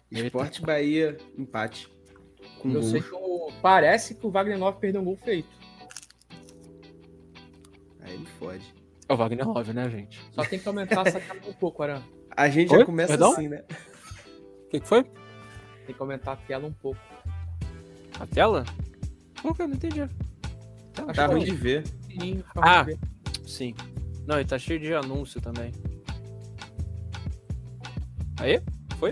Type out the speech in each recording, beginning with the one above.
Sport Bahia, empate. Eu sei que parece que o Wagner Love perdeu um gol feito. Aí me fode. É o Wagner Love, né, gente? Só tem que aumentar essa cara um pouco, Aran. A gente já começa assim, né? O que foi? Tem que aumentar a tela um pouco. A tela? Por que? Eu não entendi. Tá ruim de ver. Sim. Não, e tá cheio de anúncio também. Aí? Foi?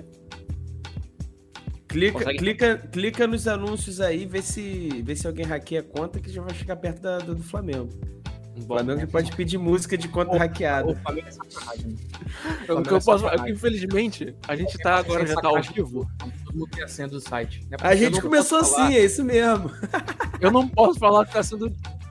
Clica nos anúncios aí, vê se alguém hackeia a conta que já vai chegar perto do Flamengo. O Flamengo já pode pedir música de conta hackeada. O Flamengo é sacanagem. O que eu posso falar? Infelizmente, a gente tá agora, já tá ao vivo. Todo mundo tem a senha do site. A gente começou assim, é isso mesmo. Eu não posso falar que tá sendo...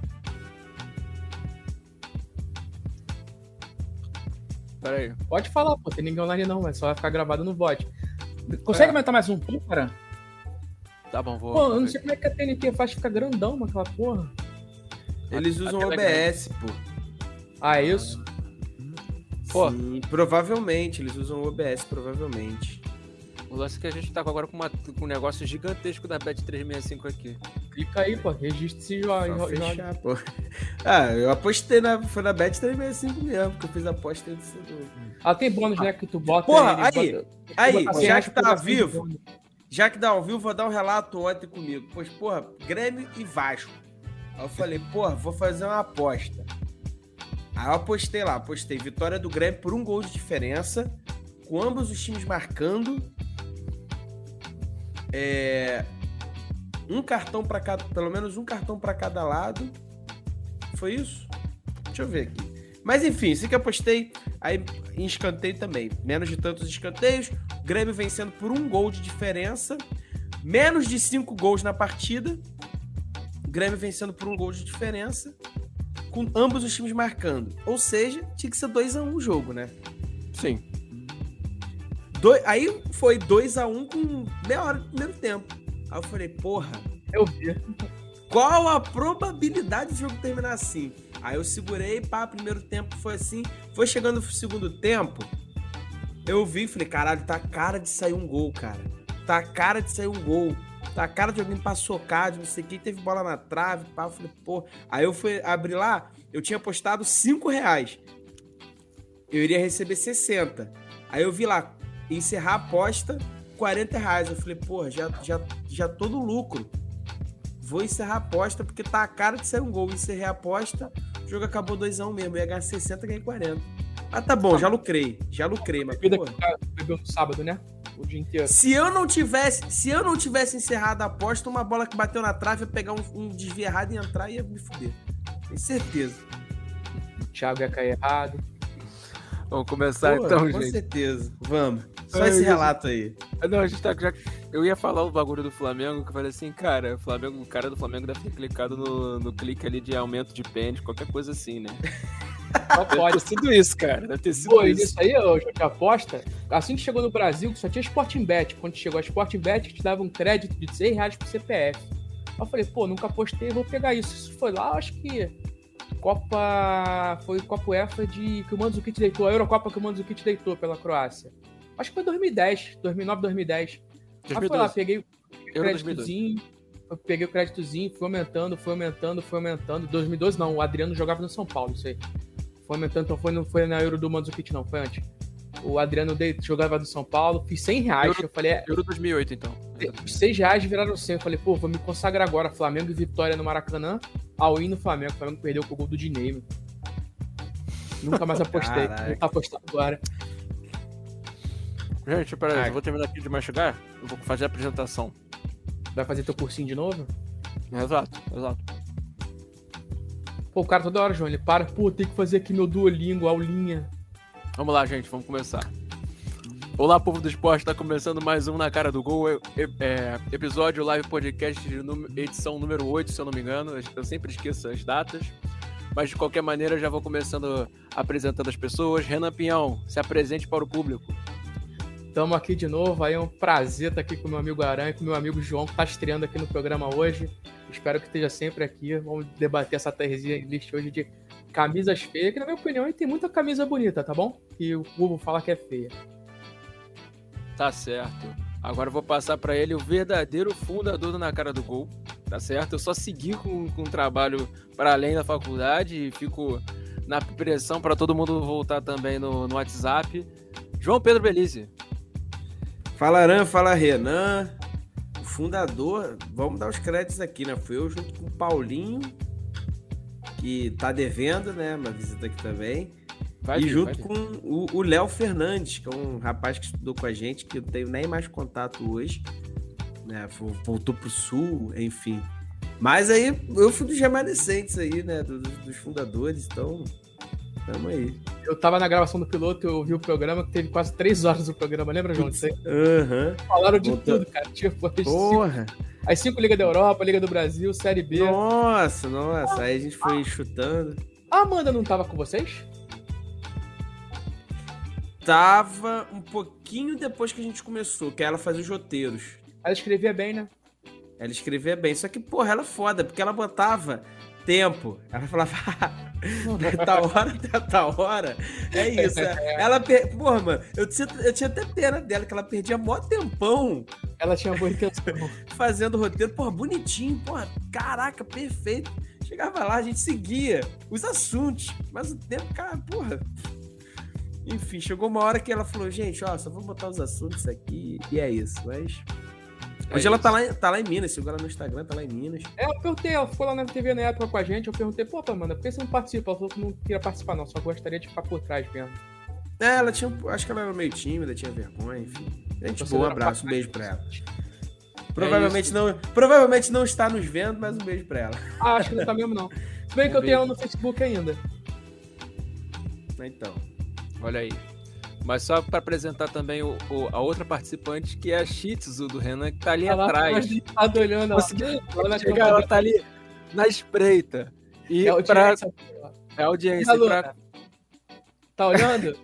Pera aí. Pode falar, pô. Tem ninguém online não, mas só vai ficar gravado no bot. Consegue aumentar mais um pouco, cara? Tá bom, vou... Pô, eu não sei como é que a TNT faz ficar grandão naquela porra. Eles usam OBS, pô. Ah, é isso? Pô. Sim, provavelmente. Eles usam OBS, provavelmente. O lance é que a gente tá agora com um negócio gigantesco da Bet365 aqui. Clica aí, pô. Registre-se e joga. Fechar, pô. Eu apostei foi na Bet365 mesmo, porque eu fiz a aposta antes do... Tem bônus, né, que tu bota... Porra, aí, já que tá ao vivo, vou dar um relato ontem comigo. Pois, porra, Grêmio e Vasco. Aí eu falei, porra, vou fazer uma aposta. Aí eu apostei vitória do Grêmio por 1 gol de diferença, com ambos os times marcando, um cartão para cada, pelo menos um cartão para cada lado. Foi isso? Deixa eu ver aqui. Mas enfim, isso que eu apostei, aí em escanteio também. Menos de tantos escanteios, Grêmio vencendo por 1 gol de diferença, menos de 5 gols na partida, Grêmio vencendo por 1 gol de diferença, com ambos os times marcando. Ou seja, tinha que ser 2-1 o jogo, né? Sim. Aí foi 2-1 com meia hora do primeiro tempo. Aí eu falei, porra... Eu vi. Qual a probabilidade do jogo terminar assim? Aí eu segurei, primeiro tempo foi assim. Foi chegando no segundo tempo, eu vi e falei, caralho, tá a cara de sair um gol, cara. Tá a cara de sair um gol. Tá a cara de alguém paçocar, de não sei quem, teve bola na trave, eu falei, pô. Aí eu fui abrir lá, eu tinha apostado R$5. Eu iria receber 60. Aí eu vi lá, encerrar a aposta, R$40. Eu falei, porra, já tô no lucro. Vou encerrar a aposta, porque tá a cara de sair um gol. Encerrei a aposta, o jogo acabou 2-1 mesmo. Eu ia ganhar 60, ganhei 40. Ah, tá bom, já lucrei, mas porra. Bebeu no sábado, né? O dia inteiro. Se eu não tivesse encerrado a aposta, uma bola que bateu na trave ia pegar um desvio errado e entrar e ia me fuder. Tenho certeza. O Thiago ia cair errado. Vamos começar então, com gente. Com certeza. Vamos. Só esse relato aí. Não, a gente tá... Eu ia falar o bagulho do Flamengo, que eu falei assim, cara, o cara do Flamengo deve ter clicado no clique ali de aumento de pênis, qualquer coisa assim, né? Só pode. Deve ter sido isso, cara. Deve ter sido isso. Isso aí, eu já te aposta. Assim que chegou no Brasil, só tinha Sporting Bet. Quando chegou a Sporting Bet, te dava um crédito de R$100 pro CPF. Aí eu falei, pô, nunca apostei, vou pegar isso. Isso foi lá, acho que foi Copa UEFA que o Mandzukic deitou, a Eurocopa que o Mandzukic deitou pela Croácia. Acho que foi 2010, 2009, 2010. Aí foi lá, peguei o créditozinho, fui aumentando. 2012 não, o Adriano jogava no São Paulo, isso aí. Foi aumentando, então não foi na Euro do Mandzukic não, foi antes. O Adriano jogava no São Paulo, fiz R$100, eu falei... Euro 2008, então. Os R$6 viraram 100, eu falei, pô, vou me consagrar agora, Flamengo e Vitória no Maracanã, all-in no Flamengo, o Flamengo perdeu com o gol do Dinei. Nunca mais apostei, vou tá apostando agora. Gente, peraí, eu vou terminar aqui de mastigar, eu vou fazer a apresentação. Vai fazer teu cursinho de novo? Exato. Pô, o cara toda hora, João, ele para, pô, tem que fazer aqui meu Duolingo, aulinha. Vamos lá, gente, vamos começar. Olá, povo do esporte, tá começando mais um Na Cara do Gol, episódio live podcast, edição número 8, se eu não me engano, eu sempre esqueço as datas, mas de qualquer maneira já vou começando apresentando as pessoas. Renan Pinhão, se apresente para o público. Estamos aqui de novo, aí é um prazer estar aqui com o meu amigo Aranha e com o meu amigo João, que está estreando aqui no programa hoje. Espero que esteja sempre aqui. Vamos debater essa tier list hoje de camisas feias, que na minha opinião tem muita camisa bonita, tá bom? E o povo fala que é feia. Tá certo. Agora eu vou passar pra ele o verdadeiro fundador do Na Cara do Gol, tá certo? Eu só segui com um trabalho para além da faculdade e fico na pressão para todo mundo voltar também no WhatsApp. João Pedro Belize. Fala Aran, fala Renan. O fundador, vamos dar os créditos aqui, né? Fui eu junto com o Paulinho, que tá devendo, né? Uma visita aqui também. Junto com o Léo Fernandes, que é um rapaz que estudou com a gente, que eu não tenho nem mais contato hoje, né? Voltou pro Sul, enfim. Mas aí eu fui dos remanescentes aí, né? Dos fundadores, então tamo aí. Eu tava na gravação do piloto, eu ouvi o programa, que teve quase 3 horas do programa, lembra, João? Falaram de tudo, cara. Tipo, as 5 Liga da Europa, Liga do Brasil, Série B. Nossa, aí a gente foi chutando. A Amanda não tava com vocês? Tava um pouquinho depois que a gente começou, que ela fazia os roteiros. Ela escrevia bem, né? Ela escrevia bem, só que, porra, ela é foda, porque ela botava tempo. Ela falava, tal hora, é isso. Porra, mano, eu tinha até pena dela, que ela perdia mó tempão. Ela tinha boa intenção. Fazendo roteiro, porra, bonitinho, porra, caraca, perfeito. Chegava lá, a gente seguia os assuntos, mas o tempo, cara, porra... Enfim, chegou uma hora que ela falou, gente, ó, só vou botar os assuntos aqui e é isso, mas... Hoje ela tá lá em Minas, sigo ela no Instagram, tá lá em Minas. Eu perguntei, ela ficou lá na TV na época com a gente, eu perguntei, pô, Amanda, por que você não participa? Ela falou que não queria participar não, só gostaria de ficar por trás mesmo. Ela tinha, acho que ela era meio tímida, tinha vergonha, enfim. Gente boa, um abraço, um beijo pra ela. Provavelmente não está nos vendo, mas um beijo pra ela. Acho que não tá mesmo não. Se bem que eu tenho ela no Facebook ainda. Então... Olha aí. Mas só para apresentar também a outra participante, que é a Shih Tzu do Renan, que tá ali atrás. Tá olhando, ela tá ali na espreita. E é audiência. Tá olhando?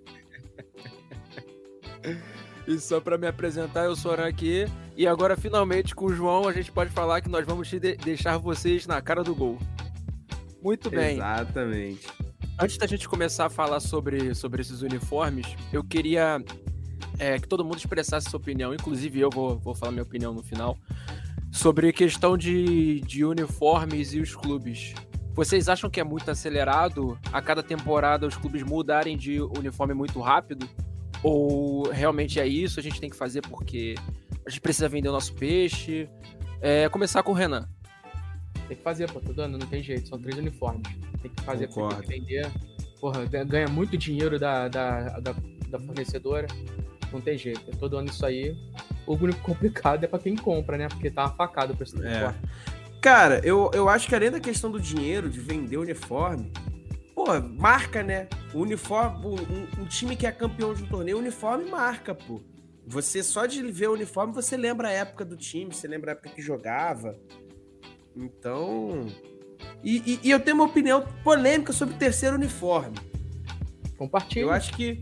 E só para me apresentar, eu sou o Aran aqui. E agora, finalmente, com o João, a gente pode falar que nós vamos deixar vocês na cara do gol. Muito bem. Exatamente. Antes da gente começar a falar sobre esses uniformes, eu queria que todo mundo expressasse sua opinião, inclusive eu vou falar minha opinião no final, sobre questão de uniformes e os clubes. Vocês acham que é muito acelerado a cada temporada os clubes mudarem de uniforme muito rápido? Ou realmente é isso, a gente tem que fazer porque a gente precisa vender o nosso peixe? Começar com o Renan. Tem que fazer, pô, todo ano, não tem jeito, são 3 uniformes. Tem que fazer, tem que vender. Porra, ganha muito dinheiro da fornecedora. Não tem jeito, é todo ano isso aí. O único complicado é pra quem compra, né? Porque tá uma facada o preço do uniforme. Cara, eu acho que além da questão do dinheiro, de vender o uniforme, pô, marca, né? O uniforme, um time que é campeão de um torneio, o uniforme marca, pô. Você, só de ver o uniforme, você lembra a época do time, você lembra a época que jogava. Então... E eu tenho uma opinião polêmica sobre o terceiro uniforme. Compartilha. Eu acho que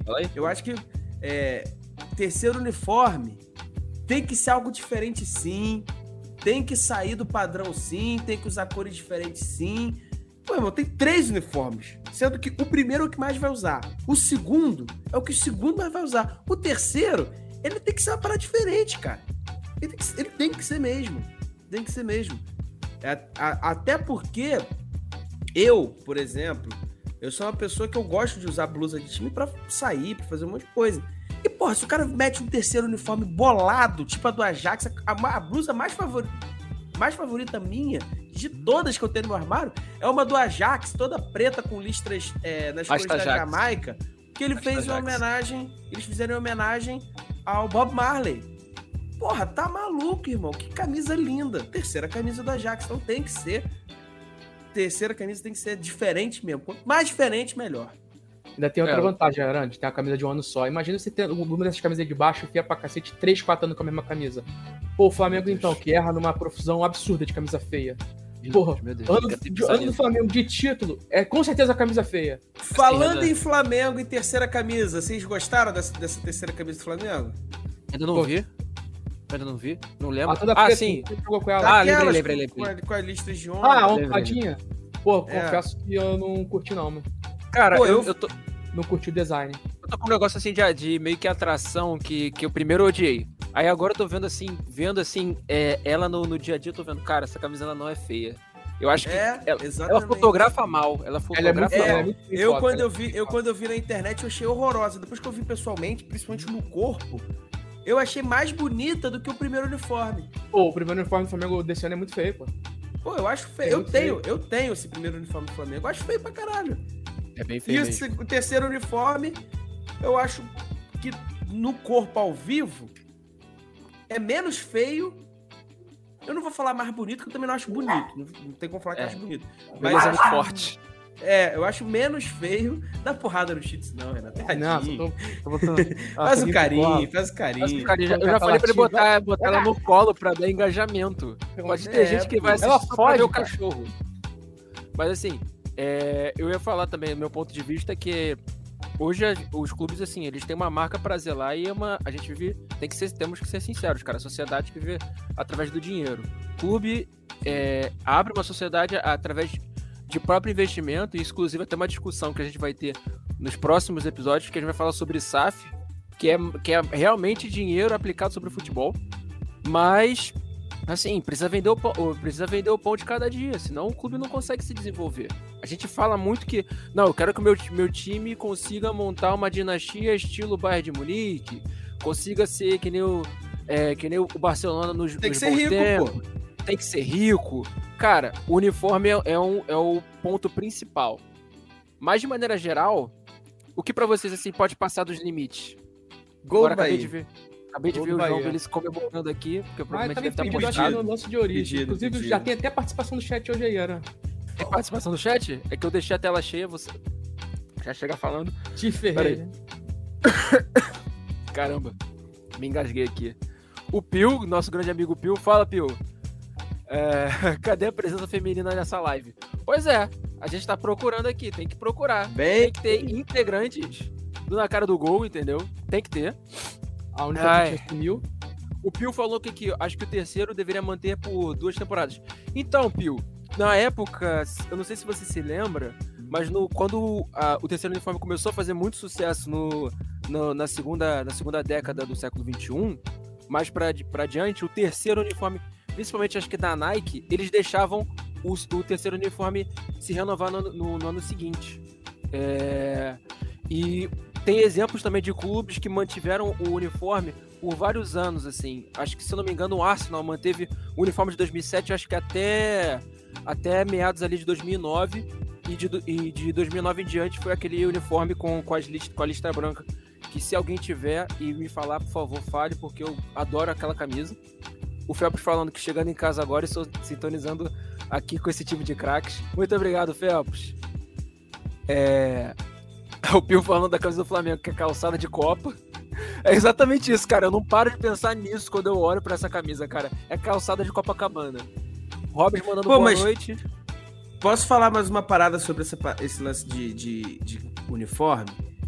terceiro uniforme tem que ser algo diferente, sim. Tem que sair do padrão, sim. Tem que usar cores diferentes, sim. Pô, irmão, tem 3 uniformes. Sendo que o primeiro é o que mais vai usar. O segundo é o que o segundo mais vai usar. O terceiro, ele tem que ser uma parada diferente, cara. Ele tem que ser mesmo. Tem que ser mesmo. Até porque eu, por exemplo, eu sou uma pessoa que eu gosto de usar blusa de time pra sair, pra fazer um monte de coisa. E, porra, se o cara mete um terceiro uniforme bolado, tipo a do Ajax, a blusa mais favorita minha, de todas que eu tenho no meu armário, é uma do Ajax, toda preta com listras nas cores da Jamaica, que ele fez uma homenagem, eles fizeram uma homenagem ao Bob Marley. Porra, tá maluco, irmão. Que camisa linda. Terceira camisa do Ajax. Então tem que ser. Terceira camisa tem que ser diferente mesmo. Quanto mais diferente, melhor. Ainda tem outra vantagem, Arante. Tem a camisa de um ano só. Imagina você ter o número dessas camisas de baixo, que é pra cacete 3, 4 anos com a mesma camisa. Pô, o Flamengo, então, que erra numa profusão absurda de camisa feia. Porra, ano do Flamengo de título, é com certeza a camisa feia. Falando em Flamengo e terceira camisa, vocês gostaram dessa terceira camisa do Flamengo? Ainda não vi. Ainda não vi, não lembro. Sim. Jogou com ela. Lembrei. Com as listas de onda. Honradinha. Pô, confesso que eu não curti não, mano. Cara, eu não curti o design. Eu tô com um negócio assim de meio que atração que eu primeiro odiei. Aí agora eu tô vendo assim, ela no dia a dia, eu tô vendo, cara, essa camisa ela não é feia. Eu acho que ela fotografa mal. Ela fotografa mal. Quando eu vi na internet, eu achei horrorosa. Depois que eu vi pessoalmente, principalmente no corpo, eu achei mais bonita do que o primeiro uniforme. Pô, o primeiro uniforme do Flamengo desse ano é muito feio, pô. Pô, eu acho feio. Eu tenho esse primeiro uniforme do Flamengo. Eu acho feio pra caralho. É bem feio. E o terceiro uniforme, eu acho que no corpo ao vivo é menos feio. Eu não vou falar mais bonito, porque eu também não acho bonito. Não tem como falar que eu acho bonito. Mas é muito forte. Eu acho menos feio. Dá porrada no cheats, não, Renato. Não, tô botando. Faz o carinho. Eu já falei pra ele botar ela no colo pra dar engajamento. Pode ter gente que vai assistir só pra ver o cachorro. Mas assim, eu ia falar também, do meu ponto de vista, que hoje os clubes, assim, eles têm uma marca pra zelar e a gente vive, temos que ser sinceros, cara, a sociedade vive através do dinheiro. O clube abre uma sociedade através de próprio investimento, e exclusive até uma discussão que a gente vai ter nos próximos episódios, que a gente vai falar sobre SAF, que é realmente dinheiro aplicado sobre o futebol, mas assim, precisa vender o pão de cada dia, senão o clube não consegue se desenvolver. A gente fala muito que, não, eu quero que o meu time consiga montar uma dinastia estilo Bayern de Munique, consiga ser que nem o Barcelona nos Tem que ser rico, pô. Tem que ser rico. Cara, o uniforme é o ponto principal. Mas, de maneira geral, o que pra vocês, assim, pode passar dos limites? Gol Agora, acabei de ver o João Willis comemorando aqui, porque provavelmente deve estar postado. No lance de origem. Inclusive, já tem até participação do chat hoje aí, Ana. Tem participação do chat? É que eu deixei a tela cheia, você já chega falando. Te ferrei. Caramba, me engasguei aqui. O Pio, nosso grande amigo Pio, fala, Pio. Cadê a presença feminina nessa live? Pois é, a gente tá procurando aqui, tem que procurar. Tem que ter integrantes Na Cara do Gol, entendeu? Tem que ter. A única que assumiu. O Pio falou que acho que o terceiro deveria manter por 2 temporadas. Então, Pio, na época, eu não sei se você se lembra, mas quando o terceiro uniforme começou a fazer muito sucesso na segunda década do século XXI, mais pra diante, o terceiro uniforme, principalmente acho que da Nike, eles deixavam o terceiro uniforme se renovar no ano seguinte. E tem exemplos também de clubes que mantiveram o uniforme por vários anos, assim. Acho que, se eu não me engano, o Arsenal manteve o uniforme de 2007, acho que até meados ali de 2009, e de 2009 em diante foi aquele uniforme com a listra branca, que se alguém tiver e me falar, por favor, fale, porque eu adoro aquela camisa. O Felps falando que chegando em casa agora e estou sintonizando aqui com esse time de craques. Muito obrigado, Felps. O Pio falando da camisa do Flamengo, que é calçada de Copa. É exatamente isso, cara. Eu não paro de pensar nisso quando eu olho pra essa camisa, cara. É calçada de Copacabana. Robin mandando boa noite. Posso falar mais uma parada sobre esse lance de uniforme?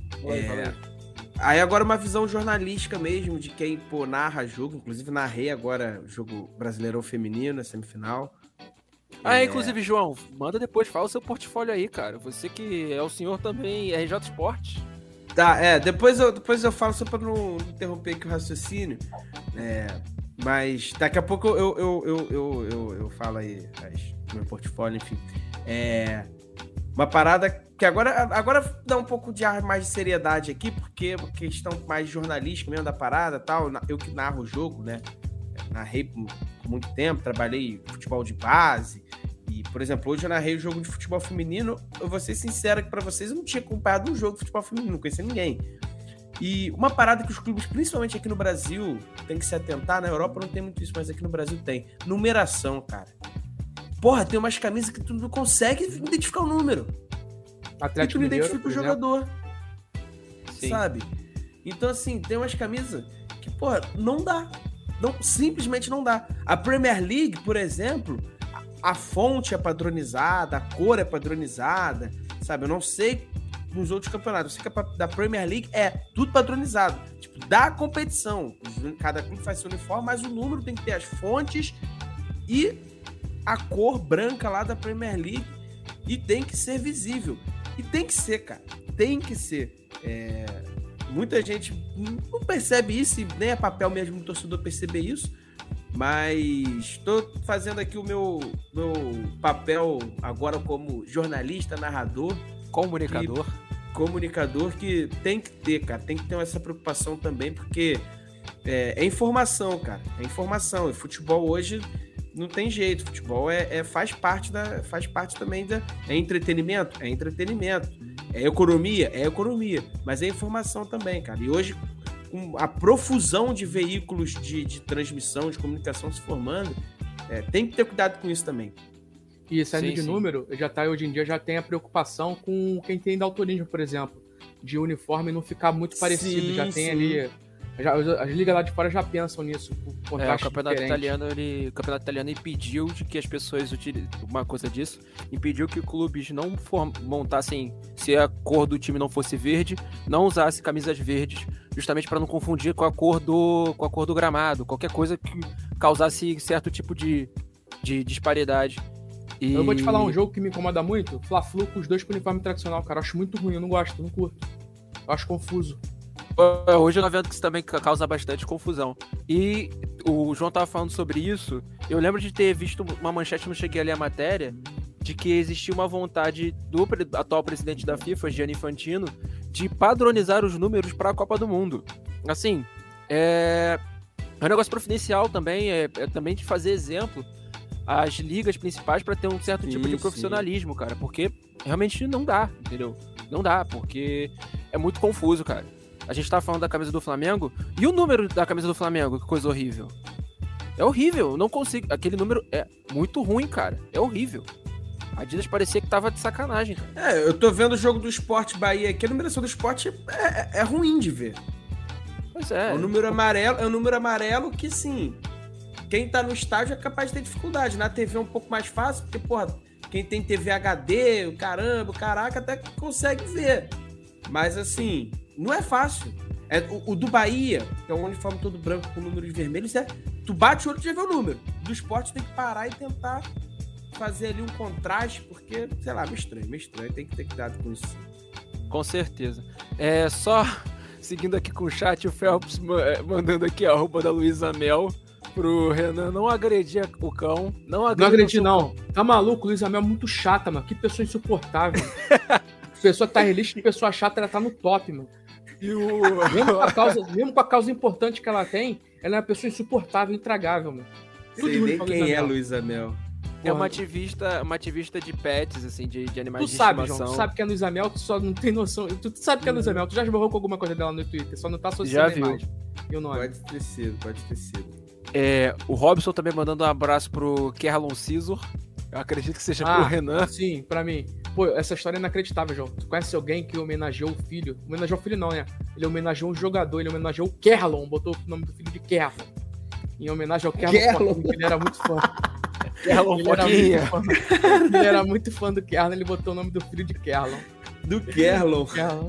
Aí agora uma visão jornalística mesmo de quem narra jogo. Inclusive narrei agora o jogo Brasileirão Feminino, a semifinal. Inclusive, João, manda depois, fala o seu portfólio aí, cara. Você que é o senhor também, RJ Sport. Tá, depois eu falo só pra não interromper aqui o raciocínio. Mas daqui a pouco eu falo aí do meu portfólio, enfim. Uma parada que agora dá um pouco de ar mais de seriedade aqui, porque é uma questão mais jornalística mesmo da parada e tal. Eu que narro o jogo, né? Narrei por muito tempo, trabalhei futebol de base. E, por exemplo, hoje eu narrei o jogo de futebol feminino. Eu vou ser sincero que pra vocês eu não tinha acompanhado um jogo de futebol feminino, não conhecia ninguém. E uma parada que os clubes, principalmente aqui no Brasil, tem que se atentar, na Europa não tem muito isso, mas aqui no Brasil tem. Numeração, cara. Porra, tem umas camisas que tu não consegue identificar o número. Atlético e tu não identifica o jogador. Sim. Sabe? Então, assim, tem umas camisas que, porra, não dá. Simplesmente não dá. A Premier League, por exemplo, a fonte é padronizada, a cor é padronizada, sabe? Eu não sei nos outros campeonatos. Eu sei que da Premier League é tudo padronizado. Tipo, da competição. Cada clube faz seu uniforme, mas o número tem que ter as fontes e a cor branca lá da Premier League. E tem que ser visível. E tem que ser, cara. Tem que ser. Muita gente não percebe isso, e nem é papel mesmo do torcedor perceber isso, mas estou fazendo aqui o meu papel agora como jornalista, narrador, comunicador, que tem que ter, cara, tem que ter essa preocupação também, porque é informação, cara, é informação, e futebol hoje não tem jeito, futebol faz parte também é entretenimento, é economia, mas é informação também, cara, e hoje com a profusão de veículos de transmissão, de comunicação se formando, tem que ter cuidado com isso também. E saindo de número, hoje em dia já tem a preocupação com quem tem daltonismo, por exemplo, de uniforme não ficar muito parecido, já tem ali... as ligas lá de fora já pensam nisso. O campeonato italiano impediu de que as pessoas utilizem uma coisa disso, impediu que clubes não montassem, se a cor do time não fosse verde, não usasse camisas verdes, justamente para não confundir com a cor do gramado, qualquer coisa que causasse certo tipo de disparidade. Eu vou te falar um jogo que me incomoda muito, Fla-Flu com os dois com uniforme tradicional, cara, eu acho muito ruim, eu não gosto, não curto, eu acho confuso. Hoje eu tô vendo que isso também causa bastante confusão. E o João tava falando sobre isso. Eu lembro de ter visto uma manchete, não cheguei a ler a matéria, de que existia uma vontade do atual presidente da FIFA, Gianni Infantino, de padronizar os números para a Copa do Mundo. Assim, é um negócio providencial também, também de fazer exemplo às ligas principais para ter um certo tipo de profissionalismo, cara. Porque realmente não dá, entendeu? Não dá, porque é muito confuso, cara. A gente tá falando da camisa do Flamengo. E o número da camisa do Flamengo? Que coisa horrível. É horrível. Eu não consigo. Aquele número é muito ruim, cara. É horrível. A Adidas parecia que tava de sacanagem, cara. Eu tô vendo o jogo do Sport Bahia aqui. A numeração do Sport é ruim de ver. Pois é. É um número amarelo que, sim, quem tá no estádio é capaz de ter dificuldade. Na TV é um pouco mais fácil, porque, porra, quem tem TV HD, caraca, até consegue ver. Mas, assim... não é fácil. O do Bahia, que é um uniforme todo branco com números vermelhos, tu bate o olho e já vê o número. Do Sport tem que parar e tentar fazer ali um contraste, porque, sei lá, meio estranho. Tem que ter cuidado com isso. Com certeza. Só seguindo aqui com o chat, o Phelps mandando aqui a roupa da Luísa Mel pro Renan não agredir o cão. Não agredi, não. Tá maluco? Luísa Mel é muito chata, mano. Que pessoa insuportável. Pessoa que tá relista de pessoa chata, ela tá no top, mano. Mesmo com a causa importante que ela tem, ela é uma pessoa insuportável, intragável, mano. Sei nem quem é a Luísa Mel. É uma ativista de pets, assim, de animais de estimação. João, tu sabe que é a Luísa Mel, tu só não tem noção. Tu sabe que é a Luísa Mel, tu já esbarrou com alguma coisa dela no Twitter, só não tá associando a imagem. E o nome. Pode ter sido. O Robson também mandando um abraço pro Kerlon Scissor. Eu acredito que seja pro Renan. Sim, pra mim. Pô, essa história é inacreditável, João. Tu conhece alguém que homenageou o filho? Homenageou o filho não, né? Ele homenageou um jogador, ele homenageou o Kerlon, botou o nome do filho de Kerlon. Em homenagem ao Kerlon, que ele era muito fã. Ele era muito fã do Kerlon, ele botou o nome do filho de Kerlon. Do Kerlon.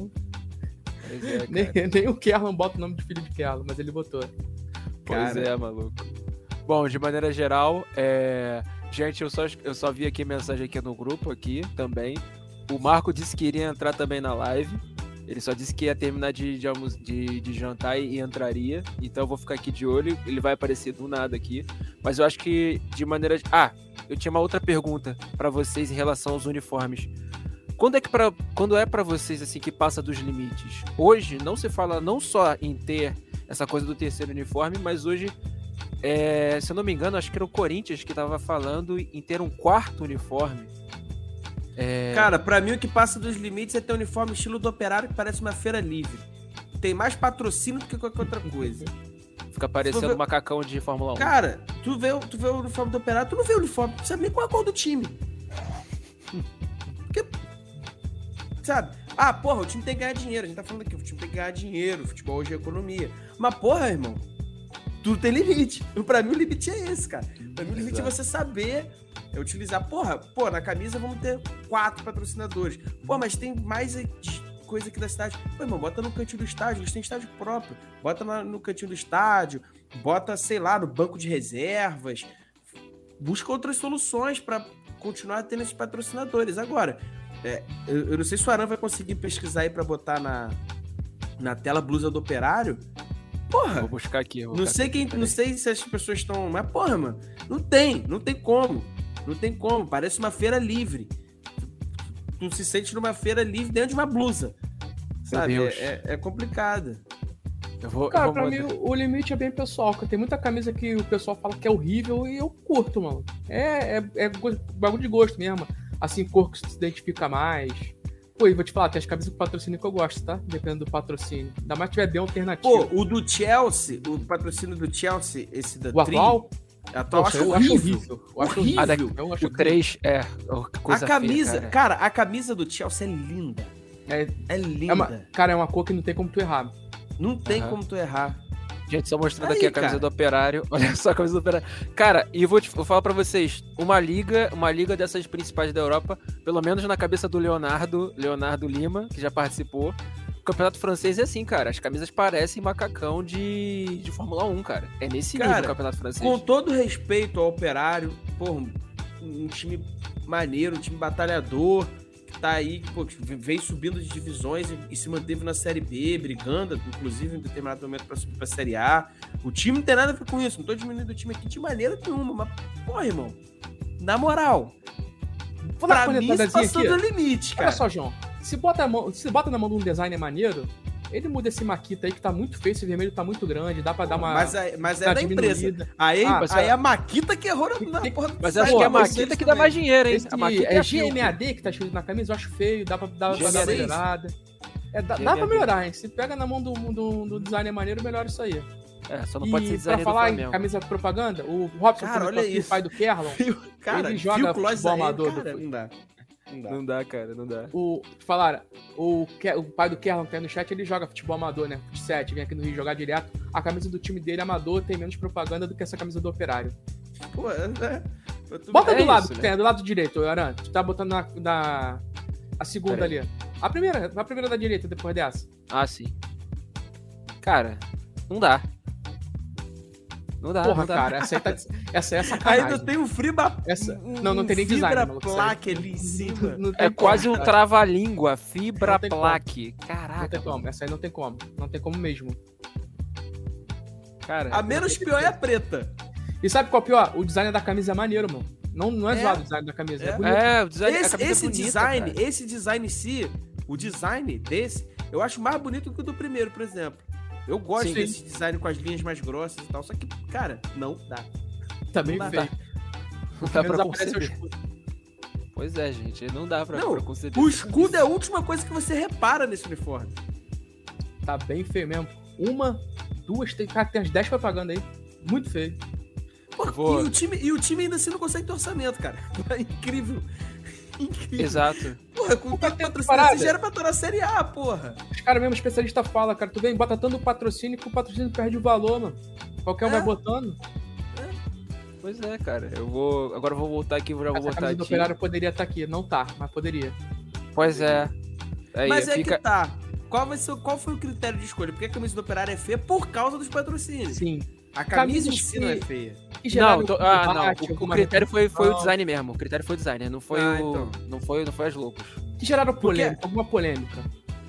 Nem o Kerlon bota o nome do filho de Kerlon, mas ele botou. Pois é, maluco. Bom, de maneira geral, gente, eu só vi aqui mensagem aqui no grupo aqui também. O Marco disse que iria entrar também na live. Ele só disse que ia terminar de jantar e entraria. Então eu vou ficar aqui de olho. Ele vai aparecer do nada aqui. Mas eu acho que de maneira... eu tinha uma outra pergunta pra vocês em relação aos uniformes. Quando é pra vocês assim que passa dos limites? Hoje não se fala não só em ter essa coisa do terceiro uniforme, mas hoje... se eu não me engano, acho que era o Corinthians que tava falando em ter um quarto uniforme. Cara, pra mim o que passa dos limites é ter um uniforme estilo do Operário que parece uma feira livre. Tem mais patrocínio do que qualquer outra coisa. Fica parecendo um macacão de Fórmula 1. Cara, tu vê o uniforme do Operário, tu não vê o uniforme, tu não sabe nem qual é a cor do time. Porque, sabe? Porra, o time tem que ganhar dinheiro. A gente tá falando aqui, o time tem que ganhar dinheiro, o futebol hoje é economia. Mas porra, irmão, tudo tem limite. Pra mim o limite é esse, cara. Pra mim o limite é você saber utilizar. Na camisa vamos ter 4 patrocinadores. Mas tem mais coisa aqui da cidade. Irmão, bota no cantinho do estádio. Eles têm estádio próprio. Bota no cantinho do estádio. Bota, sei lá, no banco de reservas. Busca outras soluções pra continuar tendo esses patrocinadores. Agora, eu não sei se o Aran vai conseguir pesquisar aí pra botar Na tela, blusa do Operário. Porra. Vou buscar aqui. Não sei se as pessoas estão... Mas, porra, mano. Não tem como. Não tem como. Parece uma feira livre. Tu se sente numa feira livre dentro de uma blusa. Sabe? É complicado. Cara, pra mim o limite é bem pessoal. Porque tem muita camisa que o pessoal fala que é horrível e eu curto, mano. É bagulho de gosto mesmo. Assim, cor que se identifica mais. Pô, e vou te falar, tem as camisas com patrocínio que eu gosto, tá? Dependendo do patrocínio. Ainda mais que tiver bem alternativo. Pô, o do Chelsea, o patrocínio do Chelsea, esse da o atual? Eu acho horrível. O 3 coisa a camisa, feia, cara, a camisa do Chelsea é linda. É linda. É uma cor que não tem como tu errar. Não tem como tu errar. Gente, só mostrando aqui a camisa do Operário. Olha só a camisa do Operário. Cara, e vou falar pra vocês, uma liga dessas principais da Europa, pelo menos na cabeça do Leonardo Lima, que já participou. O campeonato francês é assim, cara. As camisas parecem macacão de Fórmula 1, cara. É nesse nível o campeonato francês. Com todo respeito ao Operário, pô, um time maneiro, um time batalhador, que tá aí, pô, que veio subindo de divisões e se manteve na Série B, brigando, inclusive em determinado momento pra subir pra Série A. O time não tem nada a ver com isso, não tô diminuindo o time aqui de maneira nenhuma, mas, pô, irmão, na moral, pra mim isso passou do limite, cara. Olha só, João, se bota na mão de um designer maneiro, ele muda esse Makita aí que tá muito feio, esse vermelho tá muito grande, dá pra dar uma... Mas é da empresa. Aí a Makita que errou na porra do... Mas acho que é a Makita que dá mais dinheiro, hein? A Makita é GMAD que tá escrito na camisa, eu acho feio, dá pra dar uma melhorada. Dá pra melhorar, hein? Se pega na mão do designer maneiro, melhora isso aí. Só não pode ser designer pra falar em camisa propaganda, o Robson, o pai do Kerlon, ele joga futebol amador. Não dá. Não dá, cara, não dá. O pai do Kerlon que tá no chat, ele joga futebol amador, né? Fut 7, vem aqui no Rio jogar direto. A camisa do time dele amador tem menos propaganda do que essa camisa do Operário. Pô, bota do lado, isso, né? Do lado direito, Aran. Tu tá botando a segunda ali. A primeira da direita depois dessa. Ah, sim. Cara, não dá. Não dá, porra, não dá. Cara, essa é sacanagem. Ainda tem um Friba... Não tem nem design. Fibra plaque ali em cima. É quase um trava-língua. Fibra plaque. Caraca. Não tem como. Essa aí não tem como. Não tem como mesmo. Cara, a menos pior é a preta. E sabe qual é o pior? O design da camisa é maneiro, mano. Não é zoado o design da camisa. É bonito. O design, esse design em si, o design desse, eu acho mais bonito que o do primeiro, por exemplo. Eu gosto desse design com as linhas mais grossas e tal, só que, cara, não dá. Tá bem feio. Não dá pra conceber. Pois é, gente, não dá pra conceber. O escudo é a última coisa que você repara nesse uniforme. Tá bem feio mesmo. Uma, duas, tem as 10 propaganda aí. Muito feio. Pô, e o time ainda assim não consegue ter orçamento, cara. É incrível. Exato. Porra, com tanto patrocínio, você já era pra estar na Série A, porra. Os caras mesmo, especialista fala, cara, tu vem, bota tanto patrocínio que o patrocínio perde o valor, mano. Qualquer um vai botando. Pois é, cara. Agora eu vou voltar aqui, vou botar aqui. O Operário poderia estar aqui, não tá, mas poderia. Pois é. Aí, mas que tá. Qual foi o critério de escolha? Porque a camisa do Operário é feia por causa dos patrocínios. Sim. A camisa em si não é feia. Não. O critério foi o design mesmo. O critério foi o design, não foi não foi as loucas. Que geraram polêmica, alguma polêmica.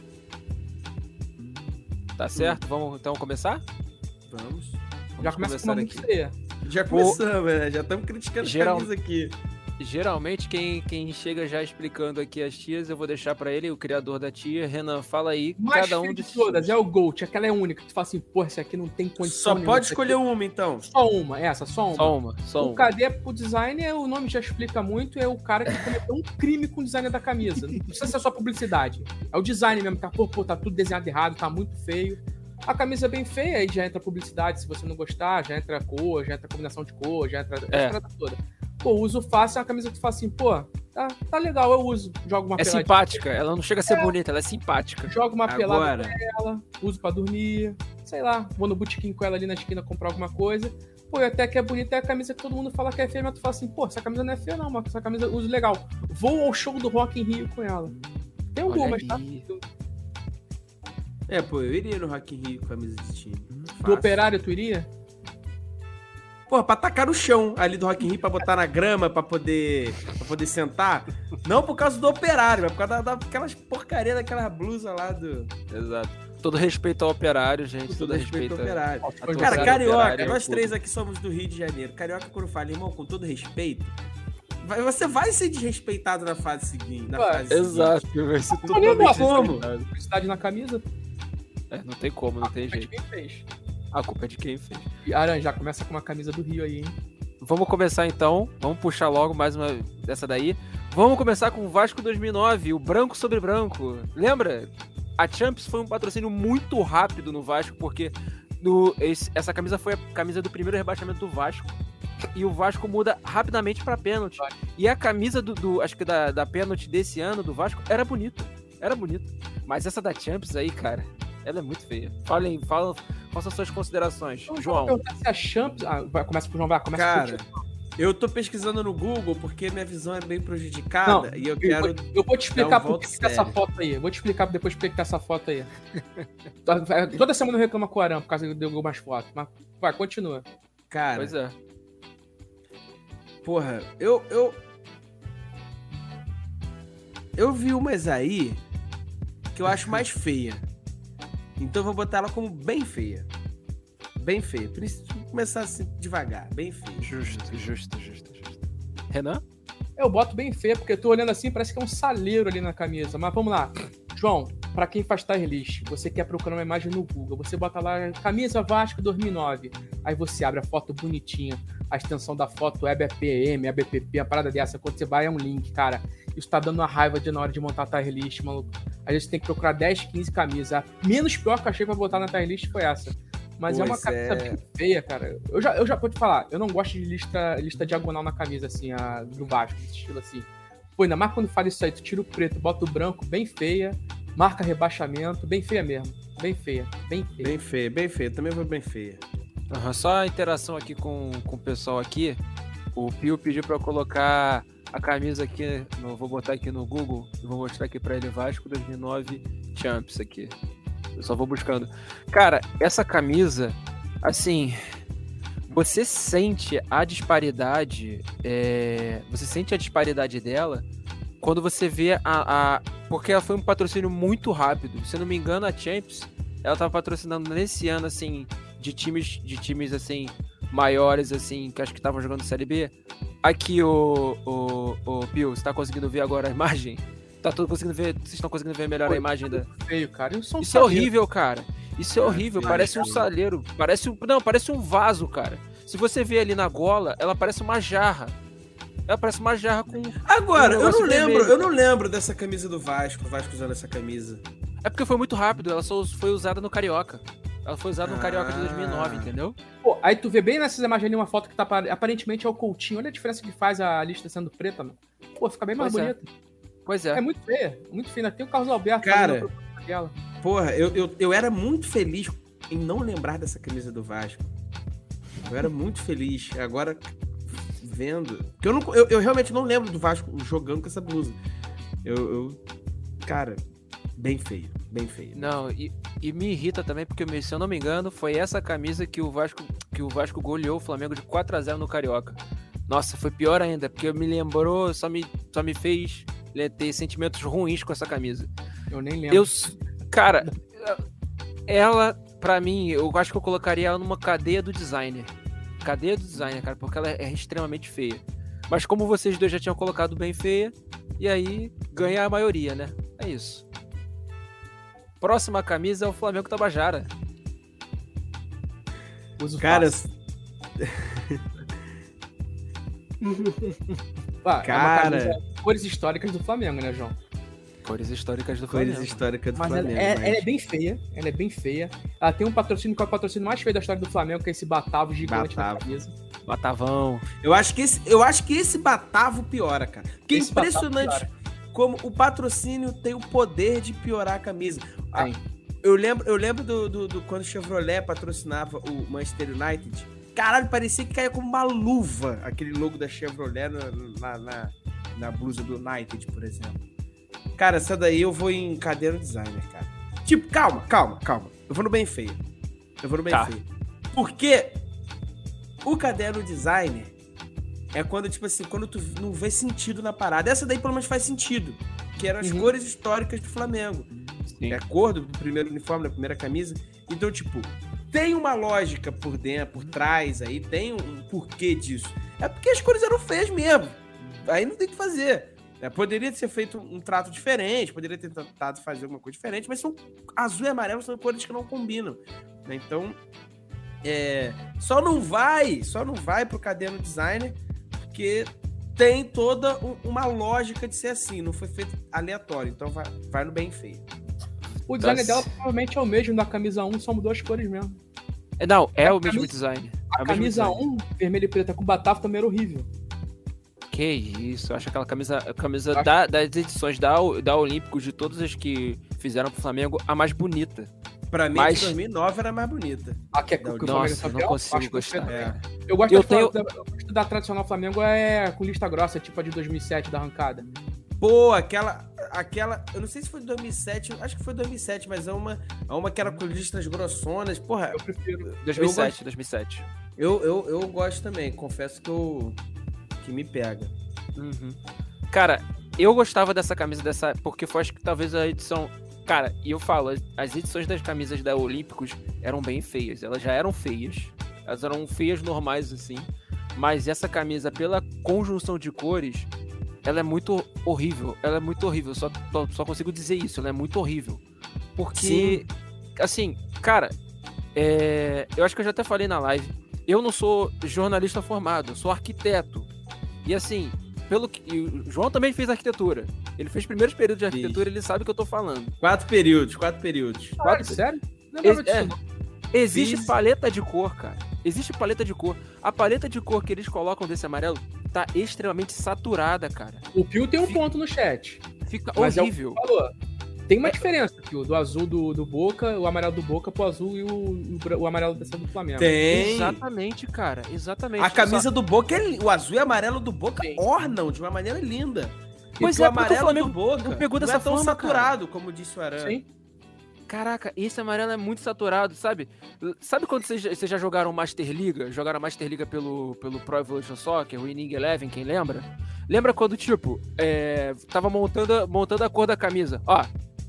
Tá certo? Vamos então começar? Vamos. Já começa com uma muito feia. Já começamos, né? Já estamos criticando a camisa aqui. Geralmente, quem chega já explicando aqui as tias, eu vou deixar pra ele, o criador da tia. Renan, fala aí, cada um de todas, é o Gold, aquela é única, que tu fala assim, porra, essa aqui não tem condição. Só pode escolher uma, então. Só uma, só uma. Só uma. O KD pro design, o nome já explica muito, é o cara que cometeu um crime com o design da camisa. Não precisa ser só publicidade. É o design mesmo, tá, pô, tá tudo desenhado errado, tá muito feio. A camisa é bem feia, aí já entra publicidade, se você não gostar, já entra cor, já entra combinação de cor, já entra a parada toda. Pô, uso fácil é uma camisa que tu fala assim, pô, tá legal, eu uso. Jogo uma peladinha. É simpática, ela não chega a ser bonita, ela é simpática. Jogo uma pelada com ela, uso pra dormir, sei lá, vou no botequim com ela ali na esquina comprar alguma coisa. Pô, até que é bonita, é a camisa que todo mundo fala que é feia, mas tu fala assim, pô, essa camisa não é feia não, mas essa camisa eu uso legal. Vou ao show do Rock in Rio com ela. Tem algumas, tá? Pô, eu iria no Rock in Rio com a camisa de time. Do Operário, tu iria? Porra, pra tacar no chão ali do Rock in Rio, pra botar na grama, pra poder sentar. Não por causa do Operário, mas por causa daquelas porcaria daquela blusa lá do... Exato. Todo respeito ao Operário, gente. Todo respeito ao Operário. Cara, Cara, Carioca, Operário, nós três aqui somos do Rio de Janeiro. Carioca, quando fala, irmão, com todo respeito, você vai ser desrespeitado na fase seguinte. Exato, vai ser totalmente como? Publicidade na camisa. Não tem como, não tem jeito. Quem fez? A culpa é de quem fez. E Aran, já começa com uma camisa do Rio aí, hein? Vamos começar então. Vamos puxar logo mais uma dessa daí. Vamos começar com o Vasco 2009, o branco sobre branco. Lembra? A Champions foi um patrocínio muito rápido no Vasco, porque essa camisa foi a camisa do primeiro rebaixamento do Vasco. E o Vasco muda rapidamente pra pênalti. E a camisa acho que da pênalti desse ano do Vasco era bonita. Era bonita. Mas essa da Champions aí, cara, ela é muito feia. Façam suas considerações. João. Se a Champions... começa pro João, cara, eu tô pesquisando no Google porque minha visão é bem prejudicada. E eu quero. Eu vou te explicar por que essa foto aí. Eu vou te explicar depois por que essa foto aí. Toda semana eu reclamo com o Aran por causa de algumas fotos. Mas vai, continua. Cara. Pois é. Porra, eu vi umas aí que eu acho mais feia. Então eu vou botar ela como bem feia. Bem feia. Preciso começar assim devagar. Bem feia. Justo. Renan? Eu boto bem feia, porque eu tô olhando assim, parece que é um saleiro ali na camisa. Mas vamos lá. João, pra quem faz tier list, você quer procurar uma imagem no Google, você bota lá camisa Vasco 2009. Aí você abre a foto bonitinha. A extensão da foto é BPM, é BPP, a parada dessa. Quando você vai é um link, cara. Isso tá dando uma raiva na hora de montar a tier list, maluco. Às vezes você tem que procurar 10, 15 camisas. A menos pior que eu achei pra botar na tier list foi essa. Mas é uma camisa bem feia, cara. Eu já vou te falar, eu não gosto de lista diagonal na camisa, assim, do Vasco, esse estilo assim. Pô, ainda mais quando fala isso aí, tu tira o preto, bota o branco, bem feia, marca rebaixamento, bem feia mesmo. Bem feia. Bem feia. Também foi bem feia. Só a interação aqui com o pessoal aqui. O Pio pediu pra eu colocar a camisa aqui, vou botar aqui no Google e vou mostrar aqui pra ele Vasco 2009 Champions aqui. Eu só vou buscando. Cara, essa camisa, assim, você sente a disparidade, dela quando você vê porque ela foi um patrocínio muito rápido. Se eu não me engano, a Champions, ela tava patrocinando nesse ano, assim, de times assim, maiores, assim, que acho que estavam jogando Série B. Aqui, o Pio, você tá conseguindo ver agora a imagem? Tá todo conseguindo ver? Vocês estão conseguindo ver melhor a imagem da... Feio, cara. Isso é horrível, cara. Isso é horrível. Parece um saleiro. Parece um vaso, cara. Se você vê ali na gola, ela parece uma jarra. Ela parece uma jarra com... Agora, eu não lembro dessa camisa do Vasco. O Vasco usando essa camisa. É porque foi muito rápido. Ela só foi usada no Carioca. Ela foi usada no Carioca de 2009, entendeu? Pô, aí tu vê bem nessas imagens ali uma foto que tá aparentemente é o Coutinho. Olha a diferença que faz a lista sendo preta, mano. Pô, fica bem mais bonita. Pois é. É muito feia. Muito feia. Tem o Carlos Alberto. Cara, porra, eu era muito feliz em não lembrar dessa camisa do Vasco. Eu era muito feliz. Agora, vendo... Porque eu realmente não lembro do Vasco jogando com essa blusa. Cara, bem feio. Bem feio. Não, e me irrita também, porque, se eu não me engano, foi essa camisa que o Vasco goleou o Flamengo de 4-0 no Carioca. Nossa, foi pior ainda, porque me lembrou, só me fez ter sentimentos ruins com essa camisa. Eu nem lembro. Cara, ela, pra mim, eu acho que eu colocaria ela numa cadeia do designer. Cadeia do designer, cara, porque ela é extremamente feia. Mas como vocês dois já tinham colocado bem feia, e aí ganha a maioria, né? É isso. Próxima camisa é o Flamengo Tabajara. Cara... Cara... É cores históricas do Flamengo, né, João? Cores históricas do Flamengo. Mas ela é bem feia. Ela é bem feia. Ela tem um patrocínio que é o patrocínio mais feio da história do Flamengo, que é esse Batavo gigante na camisa. Batavão. Eu acho que esse Batavo piora, cara. Porque é impressionante como o patrocínio tem o poder de piorar a camisa. Eu lembro do quando o Chevrolet patrocinava o Manchester United. Caralho, parecia que caía como uma luva aquele logo da Chevrolet na blusa do United, por exemplo. Cara, essa daí eu vou em cadeira designer, cara. Tipo, calma. Eu vou no bem feio. Feio. Porque o caderno designer é quando, tipo assim, quando tu não vê sentido na parada. Essa daí pelo menos faz sentido. Que eram as cores históricas do Flamengo. a cor do primeiro uniforme, da primeira camisa. Então, tipo, tem uma lógica por dentro, por trás aí, tem um porquê disso. É porque as cores eram feias mesmo. Aí não tem o que fazer. Poderia ter feito um trato diferente, poderia ter tentado fazer alguma coisa diferente, mas azul e amarelo são cores que não combinam. Né? Então, só não vai pro caderno designer, porque tem toda uma lógica de ser assim, não foi feito aleatório, então vai no bem feio. O design dela provavelmente é o mesmo da camisa 1, só mudou as cores mesmo. Não, é o mesmo design. A camisa 1, vermelha e preta com batata também era horrível. Que isso, eu acho aquela camisa das edições da Olímpicos, de todas as que fizeram pro Flamengo, a mais bonita. Pra mim, de 2009 era a mais bonita. Que é o Nossa, eu não consigo gostar. Eu gosto da tradicional Flamengo com lista grossa, tipo a de 2007 da arrancada. Pô, aquela, eu não sei se foi 2007, acho que foi 2007, mas é uma que era com listas grossonas, porra. Eu prefiro. 2007. Eu gosto também, confesso que me pega. Uhum. Cara, eu gostava dessa camisa, porque foi, acho que talvez a edição... Cara, e eu falo, as edições das camisas da Olímpicos eram bem feias, elas já eram feias, elas eram feias normais, assim, mas essa camisa, pela conjunção de cores, ela é muito horrível, só consigo dizer isso, ela é muito horrível, porque, assim, cara, eu acho que eu já até falei na live, eu não sou jornalista formado, eu sou arquiteto, e assim, e o João também fez arquitetura, ele fez primeiros períodos de arquitetura, ele sabe o que eu tô falando. 4 períodos. Sério? Existe paleta de cor, cara. Existe paleta de cor. A paleta de cor que eles colocam desse amarelo tá extremamente saturada, cara. O Pio tem um ponto no chat. Fica horrível. Tem uma diferença, Pio, do azul do Boca, o amarelo do Boca pro azul e o amarelo dessa do Flamengo. Tem. Exatamente, cara. Exatamente. A camisa do Boca, o azul e amarelo do Boca ornam de uma maneira linda. Pois o amarelo do Boca pegou dessa não é tão forma, saturado, como disse o Aran. Sim. Caraca, esse amarelo é muito saturado, sabe? Sabe quando vocês já jogaram Master Liga? Jogaram Master Liga pelo Pro Evolution Soccer, o Winning Eleven, quem lembra? Lembra quando, tipo, tava montando a cor da camisa? Ó.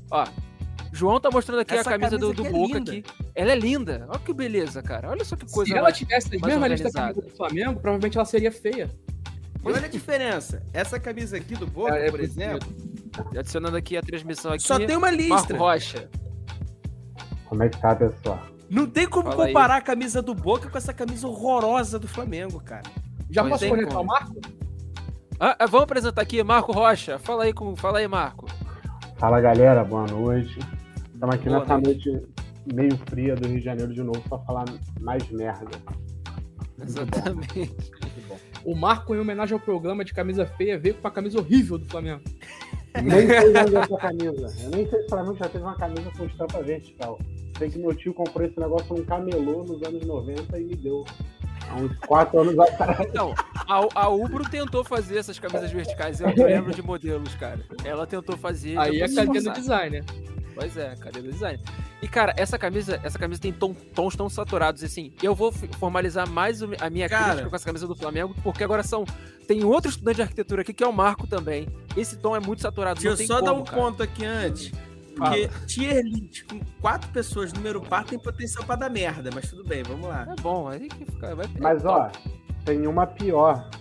João tá mostrando aqui essa a camisa do Boca linda. aqui. Ela é linda. Olha que beleza, cara. Olha só que coisa. Se ela tivesse a mesma lista da camisa do Flamengo, provavelmente ela seria feia. E olha a diferença. Essa camisa aqui do Boca, por exemplo... Adicionando aqui a transmissão aqui. Só tem uma listra. Marco Rocha. Como é que tá, pessoal? Não tem como comparar a camisa do Boca com essa camisa horrorosa do Flamengo, cara. Já posso conectar o Marco? Vamos apresentar aqui, Marco Rocha. Fala aí, Marco. Fala, galera. Boa noite. Estamos aqui nessa noite meio fria do Rio de Janeiro de novo para falar mais merda. Exatamente. O Marco, em homenagem ao programa de camisa feia, veio com a camisa horrível do Flamengo. Nem sei onde é essa camisa. Eu nem sei se o Flamengo já teve uma camisa com estampa vertical. Sei que meu tio comprou esse negócio num camelô nos anos 90 e me deu. Há uns 4 anos atrás. Então, a Ubro tentou fazer essas camisas verticais. Eu lembro de modelos, cara. Ela tentou fazer. Aí é cadê do design, né? Pois é, cadê do design? E, cara, essa camisa tem tons tão saturados, assim. Eu vou formalizar mais a minha crítica com essa camisa do Flamengo, porque agora tem outro estudante de arquitetura aqui, que é o Marco também. Esse tom é muito saturado. Deixa eu só dar um ponto aqui antes. Porque tier list com 4 pessoas, número par, tem potencial pra dar merda, mas tudo bem, vamos lá. É bom, aí que fica. Mas, ó, tem uma pior.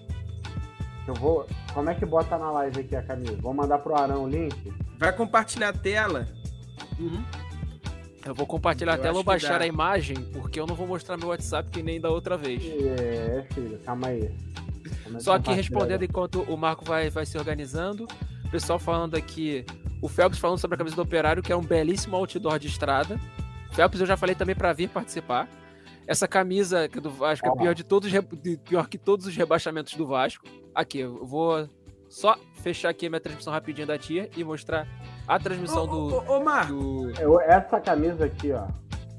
Como é que bota na live aqui a camisa? Vou mandar pro Arão o link. Vai compartilhar a tela. Uhum. Eu vou compartilhar a tela ou baixar a imagem, porque eu não vou mostrar meu WhatsApp que nem da outra vez. Filho, calma aí. Só que respondendo enquanto o Marco vai se organizando, o pessoal falando aqui, o Phelps falando sobre a camisa do Operário, que é um belíssimo outdoor de estrada. Phelps eu já falei também para vir participar. Essa camisa do Vasco é pior que todos os rebaixamentos do Vasco. Aqui, eu vou só fechar aqui a minha transmissão rapidinho da tia e mostrar a transmissão Ô, Marco! Essa camisa aqui, ó.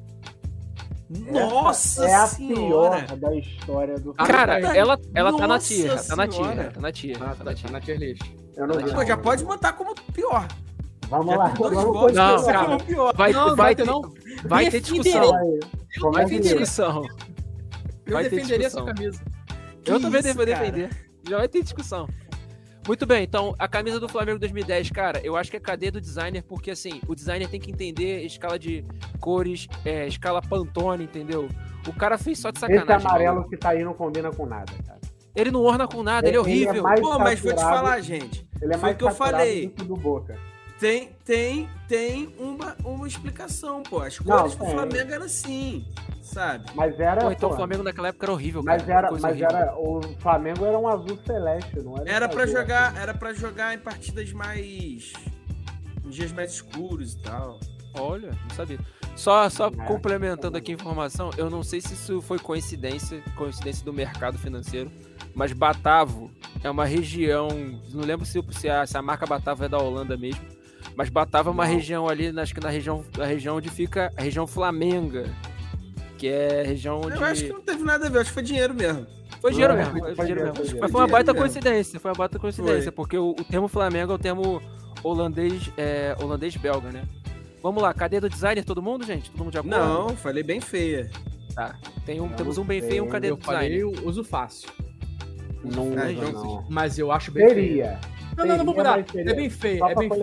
Nossa é a senhora! pior da história do... Cara, ela tá na tier. Tá na tier list. Eu não vi. Pô, já pode botar como pior. Vamos lá. Não, cara. Vai ter discussão. Vai ter discussão. Eu defenderia essa camisa. Eu também devo defender. Já vai ter discussão. Muito bem, então, a camisa do Flamengo 2010, cara, eu acho que é cadê do designer, porque, assim, o designer tem que entender escala de cores, escala Pantone, entendeu? O cara fez só de sacanagem. Esse amarelo que tá aí não combina com nada, cara. Ele não orna com nada, ele é horrível. Pô, mas vou te falar, gente. Ele é mais o que eu falei. Do Boca. Tem uma explicação, pô. As cores do Flamengo eram assim, sabe? Mas era. Pô, então o Flamengo naquela época era horrível, mas cara. Era. O Flamengo era um azul celeste, não era? Era pra jogar em partidas mais. Em dias mais escuros e tal. Olha, não sabia. Só complementando aqui a informação, eu não sei se isso foi coincidência do mercado financeiro, mas Batavo é uma região, não lembro se a marca Batavo é da Holanda mesmo, mas Batavo é uma região ali, acho que na região onde fica a região Flamenga, que é a região onde... Eu acho que não teve nada a ver, acho que foi dinheiro mesmo. Foi dinheiro mesmo. Mas foi uma baita coincidência, porque o termo Flamengo é o termo holandês-belga, né? Vamos lá, cadê do designer todo mundo, gente? Todo mundo de acordo? Não, falei bem feia. Tá, temos um bem feio e um cadê do designer. Eu uso fácil. Não. Mas eu acho bem feio. Não, vou mudar. É bem feio,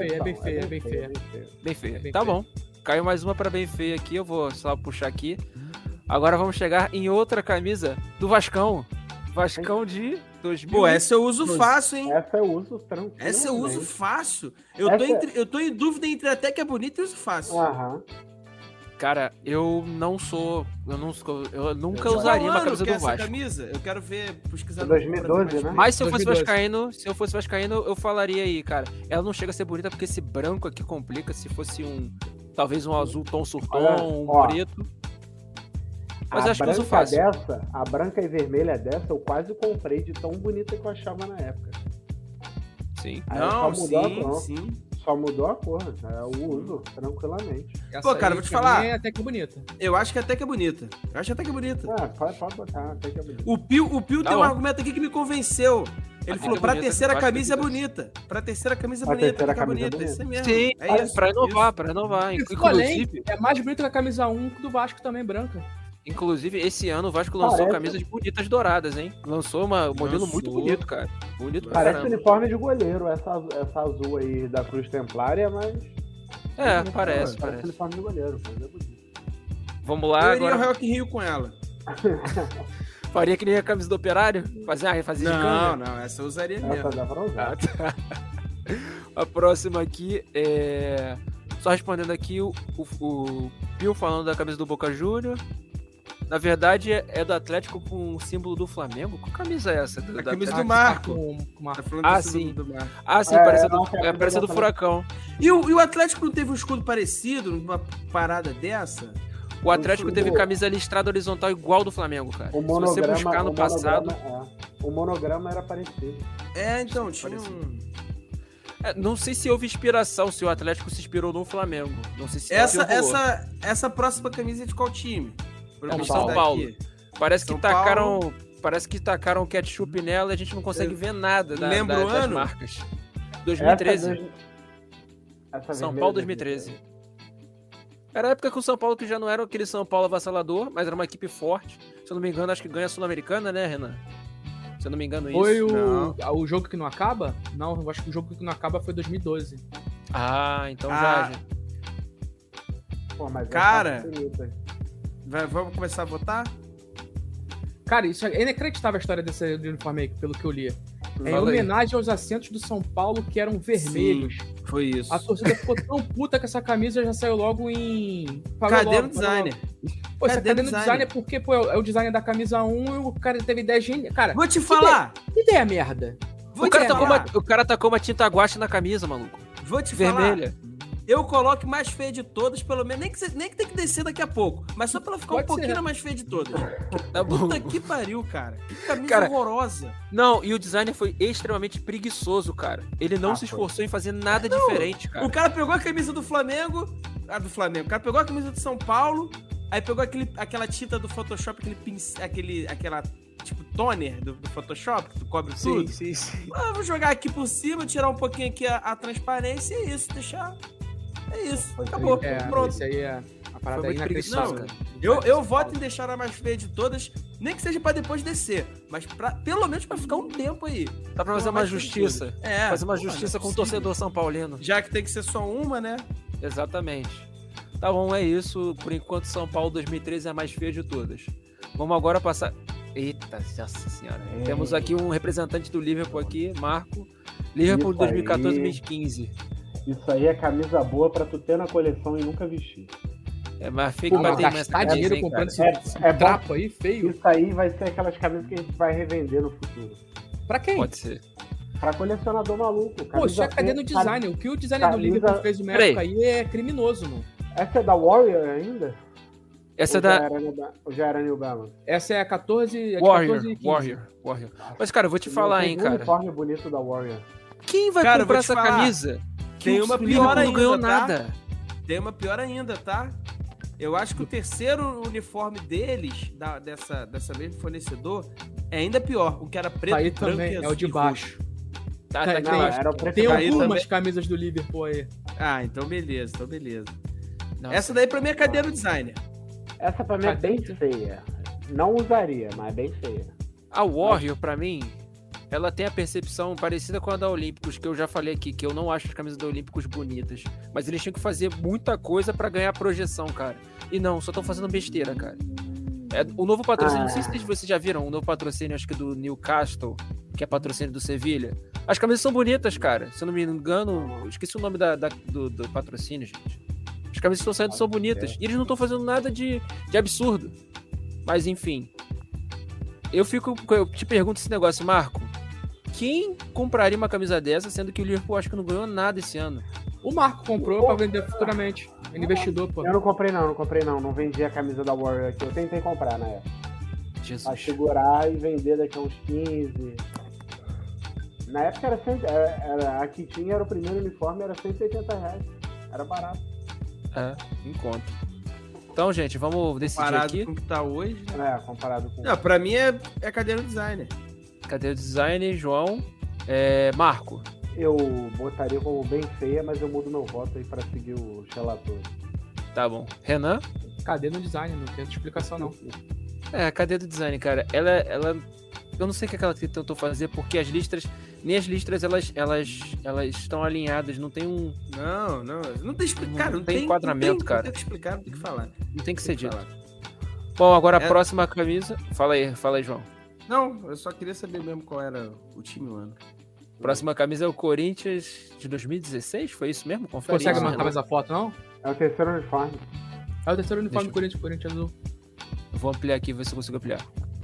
Bem feio. Tá bom. Caiu mais uma pra bem feia aqui, eu vou só puxar aqui. Agora vamos chegar em outra camisa do Vascão. Vascão de 2000. Pô, essa eu uso fácil, hein? Essa eu uso tranquilo. Essa eu uso fácil. Eu tô em dúvida entre até que é bonita e uso fácil. Aham. Cara, eu nunca usaria uma camisa do Vasco. Essa camisa, eu quero ver, pesquisar. 2012, né? Mas se eu fosse vascaíno, eu falaria aí, cara. Ela não chega a ser bonita porque esse branco aqui complica. Se fosse talvez um azul tom sur tom, preto. Mas acho que eu uso fácil. A branca e vermelha dessa, eu quase comprei de tão bonita que eu achava na época. Sim. Sim. Só mudou a cor, eu uso tranquilamente. Pô, cara, vou te falar. É até que é bonita. Eu acho que até que é bonita. Pode botar, até que é bonita. O Pio tem um argumento aqui que me convenceu. Ele falou, pra terceira camisa é bonita. Pra terceira camisa é bonita, fica bonita. Isso mesmo. Sim, pra renovar. Inclusive, é mais bonita que a camisa 1 do Vasco também, branca. Inclusive, esse ano o Vasco lançou camisas bonitas douradas, hein? Lançou um modelo muito bonito, cara. Bonito pra parece caramba. Uniforme de goleiro, essa azul aí da Cruz Templária, mas... Parece. Uniforme de goleiro, mas é bonito. Vamos lá, agora... Eu iria Rock in Rio com ela. Faria que nem a camisa do Operário? Fazia de cana? Não, essa eu usaria mesmo. Essa dá pra usar. A próxima aqui é... Só respondendo aqui, o Pio falando da camisa do Boca Júnior. Na verdade, é do Atlético com o símbolo do Flamengo? Qual camisa é essa? A camisa do Marco. Sim. Parece do Furacão. E o Atlético não teve um escudo parecido, numa parada dessa? O Atlético teve camisa listrada horizontal igual do Flamengo, cara. Se você buscar no passado... O monograma era parecido. Então, tinha um... não sei se houve inspiração, se o Atlético se inspirou no Flamengo. Não sei se essa próxima camisa é de qual time? São Paulo. Parece que tacaram ketchup nela e a gente não consegue ver nada das marcas. 2013. São Paulo 2013. Era a época que o São Paulo que já não era aquele São Paulo avassalador, mas era uma equipe forte. Se eu não me engano, acho que ganha a Sul-Americana, né, Renan? Se eu não me engano, foi o jogo que não acaba? Não, eu acho que o jogo que não acaba foi 2012. Então já. Pô, mas cara... Vamos começar a votar? Cara, isso é inacreditável a história desse uniforme aí, pelo que eu li. É em homenagem aos assentos do São Paulo que eram vermelhos. Sim, foi isso. A torcida ficou tão puta que essa camisa já saiu logo em... Cadê o designer? Pô, cadê no designer? Porque, é o designer da camisa 1 e o cara teve ideia genial. Cara, vou te falar! Que ideia merda? O cara tacou uma tinta guache na camisa, maluco. Vou te falar. Eu coloco mais feia de todas, pelo menos. Nem que tem que descer daqui a pouco. Mas só pra ela ficar um pouquinho mais feia de todas. Tá bom. Puta que pariu, cara. Que camisa horrorosa. Não, e o designer foi extremamente preguiçoso, cara. Ele não se esforçou em fazer nada diferente, cara. O cara pegou a camisa do Flamengo. O cara pegou a camisa do São Paulo. Aí pegou aquela tinta do Photoshop, aquela tipo toner do Photoshop, que tu cobre tudo. Sim. Vou jogar aqui por cima, tirar um pouquinho aqui a transparência e é isso, deixar... É isso, acabou. Pronto. Isso aí é a parada inacreditável. Eu voto em deixar a mais feia de todas, nem que seja pra depois descer, mas pelo menos pra ficar um tempo aí. Dá pra fazer uma justiça. Fazer uma justiça com o torcedor São Paulino. Já que tem que ser só uma, né? Exatamente. Tá bom, é isso. Por enquanto, São Paulo 2013 é a mais feia de todas. Vamos agora passar... Eita, nossa senhora. Temos aqui um representante do Liverpool aqui, Marco. Liverpool 2014-2015. Isso aí é camisa boa pra tu ter na coleção e nunca vestir. É mais feio que bater gastar dinheiro comprando esse trapo aí, feio. Isso aí vai ser aquelas camisas que a gente vai revender no futuro. Pra quem? Pode ser. Pra colecionador maluco. Poxa, cadê no design? O que o designer do Liverpool fez uma época aí é criminoso, mano. Essa é da Warrior ainda? Essa é da... Ou já era New Balance? Essa é a 14... Warrior. Mas, cara, eu vou te falar, hein, cara. O uniforme bonito da Warrior. Quem vai comprar essa camisa? Tem uma pior ainda, não ganhou nada. Tem uma pior ainda, tá? Eu acho que o terceiro uniforme deles, dessa mesmo fornecedor, é ainda pior. O que era preto, aí branco também, e azul. é o de baixo. Tem algumas camisas do Liverpool aí. Ah, então beleza. Nossa. Essa daí pra mim é cadeira do designer. Essa pra mim é bem feia. Não usaria, mas é bem feia. A Warrior, pra mim, ela tem a percepção parecida com a da Olímpicos, que eu já falei aqui, que eu não acho as camisas da Olímpicos bonitas. Mas eles tinham que fazer muita coisa pra ganhar projeção, cara. E não, só estão fazendo besteira, cara. O novo patrocínio, não sei se vocês já viram, o novo patrocínio, acho que do Newcastle, que é patrocínio do Sevilha. As camisas são bonitas, cara. Se eu não me engano, eu esqueci o nome do patrocínio, gente. As camisas que estão saindo são bonitas. E eles não estão fazendo nada de absurdo. Mas, enfim. Eu te pergunto esse negócio, Marco. Quem compraria uma camisa dessa, sendo que o Liverpool acho que não ganhou nada esse ano? O Marco comprou pra vender futuramente. Ele é investidor, pô. Eu não comprei não. Não vendi a camisa da Warrior aqui. Eu tentei comprar na época. Jesus. Pra segurar e vender daqui a uns 15. Na época era 100, a que tinha era o primeiro uniforme, era R$180. Era barato. Em conta. Então, gente, vamos decidir comparado aqui. Com o que tá hoje, né? Comparado com... Não, pra mim é cadeira do designer. Cadeira do designer, João. Marco. Eu botaria como bem feia, mas eu mudo meu voto aí pra seguir o relator. Tá bom. Renan? Cadeira do design, não tem outra explicação, não. A cadeira do design, cara, ela... Eu não sei o que ela tentou fazer, porque as listras... Nem as listras, elas estão alinhadas, não tem um... Não tem explicar, não tem enquadramento, cara. Não tem que explicar, não tem que falar. Não tem que ser dito. Bom, agora a próxima camisa... Fala aí, João. Não, eu só queria saber mesmo qual era o time, mano. Próxima camisa é o Corinthians de 2016, foi isso mesmo? Confere. Consegue marcar mais a foto, não? É o terceiro uniforme. É o terceiro uniforme do Corinthians azul. Eu vou ampliar aqui, ver se eu consigo ampliar.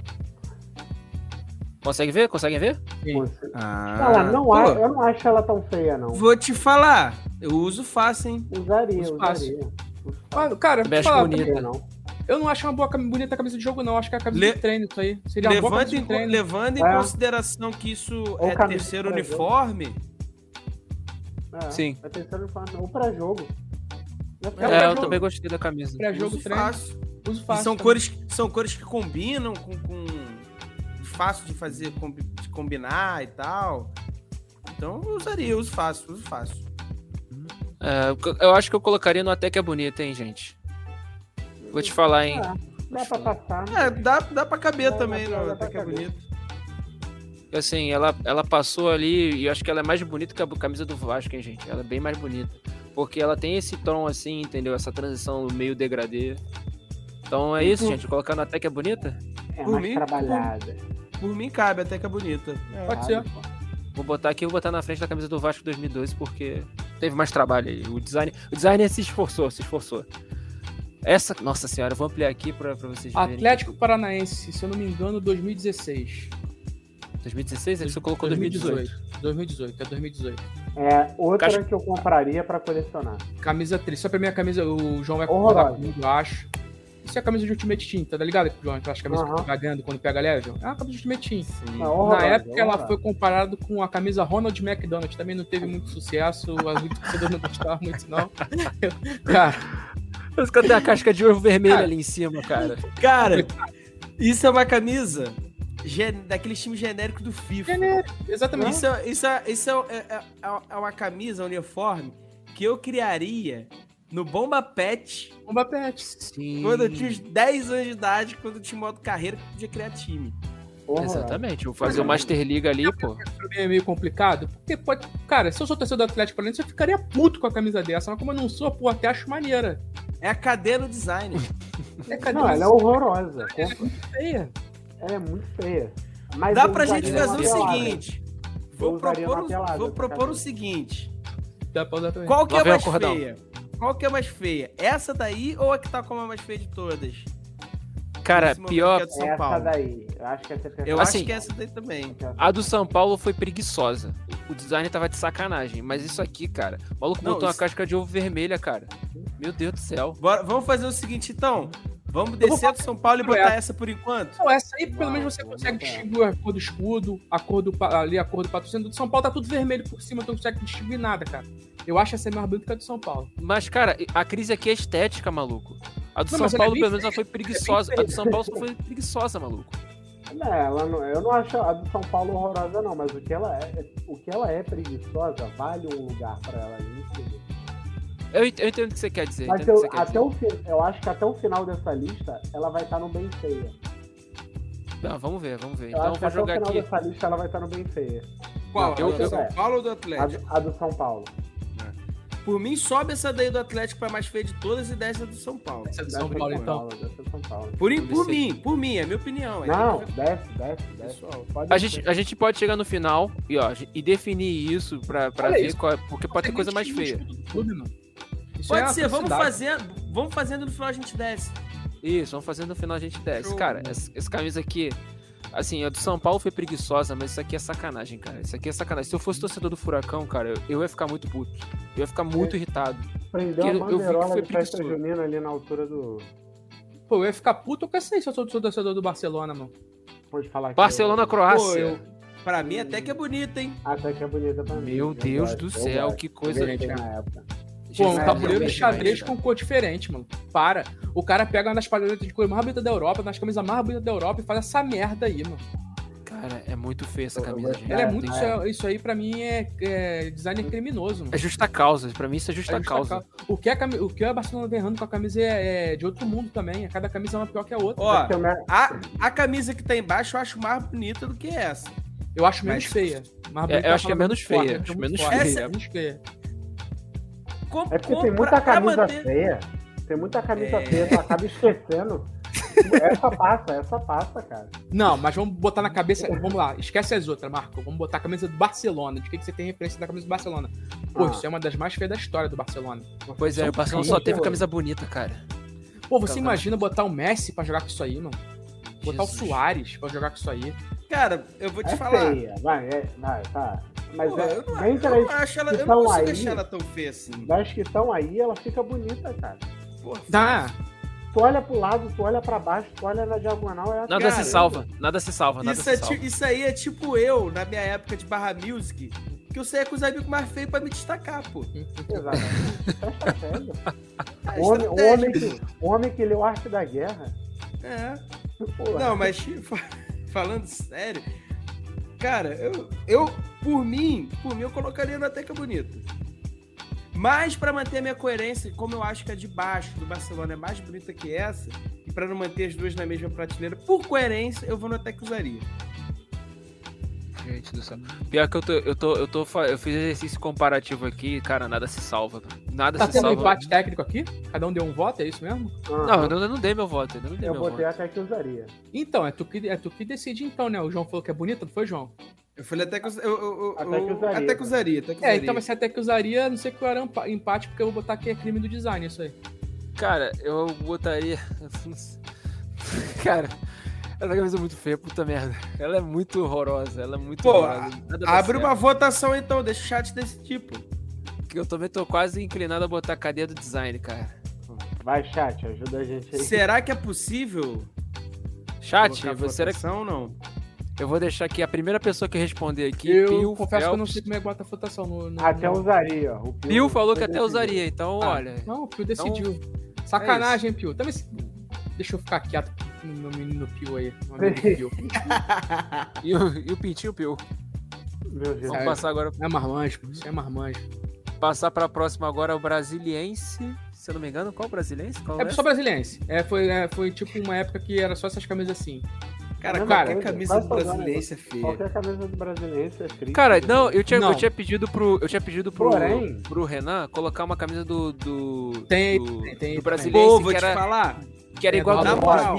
Consegue ver? Conseguem ver? Sim. Eu não acho ela tão feia, não. Vou te falar, eu uso fácil, hein? Usaria. Cara, eu acho bonita. Eu não acho uma bonita camisa de jogo, não. Acho que é a camisa de treino, isso aí. Seria uma boa camisa de treino. Levando em consideração que isso é terceiro uniforme... Sim. É terceiro uniforme, ou pra jogo. Eu também gostei da camisa. Pra jogo, treino. Uso fácil. São cores que combinam com fácil de fazer, de combinar e tal. Então eu usaria, uso fácil. Eu acho que eu colocaria no até que é bonita, hein, gente. Vou te falar, hein. Dá pra passar. Dá pra caber também, no até que é bonito. Assim, ela passou ali e eu acho que ela é mais bonita que a camisa do Vasco, hein, gente. Ela é bem mais bonita. Porque ela tem esse tom assim, entendeu? Essa transição meio degradê. Então é isso, gente. Colocando até que é bonita? É mais trabalhada. Por mim cabe até que é bonita. Pode ser. Vou botar na frente da camisa do Vasco 2012 porque teve mais trabalho aí. O designer se esforçou. Essa, nossa senhora, eu vou ampliar aqui pra vocês verem. Atlético Paranaense, se eu não me engano, 2016. 2016? Ele só colocou 2018. 2018. É outra que eu compraria pra colecionar. Camisa 3. Só pra minha camisa, o João vai comprar comigo, eu acho. Isso é a camisa de Ultimate Team, tá ligado, João? Aquelas camisas que tu vai ganhando quando pega leve, João? É uma camisa de Ultimate Team. Na época, ela foi comparada com a camisa Ronald McDonald. Também não teve muito sucesso, as torcedores não gostavam muito, não. Cara... Os caras têm a casca de ovo vermelha ali em cima, cara. Cara, isso é uma camisa daquele time genérico do FIFA. Genérico, exatamente. Isso é uma camisa, um uniforme, que eu criaria no Bomba Pet. Bomba Pet. Sim. Quando eu tinha uns 10 anos de idade, quando eu tinha modo carreira, que podia criar time. Exatamente, eu vou fazer o Master League ali, pô. É meio complicado, porque pode... Cara, se eu sou torcedor do Atlético Paranaense, eu ficaria puto com a camisa dessa, mas como eu não sou, pô, até acho maneira. É a cadeia no design. Não, ela é horrorosa. Ela é muito feia. Ela é muito feia. Mas Dá pra gente fazer o seguinte. Vou pelada, propor o seguinte. Dá pra usar também. Qual que é mais feia? Qual que é mais feia? Essa daí ou a que tá como a mais feia de todas? Cara, pior... Que é do São Paulo. Daí. Eu acho que essa é Eu assim, acho que essa daí também. A do São Paulo foi preguiçosa. O design tava de sacanagem. Mas isso aqui, cara... O maluco botou uma casca de ovo vermelha, cara. Meu Deus do céu. Bora, vamos fazer o seguinte, então. Vamos descer do São Paulo e botar essa por enquanto? Não, essa aí pelo menos você consegue distinguir a cor do escudo, a cor do patrocínio. Do São Paulo tá tudo vermelho por cima, então não consegue distinguir nada, cara. Eu acho essa mais bonita que a do São Paulo. Mas, cara, a crise aqui é estética, maluco. A do São Paulo, pelo menos, ela foi preguiçosa. A do São Paulo só foi preguiçosa, maluco. Não, eu não acho a do São Paulo horrorosa, não, mas o que ela é preguiçosa, vale um lugar pra ela ir. Eu entendo o que você quer dizer. Mas eu acho que até o final dessa lista, ela vai estar no bem feia. Não, vamos ver. Eu Então acho eu vou que jogar até o aqui. final dessa lista, ela vai estar no bem feia. Qual? Não, A do São Paulo ou do Atlético? A do São Paulo. Por mim, sobe essa daí do Atlético pra mais feia de todas e desce a do São Paulo. Essa é do São Paulo, então. Por mim, é a minha opinião. Não, desce. Pessoal, A gente pode chegar no final e definir isso pra ver qual é, porque pode ter coisa mais feia. Pode ser, vamos fazendo no final a gente desce. Isso, vamos fazendo no final a gente desce. Show. Cara, essa camisa aqui, assim, a do São Paulo foi preguiçosa, mas isso aqui é sacanagem, cara. Isso aqui é sacanagem. Se eu fosse torcedor do Furacão, cara, eu ia ficar muito puto. Eu ia ficar muito irritado. Prendeu a Eu vi que bandeirola foi de festa preguiçoso. junina ali na altura do... Pô, eu ia ficar puto com essa aí se eu sou torcedor do Barcelona, mano. Pode falar que Barcelona, Croácia. Pra mim até que é bonita, hein? Até que é bonita pra mim. Meu Deus do céu, que coisa... Na época. Pô, um Jesus, tabuleiro de xadrez cara. com cor diferente, mano. Para. O cara pega uma das paletas de cor mais bonita da Europa, nas camisas mais bonitas da Europa e faz essa merda aí, mano. Cara, é muito feia essa camisa, gente. Ela é muito. Isso aí pra mim é design criminoso, mano. É justa causa. Pra mim isso é justa causa. O que a Barcelona vem errando com a camisa é de outro mundo também. Cada camisa é uma pior que a outra. Ó, a camisa que tá embaixo eu acho mais bonita do que essa. Eu acho menos feia. Eu acho que é menos feia. Acho menos feia. É menos feia. É porque tem muita camisa feia. Tem muita camisa feia, tu acaba esquecendo. Essa passa, cara. Não, mas vamos botar na cabeça. Vamos lá, esquece as outras, Marco. Vamos botar a camisa do Barcelona. De que você tem referência da camisa do Barcelona? Pô, isso é uma das mais feias da história do Barcelona. Pois é, o Barcelona só teve camisa bonita, cara. Pô, você imagina botar o Messi pra jogar com isso aí, mano? Botar o Suárez pra jogar com isso aí. Cara, eu vou te falar. Feia. Vai, tá. Mas Pô, eu não consigo achar ela tão feia assim. Das que estão aí, ela fica bonita, cara. Porra, Tá. Tu olha pro lado, tu olha pra baixo, tu olha na diagonal. Nada se salva. Isso aí é tipo eu, na minha época de Barra Music, que eu saía com os amigos mais feios pra me destacar, pô. Exatamente. O homem que leu Arte da Guerra. É. Porra. Não, mas falando sério, cara, eu por mim, eu colocaria na Teca Bonita. Mas pra manter a minha coerência, como eu acho que a de baixo do Barcelona é mais bonita que essa, e pra não manter as duas na mesma prateleira, por coerência, eu vou no Teca Usaria. Gente do céu. Pior que eu fiz exercício comparativo aqui, cara, nada se salva. Nada tá se tendo salva. um empate técnico aqui? Cada um deu um voto, é isso mesmo? Não, eu não dei meu voto. Eu botei até que usaria. Então, é tu que decide então, né? O João falou que é bonita, não foi, João? Eu falei até que usaria. Então vai ser até que usaria, não sei que eu era empate, porque eu vou botar que é crime do design, isso aí. Cara, eu botaria... Cara... Essa camisa é muito feia, puta merda. Ela é muito horrorosa, horrorosa. Abre uma votação então, deixa o chat desse tipo. Que eu também tô quase inclinado a botar a cadeia do design, cara. Vai, chat, ajuda a gente aí. Será que é possível? Chat, será que não? Eu vou deixar aqui a primeira pessoa que responder aqui. Eu confesso que eu não sei como é que bota a votação. Até usaria. O Pio falou que até usaria, então olha. Não, o Pio decidiu. Sacanagem, Pio. Também... Deixa eu ficar quieto no meu menino Pio aí. Pio. e o Pintinho Pio. Meu Deus. Vamos passar agora. É marmanjo, pô. Isso é marmanjo. Passar pra próxima agora, o Brasiliense. Se eu não me engano, qual o Brasiliense? É só Brasiliense. Foi tipo uma época que era só essas camisas assim. Cara, qualquer camisa do Brasiliense é feia. Qualquer camisa do Brasiliense é feia. Cara, não, eu tinha pedido pro Renan colocar uma camisa do Brasiliense. Pô, vou te falar. Que era igual na moral.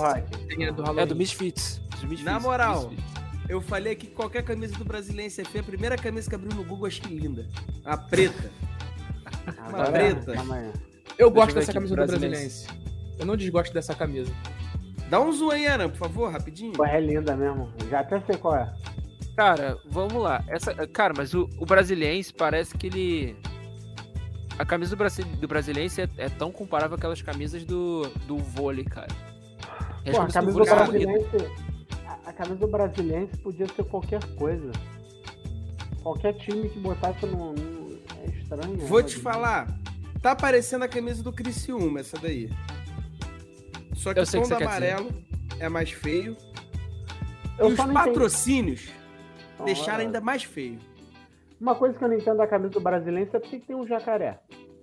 É do Misfits. Na moral, eu falei que qualquer camisa do Brasiliense é feia. A primeira camisa que abriu no Google, achei linda. A preta. Uma preta. Eu gosto dessa camisa do Brasiliense. Eu não desgosto dessa camisa. Dá um zoom aí, Ana, por favor, rapidinho. Pô, é linda mesmo. Já até sei qual é. Cara, vamos lá. Cara, mas o Brasiliense parece que ele... A camisa do Brasiliense é tão comparável àquelas camisas do vôlei, cara. Pô, a camisa do Brasiliense podia ser qualquer coisa. Qualquer time que botasse no... É estranho. Vou te falar. Tá parecendo a camisa do Criciúma, essa daí. Só que o tom do amarelo é mais feio. E os patrocínios deixaram ainda mais feio. Uma coisa que eu não entendo da camisa do Brasiliense é porque tem um jacaré.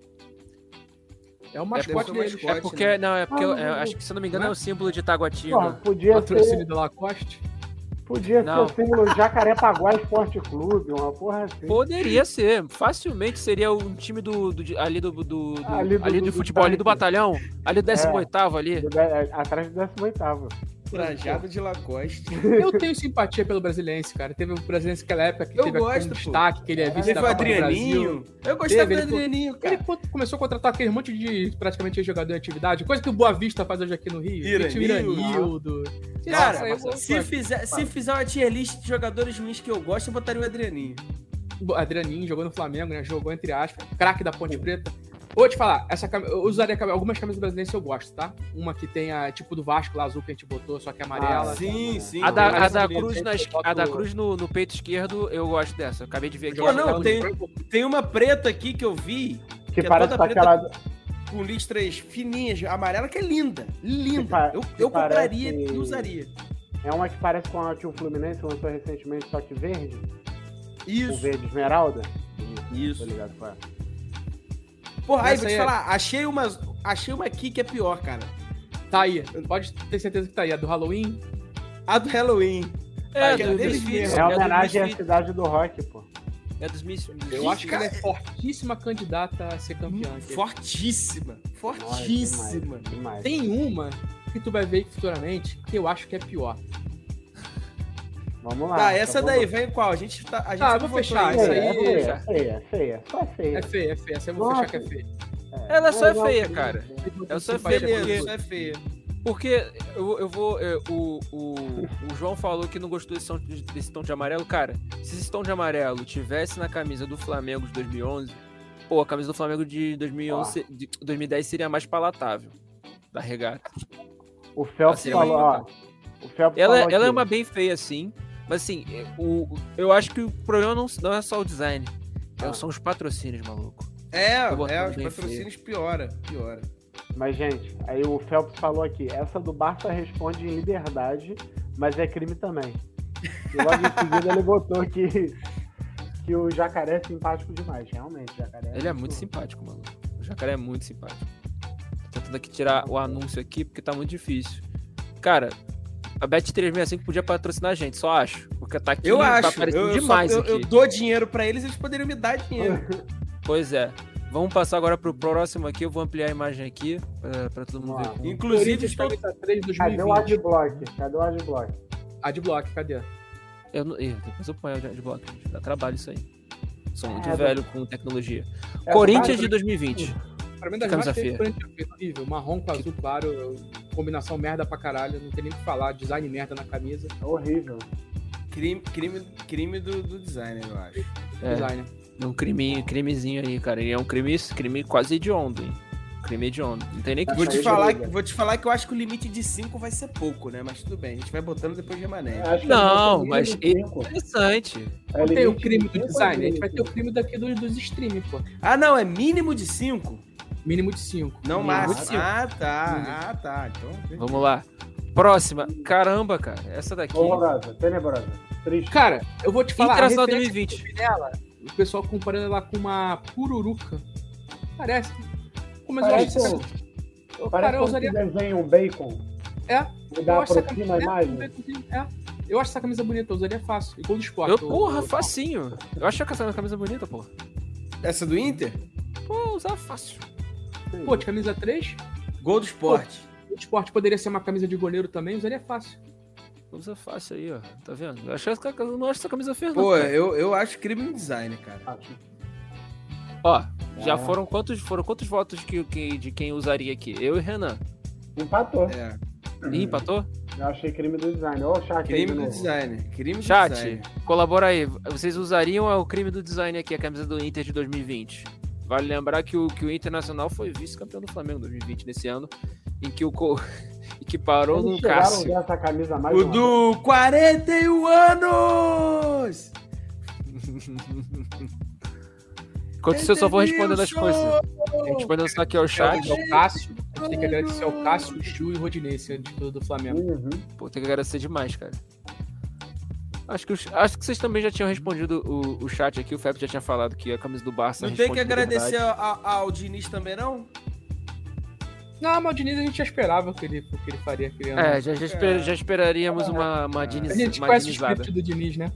É o mascote dele. É porque, né? Acho que, se eu não me engano, é o símbolo de Taguatinga. Podia patrocínio da Lacoste. Podia ser o símbolo Jacarepaguá Esporte Clube, uma porra assim. Poderia ser. Facilmente seria um time do futebol, ali do batalhão. Ali do 18º ali. Atrás do 18º. Trajado de Lacoste. Eu tenho simpatia pelo Brasiliense, cara. Teve o Brasiliense naquela época que teve um destaque, que ele é vice da Copa do Brasil. Eu gostava do Adrianinho, cara. Ele começou a contratar aquele monte de praticamente jogador em atividade, coisa que o Boa Vista faz hoje aqui no Rio. Iranildo. Cara, se fizer uma tier list de jogadores ruins que eu gosto, eu botaria o Adrianinho. O Adrianinho jogou no Flamengo, né? Jogou entre aspas. Craque da Ponte Preta. Vou te falar, eu usaria algumas camisas brasileiras que eu gosto, tá? Uma que tem a tipo do Vasco lá, azul que a gente botou, só que é amarela. Sim. A da Cruz no peito esquerdo, eu gosto dessa. Eu acabei de ver aqui. Pô, não, tem uma preta aqui que eu vi. Que parece toda preta com listras fininhas, amarela, que é linda. Linda. Eu compraria e usaria. É uma que parece com a que o Fluminense lançou recentemente, só que verde. Isso. O verde esmeralda. Isso. Tô ligado, qual é. Porra, aí, vou te falar, achei uma aqui que é pior, cara. Tá aí, pode ter certeza que tá aí, a do Halloween. A do Halloween. É homenagem à cidade do rock, pô. É dos Misfits. Eu acho que ela é fortíssima candidata a ser campeã. Fortíssima. Demais. Tem uma que tu vai ver futuramente que eu acho que é pior. Vamos lá. Tá, essa daí, vem qual? A gente eu vou fechar. Essa aí é feia. Só feia. É feia. Essa eu vou fechar que é feia. Ela só é feia, cara. Ela só é feia. Só é feia. Porque o João falou que não gostou desse tom de amarelo. Cara, se esse tom de amarelo tivesse na camisa do Flamengo de 2011, pô, a camisa do Flamengo de 2010 seria mais palatável. Da regata. O Phelps falou, ela é uma bem feia, sim. Mas assim, eu acho que o problema não é só o design. São os patrocínios, maluco. Os patrocínios piora. Mas, gente, aí o Phelps falou aqui, essa do Barça responde em liberdade, mas é crime também. E logo em seguida ele botou que o jacaré é simpático demais. Realmente, o jacaré ele é muito simpático, maluco. O jacaré é muito simpático. Tô tentando aqui tirar o anúncio aqui, porque tá muito difícil. Cara, a Bet365 podia patrocinar a gente, só acho. Porque tá aqui, eu acho. Tá aparecendo demais aqui. Eu dou dinheiro pra eles poderiam me dar dinheiro. Pois é. Vamos passar agora pro próximo aqui. Eu vou ampliar a imagem aqui pra todo mundo ver. Inclusive, cadê o Adblock? Adblock, cadê? Depois eu ponho o Adblock. Dá trabalho isso aí. Sou muito velho com tecnologia. Corinthians de 2020. Pra mim, das mais feias, horrível. Marrom com azul claro, combinação merda pra caralho. Não tem nem o que falar. Design merda na camisa. É horrível. Crime do designer, eu acho. Designer. Um crimezinho aí, cara. E é um crime quase hediondo, hein? Crime hediondo. Não tem nem que... Vou te falar que eu acho que o limite de 5 vai ser pouco, né? Mas tudo bem, a gente vai botando depois de remanescente. Não, mas é interessante. Não tem o crime do design, a gente vai ter o crime daqui dos streaming, pô. Ah, não, é mínimo de 5? Mínimo de 5. Não máximo. Tá. Então... Vamos lá. Próxima. Caramba, cara. Essa daqui... Tenebrosa. Triste. Cara, eu vou te falar... Internacional 2020. o pessoal comparando ela com uma pururuca. Parece. Mas Parece cara, eu usaria... que desenha um bacon. É. Mudar aproxima a imagem. Eu acho essa camisa bonita, eu usaria fácil. Igual do esporte. Porra, facinho. Eu acho que essa camisa bonita, porra. Essa do Inter? Pô, usar fácil. Pô, de camisa 3? Gol do esporte. O esporte poderia ser uma camisa de goleiro também, usaria fácil. Usa fácil aí, ó. Tá vendo? Eu não acho essa camisa feia, não. Pô, eu acho crime no design, cara. Ó, já foram quantos votos de quem usaria aqui? Eu e Renan. Empatou. E empatou? Eu achei crime do design. Olha o chat crime aí. Do design. Crime chat, do design. Colabora aí. Vocês usariam o crime do design aqui, a camisa do Inter de 2020? Vale lembrar que o Internacional foi vice-campeão do Flamengo em 2020, nesse ano, em que parou no Cássio. Essa camisa mais o do 41 anos! Enquanto isso, eu só vou respondendo as coisas. Respondendo só aqui ao chat. O Cássio, a gente tem que agradecer ao Cássio, o Chu e o Rodinei, do Flamengo. Pô, tem que agradecer demais, cara. Acho que vocês também já tinham respondido o chat aqui. O Feb já tinha falado que a camisa do Barça. Não tem que agradecer ao Diniz também, não? Não, mas o Diniz a gente já esperava que ele faria criando. Já esperaríamos uma Diniz. A gente conhece o script do Diniz, né?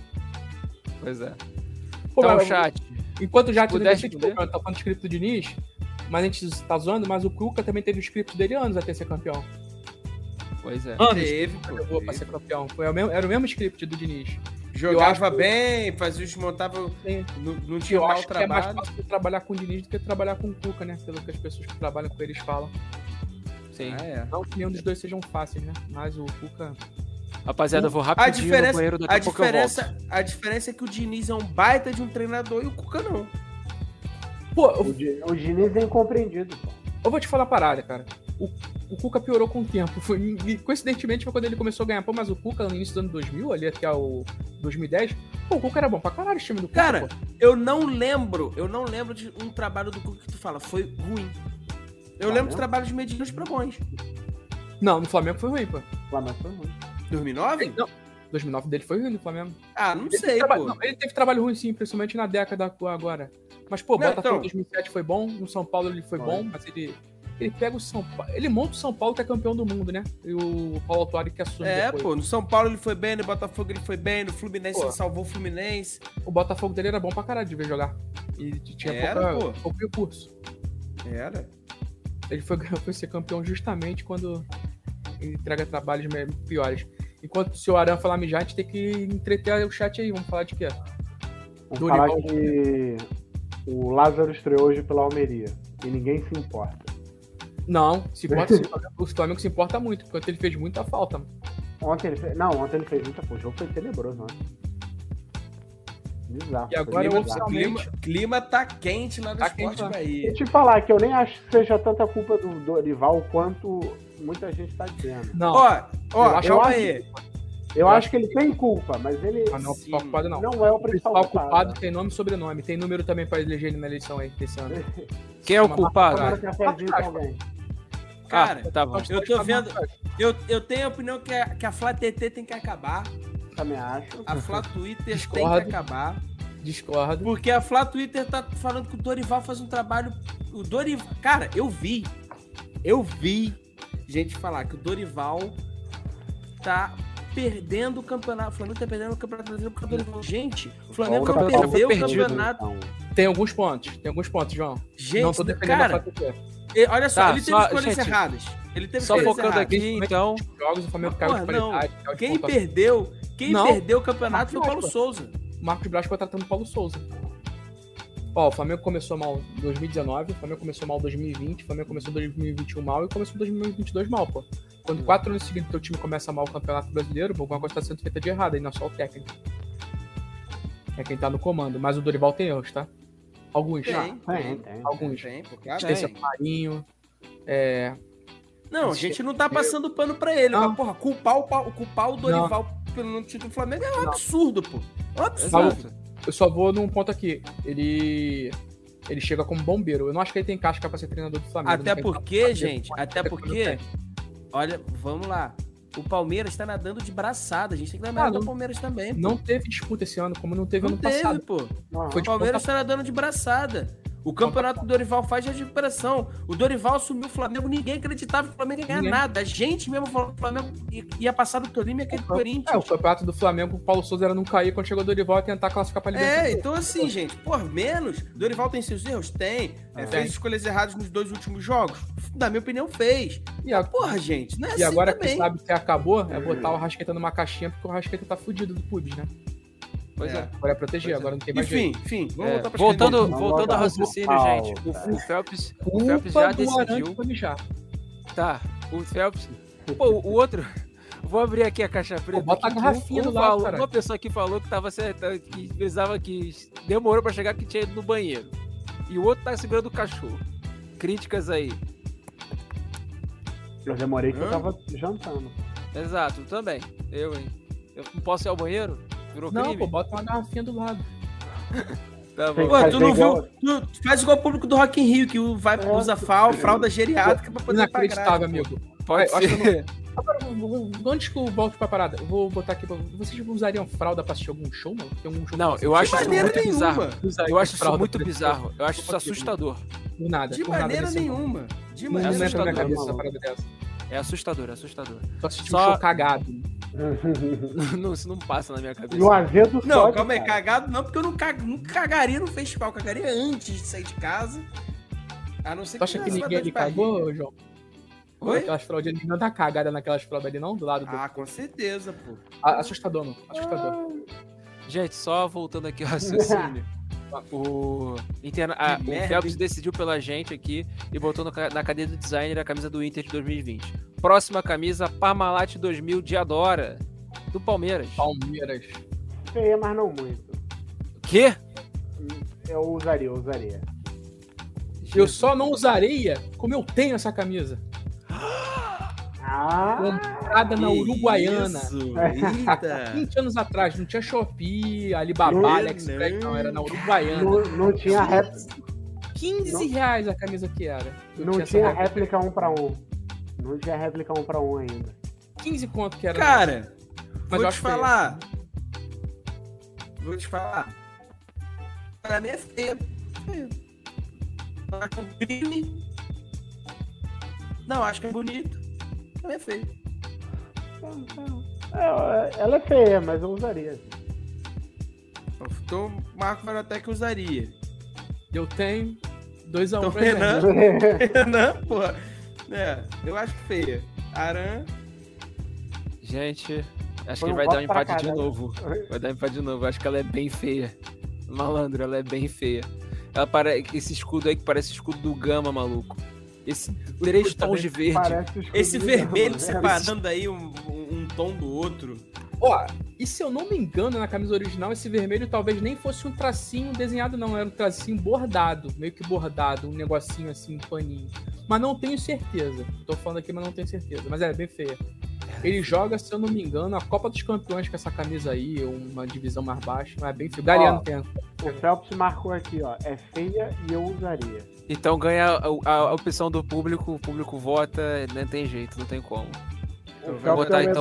Pois é. Pô, então, chat. Enquanto já tá falando do script do Diniz, mas a gente tá zoando, mas o Cuca também teve o script dele anos até ser campeão. Pois é. Levou pra ser campeão. Era o mesmo script do Diniz. Jogava bem, fazia os montavam. Não tinha mau trabalho. É mais fácil trabalhar com o Diniz do que trabalhar com o Cuca, né? Pelo que as pessoas que trabalham com eles falam. Sim. Não que nenhum dos dois sejam fáceis, né? Mas o Cuca. Rapaziada, eu vou rapidinho no banheiro, daqui a pouco eu volto. A diferença é que o Diniz é um baita de um treinador e o Cuca não. Pô, o Diniz é incompreendido, pô. Eu vou te falar a parada, cara. O Cuca piorou com o tempo. Coincidentemente foi quando ele começou a ganhar. Pô, mas o Cuca no início do ano 2000, ali até o 2010, pô, o Cuca era bom pra caralho, o time do Cuca. Cara, pô. eu não lembro de um trabalho do Cuca que tu fala, foi ruim. Eu lembro de trabalhos medianos pra bons. Não, no Flamengo foi ruim, pô. O Flamengo foi ruim. 2009? Não. 2009 dele foi ruim no Flamengo. Ah, não sei, pô. Não, ele teve trabalho ruim, sim, principalmente na década atual agora. Mas, pô, Botafogo em 2007 foi bom, no São Paulo ele foi bom, mas ele pega o São Paulo. Ele monta o São Paulo, que é campeão do mundo, né? E o Paulo Autuari que assume depois. Pô, no São Paulo ele foi bem, no Botafogo ele foi bem, no Fluminense ele salvou o Fluminense. O Botafogo dele era bom pra caralho de ver jogar. E tinha pouco recurso. Era. Ele foi ser campeão justamente quando ele entrega trabalhos piores. Enquanto o seu Aran falar mijar, a gente tem que entreter o chat aí. Vamos falar de quê? Vamos falar que o Lázaro estreou hoje pela Almeria. E ninguém se importa. Não, o Flamengo se importa muito, porque ele fez muita falta. Ontem ele fez muita falta. O jogo foi tenebroso, mano. Bizarro. E agora o clima tá quente lá no Sport Bahia. Vou te falar que eu nem acho que seja tanta culpa do Dorival quanto muita gente tá dizendo. Não. Eu acho que ele tem culpa, mas ele não é culpado, não. Não é o principal culpado. Tem nome e sobrenome. Tem número também pra eleger ele na eleição aí desse ano. Quem é o culpado? Cara, tá bom. Eu tô vendo. Eu tenho a opinião que a Flá TT tem que acabar. Também acho. A Flá Twitter tem que acabar. Discordo. Porque a Flá Twitter tá falando que o Dorival faz um trabalho. O Dorival. Cara, eu vi gente falar que o Dorival tá perdendo o campeonato. O Flamengo tá perdendo o campeonato brasileiro por causa do Dorival. Gente, o Flamengo não perdeu o campeonato. Tem alguns pontos, João. Gente, não tô defendendo a Flá TT. Olha só, ele teve escolhas erradas. Só focando aqui, então. Jogos, o Flamengo caiu de qualidade. Quem perdeu o campeonato foi o Paulo Souza. O Marcos Braz contratando o Paulo Souza. Ó, o Flamengo começou mal em 2019, o Flamengo começou mal em 2020, o Flamengo começou em 2021 mal e começou em 2022 mal, pô. Quando 4 anos seguidos teu time começa mal o Campeonato Brasileiro, alguma coisa tá sendo feita de errado, aí não é só o técnico. É quem tá no comando, mas o Dorival tem erros, tá? Alguns. Tem. Alguns. Tem. Marinho. Não, a gente não tá passando pano pra ele, mas, porra, culpar o Dorival pelo título do Flamengo é um absurdo, pô. É um absurdo. Eu só vou num ponto aqui. Ele chega como bombeiro. Eu não acho que ele tem casca pra ser treinador do Flamengo. Até porque, olha, vamos lá. O Palmeiras tá nadando de braçada. A gente tem que lembrar do Palmeiras também. Pô. Não teve disputa esse ano, como não teve ano passado. Pô. Foi o Palmeiras tá nadando de braçada. O campeonato do Dorival faz de recuperação. O Dorival assumiu o Flamengo, ninguém acreditava que o Flamengo ia ganhar nada. A gente mesmo falou que o Flamengo ia passar do Tolima e aquele Corinthians. O campeonato do Flamengo, o Paulo Souza era não cair quando chegou o Dorival a tentar classificar pra Libertadores. Então assim, gente, menos. Dorival tem seus erros? Tem. Fez escolhas erradas nos 2 últimos jogos? Na minha opinião, fez. Gente, não é assim. E agora também. que sabe que acabou, é botar o Arrascaeta numa caixinha, porque o Arrascaeta tá fudido do pubis, né? Pois é. Agora é proteger, agora não tem mais jeito. Enfim. Vamos voltar pra voltando ao raciocínio, gente. O Phelps já decidiu. Tá, o Phelps... Pô, o outro... Vou abrir aqui a caixa preta. Bota a garrafinha do lado, cara. Uma pessoa aqui falou que tava certo, que precisava, que demorou pra chegar, que tinha ido no banheiro. E o outro tá segurando o cachorro. Críticas aí. Eu demorei que eu tava jantando. Exato, também. Eu não posso ir ao banheiro? Virou crime? Não, pô, bota uma garrafinha do lado. Tá bom. Pô, tu não viu? Tu faz igual o público do Rock in Rio, que usa fralda geriátrica pra poder pagar. Inacreditável, amigo. Pode ser. Agora, antes que eu volte pra parada, eu vou botar aqui. Vocês usariam fralda pra assistir algum show, mano? Tem algum show? Não, eu acho isso muito bizarro. Eu acho isso muito bizarro. Eu acho isso assustador. Do nada. De maneira nenhuma. De Não maneira entra na minha nenhuma. cabeça essa parada dessa. É assustador. Só assistir um show cagado. Não, isso não passa na minha cabeça. No azedo Não, só, calma aí, cara. Cagado não, porque eu nunca cagaria no festival, cagaria antes de sair de casa. A não ser Tu acha que ninguém ali cagou, João? Oi? Aquelas fraldas, ninguém não tá cagada naquelas fraldas ali, não? Do lado do. Ah, com certeza, pô. Assustador, não. Assustador. Gente, só voltando aqui ao raciocínio. O Phelps decidiu pela gente aqui e botou na cadeira do designer a camisa do Inter de 2020. Próxima camisa, Parmalat 2000 de Adora, do Palmeiras. Feia, mas não muito. Quê? Eu usaria. Eu só não usaria como eu tenho essa camisa. Comprada na Uruguaiana. Eita. 20 anos atrás, não tinha Shopee, Alibaba, AliExpress, não, era na Uruguaiana. Não tinha réplica. R$15 a camisa que era. Não tinha réplica 1 para 1. Não tinha réplica 1 para 1 ainda. 15 conto que era. Cara, mas vou te falar. Pra mim é feio. Acho um crime. Não, acho que é bonito. Também é feio. Ela é feia, mas eu usaria. Então o Marco vai até que usaria. Eu tenho 2-1 então, pra Renan, pô. Eu acho feia. Aran. Gente, acho que vai dar um empate de novo. Acho que ela é bem feia. Malandro, ela é bem feia. Ela parece esse escudo aí que parece o escudo do Gama, maluco. Esse 3 tons de verde. Esse vermelho separando aí um tom do outro. E se eu não me engano, na camisa original, esse vermelho talvez nem fosse um tracinho desenhado, não. Era um tracinho bordado, meio que bordado, um negocinho assim, um paninho. Mas não tenho certeza. Tô falando aqui, mas não tenho certeza. Mas é bem feia. Ele joga, se eu não me engano, a Copa dos Campeões com essa camisa aí, uma divisão mais baixa. Mas é bem feio. Galeano tem. O Phelps marcou aqui, ó. É feia e eu usaria. Então ganha a opção do público, o público vota, não tem jeito, não tem como. Vou botar então.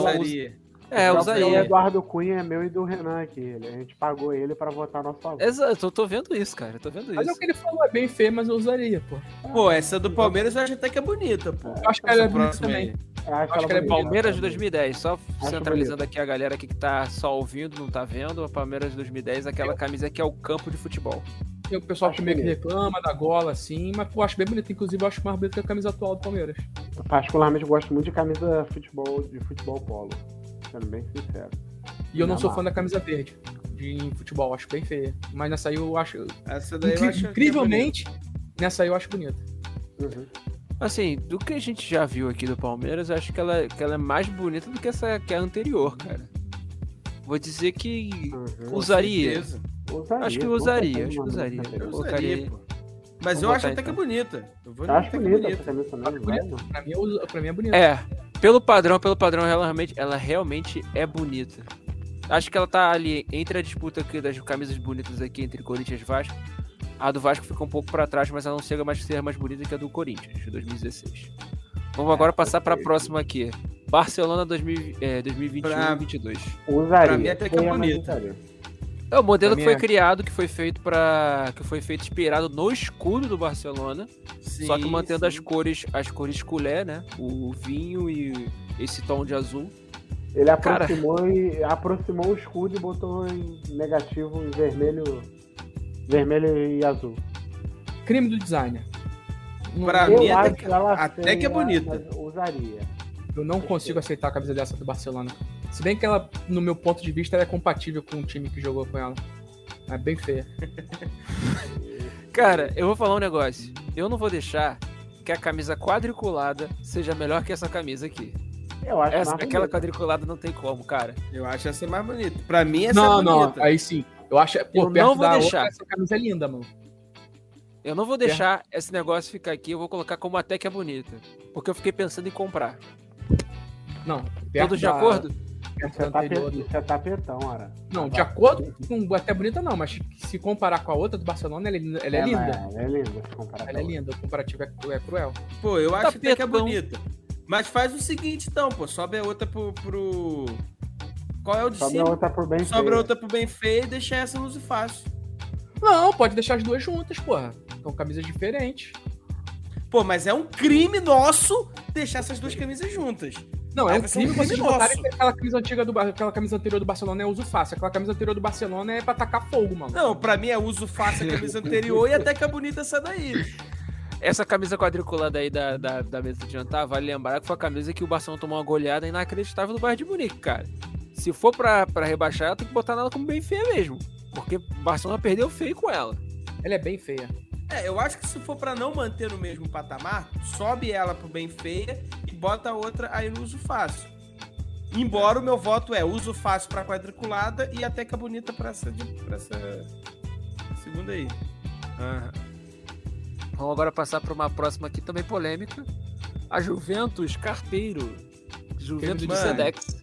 Eu usaria. O Eduardo Cunha é meu e do Renan aqui. A gente pagou ele pra votar nosso favor. Exato, eu tô vendo isso, cara. Mas é o que ele falou, é bem feio, mas eu usaria, pô. Pô, essa do Palmeiras eu acho até que é bonita, pô. Eu acho que ela é bonita também. Acho que ela é Palmeiras de 2010. Só centralizando aqui a galera aqui que tá só ouvindo, não tá vendo. A Palmeiras de 2010, aquela camisa que é o campo de futebol. Tem o pessoal que meio que reclama da gola, assim, mas eu acho bem bonito. Inclusive, eu acho mais bonito que a camisa atual do Palmeiras. Eu particularmente gosto muito de camisa de futebol polo. Sendo bem sincero. E eu não sou fã da camisa verde de futebol, acho bem feia. Mas nessa aí eu acho. Essa daí eu acho incrivelmente, nessa aí eu acho bonita. Uhum. Assim, do que a gente já viu aqui do Palmeiras, eu acho que ela é mais bonita do que essa que é a anterior, cara. Vou dizer que usaria. Acho que usaria. Eu usaria, pô. Mas eu acho até que é bonita. Eu acho bonita essa camisa também. Pra mim é bonita. É, pelo padrão, ela realmente é bonita. Acho que ela tá ali entre a disputa aqui das camisas bonitas aqui entre Corinthians e Vasco. A do Vasco fica um pouco pra trás, mas ela não chega mais a ser mais bonita que a do Corinthians, de 2016. Vamos agora passar pra próxima aqui. Barcelona 2021-2022. Usaria. Pra mim até que é bonito. É o modelo que foi criado, que foi feito inspirado no escudo do Barcelona, Sim, só que mantendo sim. as cores culé, né? O vinho e esse tom de azul. Ele aproximou o escudo e botou em negativo em vermelho e azul. Crime do designer. Pra Eu mim acho até ela que é bonita. mas usaria. Eu não consigo aceitar a camisa dessa do Barcelona. Se bem que ela, no meu ponto de vista, ela é compatível com o time que jogou com ela. É bem feia. Cara, eu vou falar um negócio. Eu não vou deixar que a camisa quadriculada seja melhor que essa camisa aqui. Eu acho mais Aquela bonito. quadriculada não tem como, cara. Eu acho essa mais bonita. Pra mim, essa é Não, bonita. aí sim. Eu acho, pô, Eu perto não vou da deixar. outra, essa camisa é linda, mano. Eu não vou deixar esse negócio ficar aqui, eu vou colocar como até que é bonita. Porque eu fiquei pensando em comprar. Não, perto Todos de da- acordo? perto da anterior do- Isso é tapetão, cara. Não, de acordo com até bonita não, mas se comparar com a outra do Barcelona, ela é linda. Ela é linda se comparar Ela é com a linda, o comparativo é cruel. Pô, eu acho até que é Tapetão. bonita. Mas faz o seguinte, então, pô. Sobe a outra pro... Qual é o de outra. Sobe a cima? outra por bem Sobra feia. outra pro bem feio e deixa essa no uso fácil. Não, pode deixar as duas juntas, porra. São camisas diferentes. Pô, mas é um crime nosso deixar essas duas camisas juntas. Não, é Aí um vai ser um crime vocês crime botarem nosso. que aquela camisa aquela camisa anterior do Barcelona é uso fácil. Aquela camisa anterior do Barcelona é pra tacar fogo, mano. Não, pra mim é uso fácil a camisa anterior e até que é bonita essa daí. Essa camisa quadriculada aí da mesa de jantar, vale lembrar que foi a camisa que o Barcelona tomou uma goleada inacreditável no Bayern de Munique, cara. Se for pra rebaixar, tem que botar ela como bem feia mesmo. Porque o Barcelona perdeu feio com ela. Ela é bem feia. É, eu acho que se for pra não manter no mesmo patamar, sobe ela pro bem feia e bota a outra aí no uso fácil. Embora o meu voto é uso fácil pra quadriculada e até que é bonita pra essa segunda aí. Vamos agora passar para uma próxima aqui também polêmica. A Juventus Carteiro. Juventus de Mano. Sedex.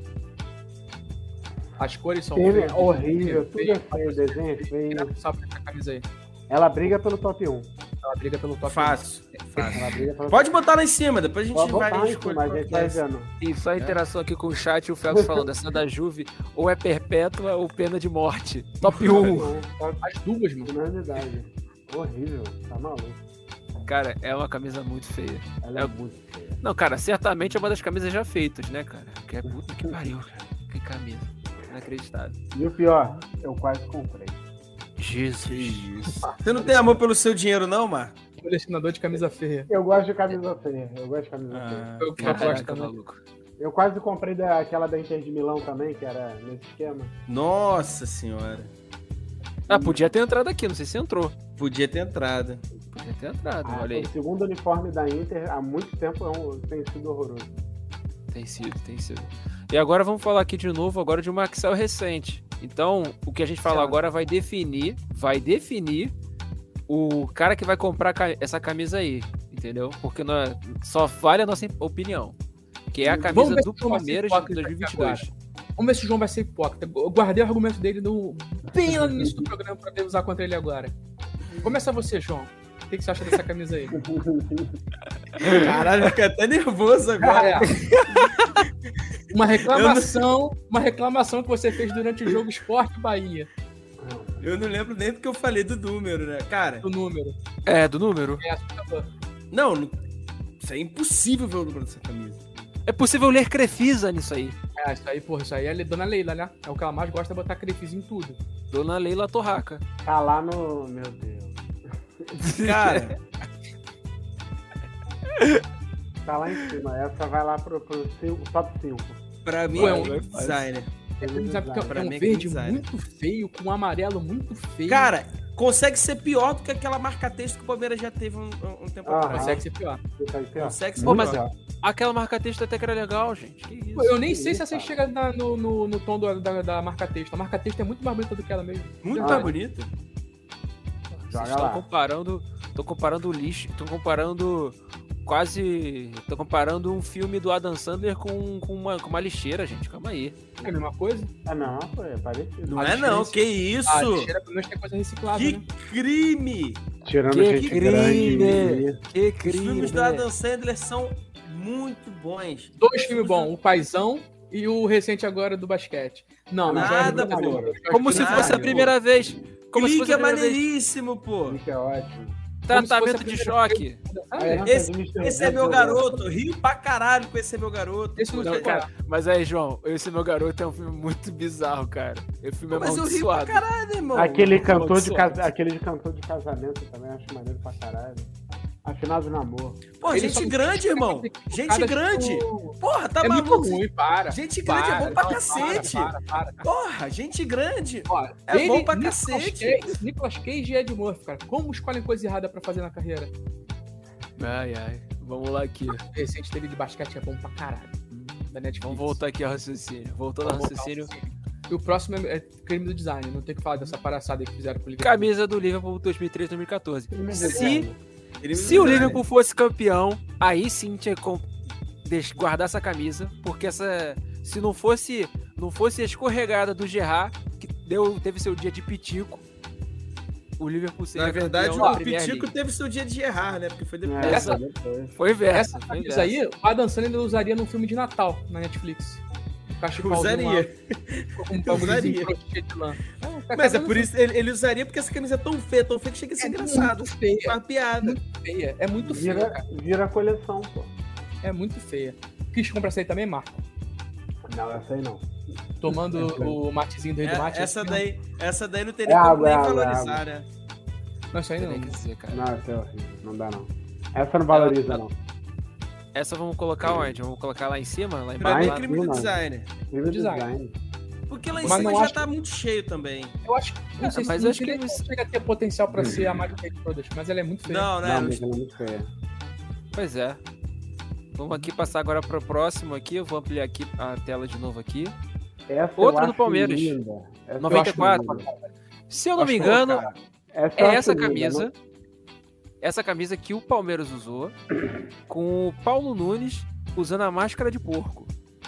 As cores são Time feias. horrível, tudo é feio, o desenho é feio. Só pra essa camisa aí. Ela briga pelo top 1. Ela briga pelo top. Fácil. Ela briga pelo Pode botar lá em cima, depois a gente Pode vai botar, escolher. mas a gente vai vendo. E só a interação aqui com o chat, o Felps falando, essa da Juve ou é perpétua ou pena de morte. Top 1. As duas, mano. Unanimidade. Horrível, tá maluco. Cara, é uma camisa muito feia. Ela é muito feia. Não, cara, certamente é uma das camisas já feitas, né, cara? Que é puta que pariu, cara. Que camisa. Inacreditável. E o pior, eu quase comprei. Jesus. Você não tem amor pelo seu dinheiro, não, Mar? Colecionador de camisa feia. Eu gosto de camisa feia. Eu gosto de camisa Ah. feia. Eu gosto Caraca, também. maluco. Eu quase comprei aquela da Inter de Milão também, que era nesse esquema. Nossa senhora. Ah, podia ter entrado aqui, não sei se entrou. Podia ter entrado. Podia ter entrado, olha aí. O segundo uniforme da Inter há muito tempo tem sido horroroso. Tem sido. E agora vamos falar aqui de novo agora de uma que saiu recente. Então, o que a gente fala agora vai definir o cara que vai comprar essa camisa aí, entendeu? Porque só vale a nossa opinião. Que é a camisa Vamos ver do se o João vai ser Palmeiras de hipócrita aqui 2022. Vamos ver se o João vai ser hipócrita. Eu guardei o argumento dele bem lá no início do programa pra poder usar contra ele agora. Começa você, João. O que você acha dessa camisa aí? Caralho, fica até nervoso agora. É. Uma reclamação que você fez durante o jogo Sport Bahia. Eu não lembro nem do que eu falei do número, né? Cara, Do número. É, do número. É assustador. não, isso é impossível ver o número dessa camisa. É possível ler Crefisa nisso aí. É, isso aí, porra, isso aí é Dona Leila, né? É o que ela mais gosta, é botar crefis em tudo. Dona Leila Torraca. Tá lá no. Meu Deus. Cara, Tá lá em cima. Essa vai lá pro top 5. pra mim Ué, é um ué, designer. É Pra um mim é verde design. muito feio, com um amarelo muito feio. Cara, consegue ser pior do que aquela marca-texto que o Palmeiras já teve um tempo Ah, atrás. consegue ser pior. Consegue ser Pô, mas pior. aquela marca-texto até que era legal, gente. Que isso? Eu nem sei se essa aí chega no tom da marca-texto. A marca-texto é muito mais bonita do que ela mesmo. Muito Verdade. mais bonito. Vocês Joga estão lá. comparando lixo, estão comparando um filme do Adam Sandler com uma lixeira, gente. Calma aí. É a mesma coisa? Ah, não, pô, é parecido. Não A é não, diferença- que isso? A lixeira pelo menos tem coisa reciclável, Que né? crime! Tirando Que gente crime! grande. Que Os filmes crime! do Adam Sandler são muito bons. 2 filmes bons, o Paizão e o recente agora do basquete. Não, nada, pô. Como se fosse a primeira vez. Como se Clique fosse é a primeira vez. maneiríssimo, pô. Isso é ótimo. Tratamento de choque. Esse é meu garoto. Rio pra caralho com Esse é meu garoto. Esse não, Cara, mas aí, João, Esse é meu garoto é um filme muito bizarro, cara. O filme é Mas eu rio pra amaldiçoado. caralho, irmão. Aquele de cantor de casamento também acho maneiro pra caralho. Afinado namoro. Pô, gente grande, irmão. Gente grande. Porra, tá é maluco? muito ruim, para. Gente grande é bom pra cacete. Para. Porra, gente grande. Ó, É bom pra cacete. Nicolas Cage e Ed Murphy, cara. Como escolhem coisa errada pra fazer na carreira? Ai. Vamos lá aqui. O recente dele de basquete é bom pra caralho. Da Netflix. Vamos voltar aqui ao raciocínio. Voltando ao raciocínio. E o próximo é crime do design. Não tem que falar dessa palhaçada aí que fizeram com o Liverpool. Camisa do Liverpool 2013-2014. Ele Se o Liverpool fosse campeão, aí sim tinha que guardar essa camisa, porque se não fosse a escorregada do Gerrard, que teve seu dia de pitico, o Liverpool seria Na verdade, campeão da o Premier Pitico League. teve seu dia de errar, né? Porque foi depois. Foi versa. Essa camisa aí, o Adam Sandler usaria num filme de Natal na Netflix. Usaria. Usaria. Mas é por isso, ele usaria porque essa camisa é tão feia que chega a ser engraçado. Muito feia. Uma piada. Muito feia. É muito feia, cara. Vira coleção, pô. É muito feia. Quis comprar essa aí também, Marco? Não, essa aí não. Tomando o matezinho do Rei do Mate. Essa daí não tem nem como nem valorizar, né? Não, isso aí não. Dizer, cara. Não, essa é horrível. Não dá, não. Essa não valoriza, não. Essa vamos colocar onde? Vamos colocar lá em cima? Lá Pra embaixo? mim, crime do designer. Crime do design. Porque lá em Mas cima não já acho tá muito cheio também. Eu acho que. Não sei mas se eu acho que ele chega a ter potencial pra ser a mais feia de todas, mas ela é muito feia. Não, Não, né? mas ela é muito feia. Pois é. Vamos aqui passar agora pro próximo aqui. Eu vou ampliar aqui a tela de novo aqui. Essa Outra eu do acho Palmeiras. linda. Essa eu 94. acho linda. Se eu não me Acho engano, cara. eu é acho essa linda, camisa. né? Essa camisa que o Palmeiras usou com o Paulo Nunes usando a máscara de porco.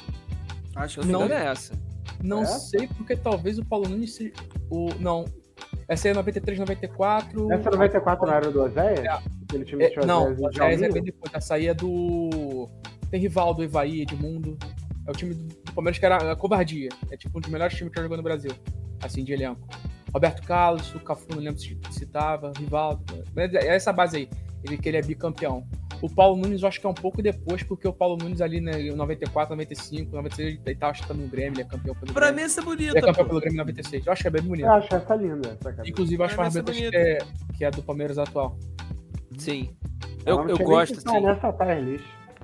Acho Se eu não me engano, é essa. Não Essa? sei porque talvez o Paulo Nunes se... Não. Essa aí é 93, 94. Essa 94 não era do Oséia? Aquele time de Não, Oséia o de 10 é Jalminho? bem depois. Essa aí é do... Tem Rivaldo, Evaí, Edmundo. É o time do Palmeiras que era a covardia. É tipo um dos melhores times que já jogou no Brasil. Assim, de elenco. Roberto Carlos, o Cafu, não lembro se citava, Rivaldo. É essa base aí. Que ele é bicampeão. O Paulo Nunes eu acho que é um pouco depois, porque o Paulo Nunes ali, né, em 94, 95, 96, ele tava chutando no Grêmio, ele é campeão pelo Pra Grêmio. mim essa é Ele é bonita, campeão pô. pelo Grêmio em 96. Eu acho que é bem bonito. Eu acho essa linda, essa camisa. Inclusive, eu acho mais Essa é bonita bonita. que é do Palmeiras atual. Sim. Ela não Eu tinha gosto, nem que assim. estar nessa tier list.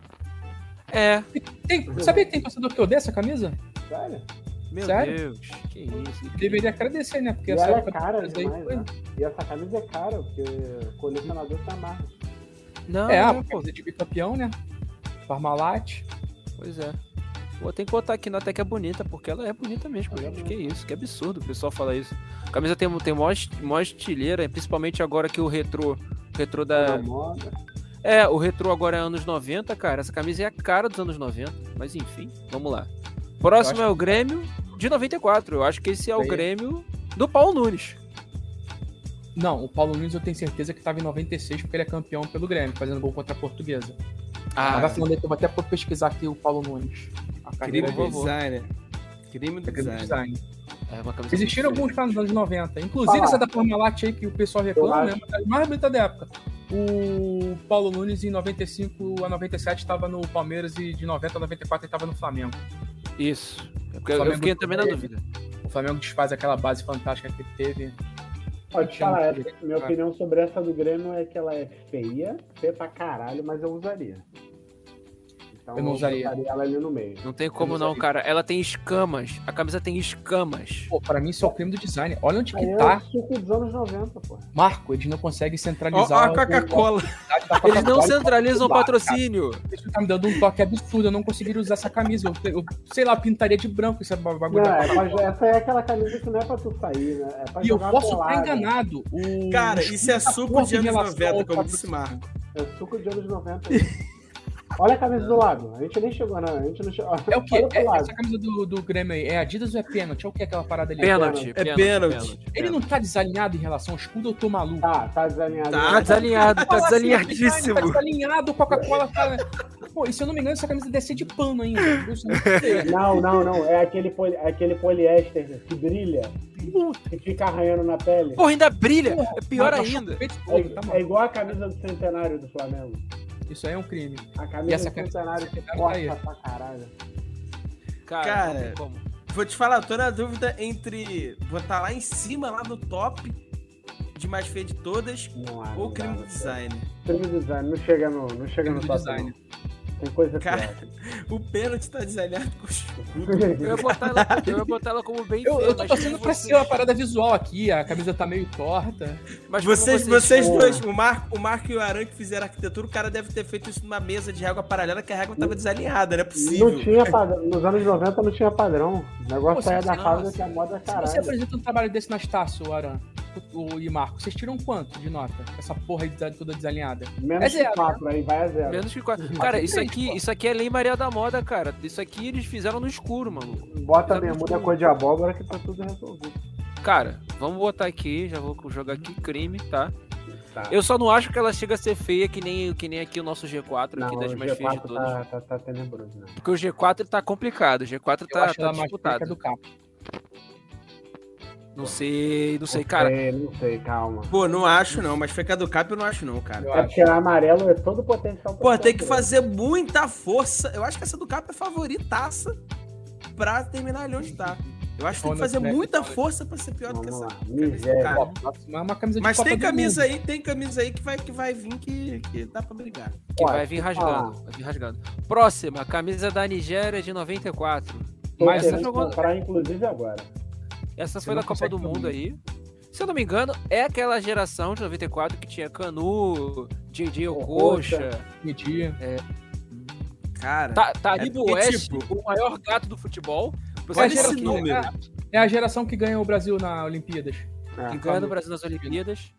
É. Sabia que tem torcedor que odeia essa camisa? Sério? Meu Sério? Deus. Que isso. Deveria agradecer, né? Porque E essa ela é época cara do Palmeiras aí demais, foi- né? E essa camisa é cara, porque o colecionador tá amarro. Não, É, a pô. camisa de bicampeão, né? Parmalat. Pois é. Pô, tem que botar aqui nota que é bonita, porque ela é bonita mesmo, Ela é gente. bonita. Que isso, que absurdo o pessoal falar isso. A camisa tem mó estileira, principalmente agora que o retrô Tá da... na moda. É, o retrô agora é anos 90, cara. Essa camisa é a cara dos anos 90. Mas enfim, vamos lá. Próximo Eu é o Grêmio de 94. Eu acho que esse é o Aí. Grêmio do Paulo Nunes. Não, o Paulo Nunes eu tenho certeza que tava em 96, porque ele é campeão pelo Grêmio, fazendo gol contra a Portuguesa. Mas vai falando aí que eu vou até pesquisar aqui o Paulo Nunes. A carreira Crime do dele. designer. Crime do É crime do design. design. É uma camisa Existiram muito alguns nos anos 90. Inclusive Fala. essa da Parmalat aí que o pessoal reclama, Eu é uma das mais bonitas da época. O Paulo Nunes em 95 a 97 estava no Palmeiras e de 90 a 94 ele estava no Flamengo. feia. Isso. É porque eu Flamengo fiquei também na teve. dúvida. O Flamengo desfaz aquela base fantástica que ele teve. Pode falar, minha opinião sobre essa do Grêmio é que ela é feia pra caralho, mas eu usaria. Então, Eu não usaria. botaria ela ali no meio. Não tem como não, cara. Ela tem escamas. A camisa tem escamas. Pô, pra mim isso é o crime do design. Olha onde que Aí é tá. o suco dos anos 90, pô. Marco, eles não conseguem Ó, centralizar. a Coca-Cola. Eles não centralizam o patrocínio. Isso tá me dando um toque absurdo. Eu não conseguiria usar essa camisa. Eu sei lá, pintaria de branco esse bagulho. Não, essa é aquela camisa que não é pra tu sair, né? É pra E eu jogar posso pelada. estar enganado. Cara, isso é suco de anos 90, como ao disse Marco. É suco de anos 90. Olha a camisa do lado. A gente nem chegou, não. A gente não chegou. É o quê? Olha pro lado. Essa camisa do Grêmio aí, é Adidas ou é pênalti? É o que aquela parada ali? Pênalti. É pênalti. Ele não tá desalinhado em relação ao escudo ou eu tô maluco? Tá desalinhado. Tá Tá desalinhado, tá Fala assim, desalinhadíssimo. Tá desalinhado, Coca-Cola tá... Pô, e se eu não me engano, essa camisa deve ser de pano ainda. Não. É aquele poliéster que brilha, que fica arranhando na pele. Porra, ainda brilha! É pior ainda. É igual a camisa do centenário do Flamengo. Isso aí é um crime. A camisa do centenário que corta pra caralho. Cara, vou te falar, eu tô na dúvida entre botar lá em cima, lá no top, de mais feia de todas, ou crime do design. Crime do design, não chega no top design. Tem coisa cara, o pênalti tá desenhado com o escudo. Eu ia botar ela como bem feia. Eu tô torcendo pra ser uma parada visual aqui, a camisa tá meio torta. Mas vocês dois, o Marco e o Aran que fizeram arquitetura, o cara deve ter feito isso numa mesa de régua paralela, que a régua tava desalinhada, não é possível. Não tinha padrão, nos anos 90 não tinha padrão. O negócio saia da fábrica que a moda caralho. Se você apresenta um trabalho desse na Estácio, Aran, e Marco, vocês tiram quanto de nota? Essa porra aí toda desalinhada? Menos que 4, aí vai a 0. Menos que 4. Cara, isso aqui é Lei Maria da Moda, cara. Isso aqui eles fizeram no escuro, mano. Bota a bermuda cor de abóbora que tá tudo resolvido. Cara, vamos botar aqui, já vou jogar aqui crime, tá? Eu só não acho que ela chega a ser feia que nem aqui o nosso G4, não, aqui das mais feias de todas. Tá tenebroso, né? Porque o G4 tá complicado, o G4 tá disputado. Do carro. Não sei, cara. Não sei, calma. Pô, não acho não, mas feca do Cap eu não acho não, cara. Porque o amarelo é todo potencial. Pô, tem que fazer muita força. Eu acho que essa do Cap é favoritaça pra terminar ali onde tá. Eu acho que tem que fazer muita força pra ser pior do que essa camisa. Mas tem camisa aí que vai vir que dá pra brigar. Que vai vir rasgando. Próxima, camisa da Nigéria de 94. Mas essa jogou comprar inclusive agora. Essa foi da Copa do Mundo aí. Se eu não me engano, é aquela geração de 94 que tinha Canu, JJ Okocha. Cara, Taribo West, o maior gato do futebol. Olha esse número. É a geração que ganha o Brasil nas Olimpíadas. Que ganha o Brasil nas Olimpíadas.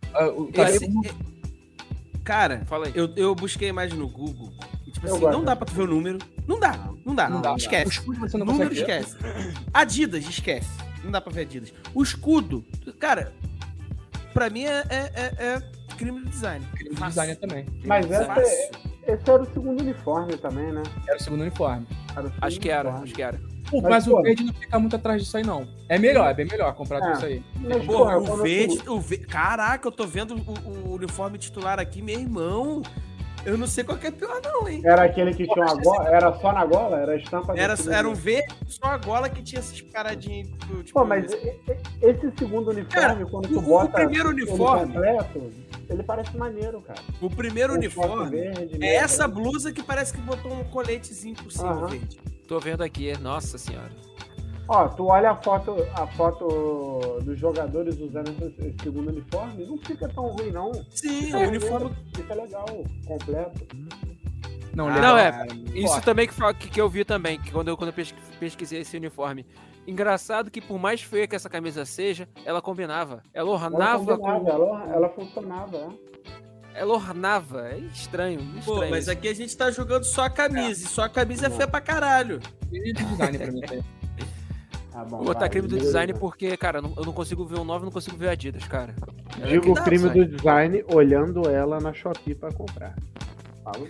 Cara, fala aí. Eu busquei a imagem no Google. E, tipo assim, não dá pra tu ver o número. Não dá. Esquece. Você não número esquece. Adidas, esquece. Não dá pra ver Adidas. O escudo, cara, pra mim é crime de design. Crime de design também. Mas esse era o segundo uniforme também, né? Era o segundo uniforme. Acho que era. Mas o verde não fica muito atrás disso aí, não. É bem melhor comprar isso aí. Mas, porra, o verde... Caraca, eu tô vendo o uniforme titular aqui, meu irmão. Eu não sei qual que é pior não, hein? Era aquele que tinha uma gola? Era só na gola? Era a estampa? Era um verde, só a gola que tinha essas paradinhas. Tipo, pô, mas esse segundo uniforme, quando tu bota... O primeiro uniforme... completo, ele parece maneiro, cara. O primeiro uniforme verde, é essa blusa que parece que botou um coletezinho por cima verde. Tô vendo aqui, nossa senhora. Ó, tu olha a foto dos jogadores usando esse segundo uniforme, não fica tão ruim, não. Sim, o uniforme fica legal, completo. Não, isso também que eu vi também, que quando eu pesquisei esse uniforme. Engraçado que por mais feia que essa camisa seja, ela combinava. Ela ornava ela funcionava, Ela ornava, é estranho. Pô, mas aqui a gente tá jogando só a camisa, e só a camisa é feia pra caralho. E design pra mim também. Vou botar crime do design porque, cara, eu não consigo ver o 9, não consigo ver Adidas, cara. Digo o crime do design olhando ela na Shopee pra comprar. Fala.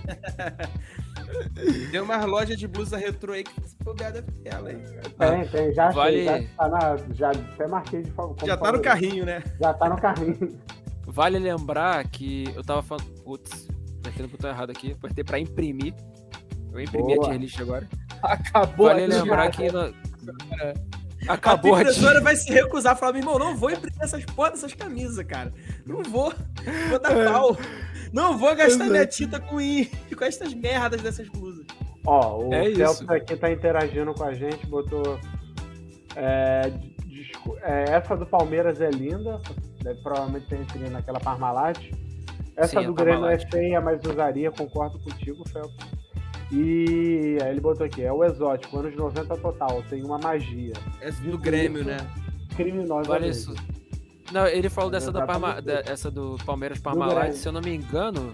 Tem umas lojas de blusa retrô aí que se puder deve ter ela aí. Tem, já achei, já até marquei de favor. Já tá no carrinho, né? Já tá no carrinho. Vale lembrar que eu tava falando... Putz, apertei no botão errado aqui, apertei pra imprimir. Eu imprimi a tier list agora. Acabou. Vale lembrar que... Acabou a impressora vai se recusar a falar, meu irmão, não vou imprimir essas porra dessas camisas, cara. Não vou dar pau. Não vou gastar minha tinta com essas merdas dessas blusas. Ó, o Celso aqui tá interagindo com a gente, botou... essa do Palmeiras é linda, deve provavelmente ter inserido naquela Parmalat. Essa do Grêmio é feia, mas usaria, concordo contigo, Felps. E aí ele botou aqui, é o exótico, anos 90 total, tem uma magia. Essa do Grêmio, né? Criminosa. Olha isso. Não, ele falou essa do Palmeiras Parmalat, se eu não me engano,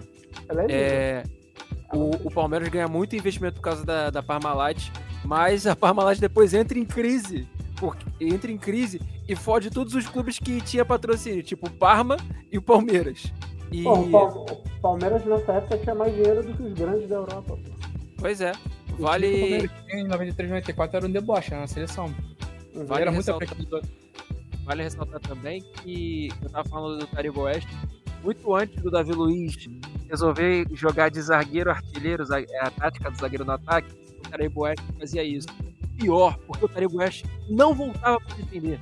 o Palmeiras ganha muito investimento por causa da Parmalat, mas a Parmalat depois entra em crise e fode todos os clubes que tinha patrocínio, tipo o Parma e o Palmeiras. O Palmeiras nessa época tinha mais dinheiro do que os grandes da Europa. Pois é. Vale. Em 93, 94 era um deboche na seleção. Vale era muito ressaltar, apetitoso. vale ressaltar também que eu tava falando do Taribo West, muito antes do Davi Luiz resolver jogar de zagueiro artilheiro, a tática do zagueiro no ataque, o Taribo West fazia isso. Pior, porque o Taribo West não voltava para defender.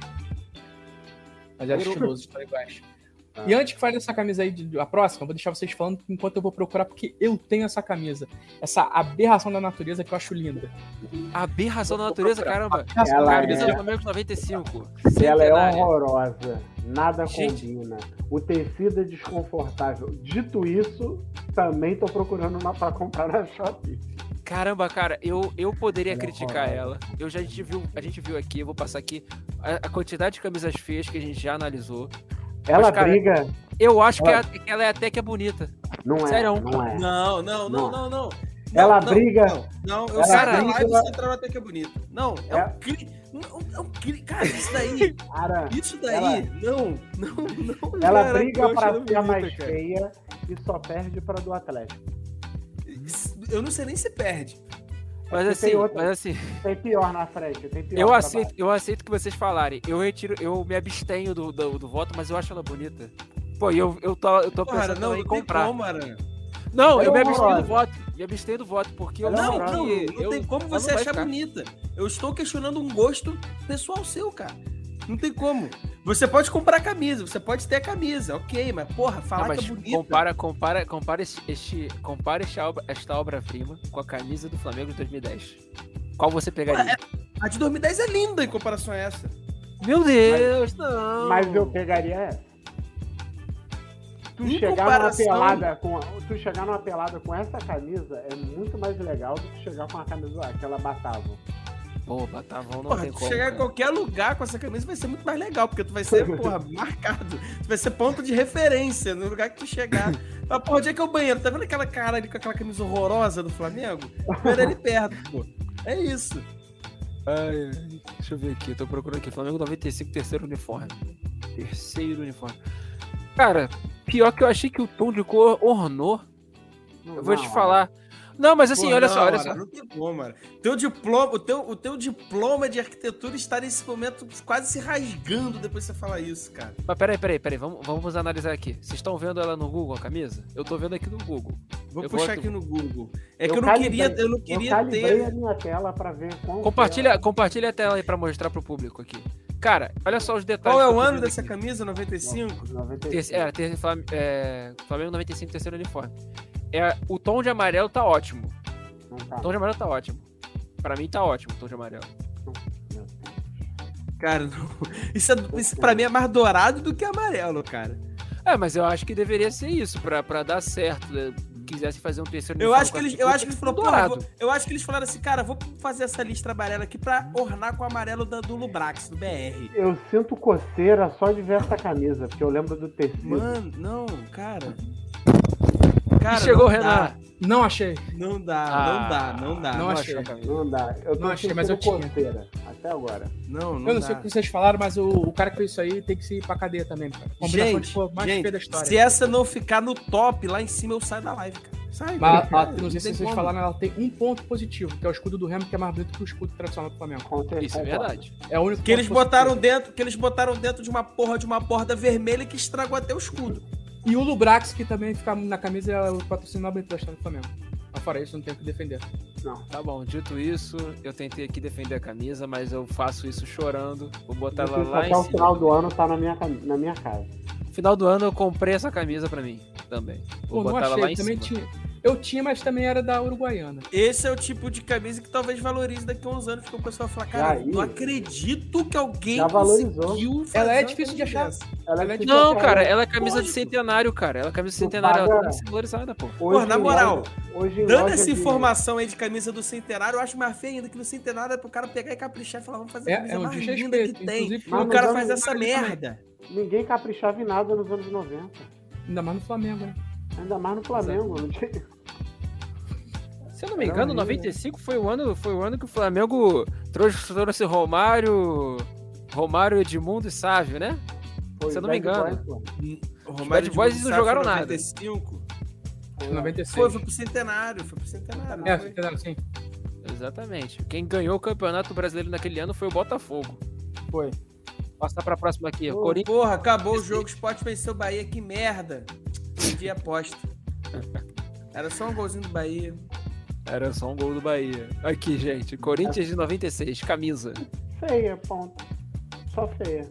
Mas era estiloso o Taribo West. E antes que fale dessa camisa aí, a próxima, eu vou deixar vocês falando enquanto eu vou procurar, porque eu tenho essa camisa. Essa aberração da natureza que eu acho linda. Aberração da natureza, caramba. Ela Camisa é... do Flamengo de 95. Ela é Centenária. horrorosa. Nada Gente. combina. O tecido é desconfortável. Dito isso, também tô procurando uma pra comprar na Shopee. Caramba, cara, eu poderia Ela é criticar horrorosa. ela. A gente viu aqui, eu vou passar aqui a quantidade de camisas feias que a gente já analisou. Ela cara, briga. Eu acho que ela é até que é bonita. Não é. Sério? Não é. Não. Ela briga. Não, eu Ela sei que a briga. live central até que é bonita. Não, é um crime. É um crime. Cara, isso daí. Cara, Isso daí. Não. ela Cara, briga eu pra acho ser a bonita, mais cara. feia e só perde pra do Atlético. Eu não sei nem se perde. Mas Tem assim, Tem pior na frente. Tem pior eu pra aceito que vocês falarem. Eu me abstenho do voto, mas eu acho ela bonita. Pô, e eu tô Cara, pensando não em tem comprar. como, Aranha. Não, Ela eu é me abstenho do horrorosa. voto. Me abstenho do voto, porque eu Ela é sei horrorosa. que... Não tem como ela você não vai achar ficar. bonita. Eu estou questionando um gosto pessoal seu, cara. Não tem como. Você pode comprar a camisa, você pode ter a camisa, ok, mas porra, falar Não, mas que é bonita. compara esta obra-prima com a camisa do Flamengo de 2010. Qual você pegaria? A de 2010 é linda em comparação a essa. Meu Deus, não! Mas eu pegaria essa. Tu Em chegar comparação- numa pelada com essa camisa é muito mais legal do que chegar com a camisa aquela Batavo. Pô, Batavão não Porra, tem tu como, chegar em cara. qualquer lugar com essa camisa vai ser muito mais legal, porque tu vai ser, porra, marcado. Tu vai ser ponto de referência no lugar que tu chegar. Mas, porra, onde é que é o banheiro? Tá vendo aquela cara ali com aquela camisa horrorosa do Flamengo? Era ali perto, pô. É isso. Ai, deixa eu ver aqui, eu tô procurando aqui. Flamengo 95, terceiro uniforme. Terceiro uniforme. Cara, pior que eu achei que o tom de cor ornou. Eu vou te falar. Não, mas assim, Pô, olha não, só. Mara, não tem como, mano. O teu diploma de arquitetura está nesse momento quase se rasgando depois de você falar isso, cara. Mas peraí, vamos analisar aqui. Vocês estão vendo ela no Google, a camisa? Eu tô vendo aqui no Google. Vou Eu puxar boto- aqui no Google. É que eu não queria calibrei a ter. minha tela pra ver qual Compartilha a tela aí pra mostrar pro público aqui. Cara, olha só os detalhes. Qual é que eu o tô ano vendo dessa aqui. camisa? 95? 95. Flamengo 95, terceiro uniforme. O tom de amarelo tá ótimo. Não tá. O tom de amarelo tá ótimo. Pra mim tá ótimo o tom de amarelo. Cara, não. Isso pra mim é mais dourado do que amarelo, cara. Mas eu acho que deveria ser isso, pra dar certo. Né? Quisesse fazer um terceiro Eu uniforme acho que com eles, essa eu cor, acho que eles tem falaram, dourado. porra, eu acho que eles falaram assim, cara, vou fazer essa listra amarela aqui pra ornar com o amarelo do Lubrax, do BR. Eu sinto coceira só de ver essa camisa, porque eu lembro do tecido. Mano, não, cara. E chegou o não Renan. dá. Não achei. Não dá. Não achei. achou a camisa. Não dá. Eu tô Não achei, sentindo mas eu tinha. coceira até agora. Não Eu não dá. sei o que vocês falaram, mas o cara que fez isso aí tem que se ir pra cadeia também, cara. Combinação de cor mais feia da história. se essa não ficar no top lá em cima, eu saio da live, cara. Sai, Mas cara. não sei se vocês como. falaram, ela tem um ponto positivo, que é o escudo do Remo, que é mais bonito que o escudo tradicional do Flamengo. Isso é verdade. É o único Que eles ponto positivo. botaram dentro de uma borda vermelha que estragou até o escudo. E o Lubrax, que também fica na camisa, é o patrocinador do Flamengo. Mas fora isso, não tem o que defender. Não. Tá bom, dito isso, eu tentei aqui defender a camisa, mas eu faço isso chorando. Vou botar ela Isso lá até em o cima. final do ano tá na minha casa. Final do ano eu comprei essa camisa pra mim também. Vou Pô, não botar ela lá achei. em Também cima. tinha. Eu tinha, mas também era da Uruguaiana. Esse é o tipo de camisa que talvez valorize daqui a uns anos, porque o pessoal fala, cara, Aí, não acredito que alguém já valorizou. conseguiu fazer Ela é uma difícil de camisa achar. dessa. Ela Ela é fica- Não, cara, ela é camisa de Lógico. centenário, cara. Ela é camisa de Tu centenário, ela paga- tem que ser valorizada, pô. Hoje Pô, na em moral, hoje em Dando loja essa de- informação aí de camisa do centenário, eu acho mais feio ainda que no centenário é pro cara pegar e caprichar e falar, vamos fazer a camisa É um mais linda desrespeito. que tem. Inclusive, Mas E o nos cara anos faz essa 90 também. merda. Ninguém caprichava em nada nos anos 90. Ainda mais no Flamengo, né? Ainda mais no Flamengo. Não tinha... Se eu não me Era engano, horrível. 95 foi o ano que o Flamengo trouxe Romário, Edmundo e Sávio, né? Foi Se eu não me Bad engano. Boys, pô. O Bad Boys não jogaram nada. 95. 96. Foi pro Centenário. Foi. Centenário, sim. Exatamente. Quem ganhou o Campeonato Brasileiro naquele ano foi o Botafogo. Foi. Passar pra próxima aqui. Porra, acabou o jogo. O Sport venceu o Bahia. Que merda. Perdi a aposta. Era só um golzinho do Bahia. Era só um gol do Bahia. Aqui, gente. Corinthians de 96. Camisa. Feia, ponto. Só feia.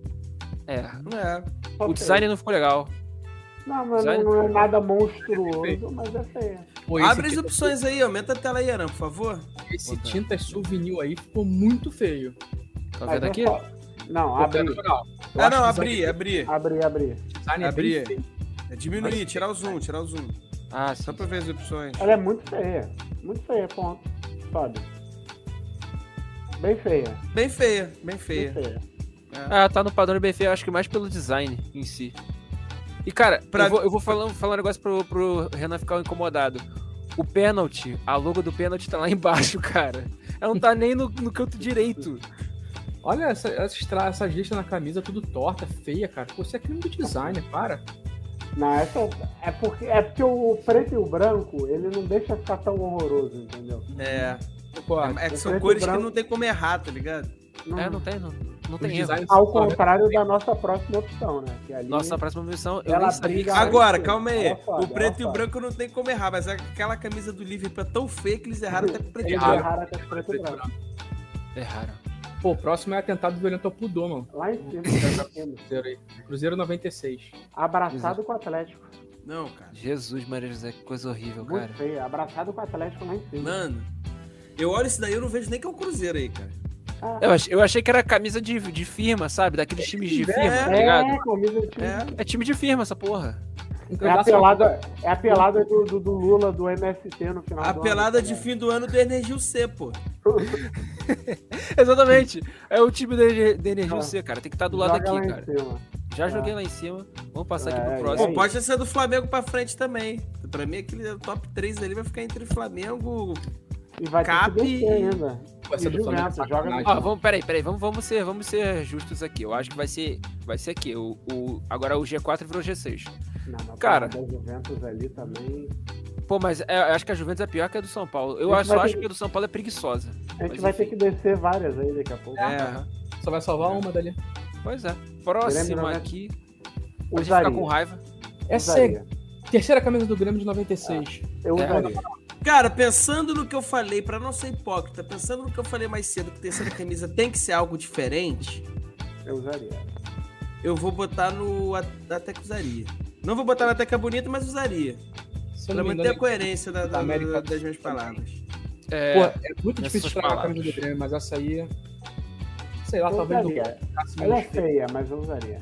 O design não ficou legal. Não, mas não é nada monstruoso, mas é feia. Pô, abre as opções aí, aumenta a tela aí, Aran, por favor. Esse tinta souvenir aí ficou muito feio. Tá vendo aqui? Não, abri. Abri. Design é bem feio. É diminuir, tirar o zoom. Ah, só pra ver as opções. Ela é muito feia, ponto. Sobe. Bem feia. Tá no padrão bem feio, acho que mais pelo design em si. E, cara, eu vou falar um negócio pro Renan ficar incomodado. O pênalti, a logo do pênalti tá lá embaixo, cara. Ela não tá nem no canto direito. Olha essas listas na camisa, tudo torta, feia, cara. Pô, isso é crime do design, para. Não, é porque o preto e o branco, ele não deixa ficar tão horroroso, entendeu? É que são cores que não tem como errar, tá ligado? Não tem erro. Ao contrário da nossa próxima opção, né? Que ali nossa próxima opção, eu ela nem sabia que... Agora, calma aí. O preto e o branco não tem como errar, mas aquela camisa do Liverpool é tão feia que eles erraram até com o preto e branco. Erraram até com o preto e branco. Erraram. Pô, o próximo é atentado violento ao pudor, mano. Lá em cima. Cruzeiro 96. Abraçado com o Atlético. Não, cara. Jesus, Maria José, que coisa horrível, muito cara. Feio. Abraçado com o Atlético lá em cima. Mano, eu olho isso daí e eu não vejo nem que é um Cruzeiro aí, cara. Eu achei que era camisa de firma, sabe? Daqueles times de firma, tá ligado? Camisa de time. É time de firma essa porra. É a pelada do Lula, do MST no final do ano. A pelada de fim do ano do Energio C, pô. Exatamente. É o time da Energio C, cara. Tem que estar do lado aqui, cara. Já joguei lá em cima. Vamos passar aqui pro próximo. Pô, pode ser do Flamengo pra frente também. Pra mim, aquele top 3 ali vai ficar entre Flamengo, e vai Cap ter que descer ainda. Vai ser do Flamengo, joga. Peraí. Vamos ser justos aqui. Eu acho que vai ser aqui. Agora o G4 virou G6. Não, cara, da Juventus ali também. Pô, mas eu acho que a Juventus é pior que a do São Paulo. Eu só acho que a do São Paulo é preguiçosa. A gente vai ter que descer várias aí daqui a pouco. Só vai salvar uma dali. Pois é. Próxima aqui. Pra gente Usaria. ficar com raiva. Essa é a terceira camisa do Grêmio de 96. Eu usaria. Cara, pensando no que eu falei, pra não ser hipócrita, pensando no que eu falei mais cedo, que terceira camisa tem que ser algo diferente, eu usaria. Eu vou botar no Até que usaria. Não vou botar na Até que é bonita, mas usaria. Pra manter a coerência das minhas palavras. Pô, é muito difícil de falar a camisa do Grêmio, mas essa aí... Sei lá, talvez... Ela é feia, mas eu usaria.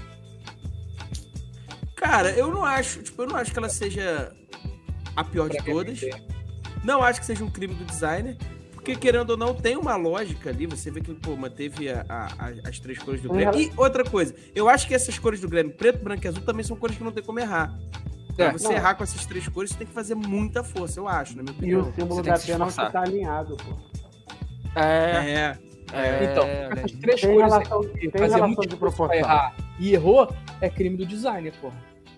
Cara, eu não acho que ela seja a pior de todas. Não acho que seja um crime do designer. Porque, querendo ou não, tem uma lógica ali. Você vê que, manteve as três cores do Grêmio. E outra coisa, eu acho que essas cores do Grêmio, preto, branco e azul, também são cores que não tem como errar. Pra você errar com essas três cores, você tem que fazer muita força, eu acho, na minha opinião. E o símbolo da pena tá alinhado, pô. Então, essas três cores tem relação de proporção. Errar e errou, é crime do designer, porra.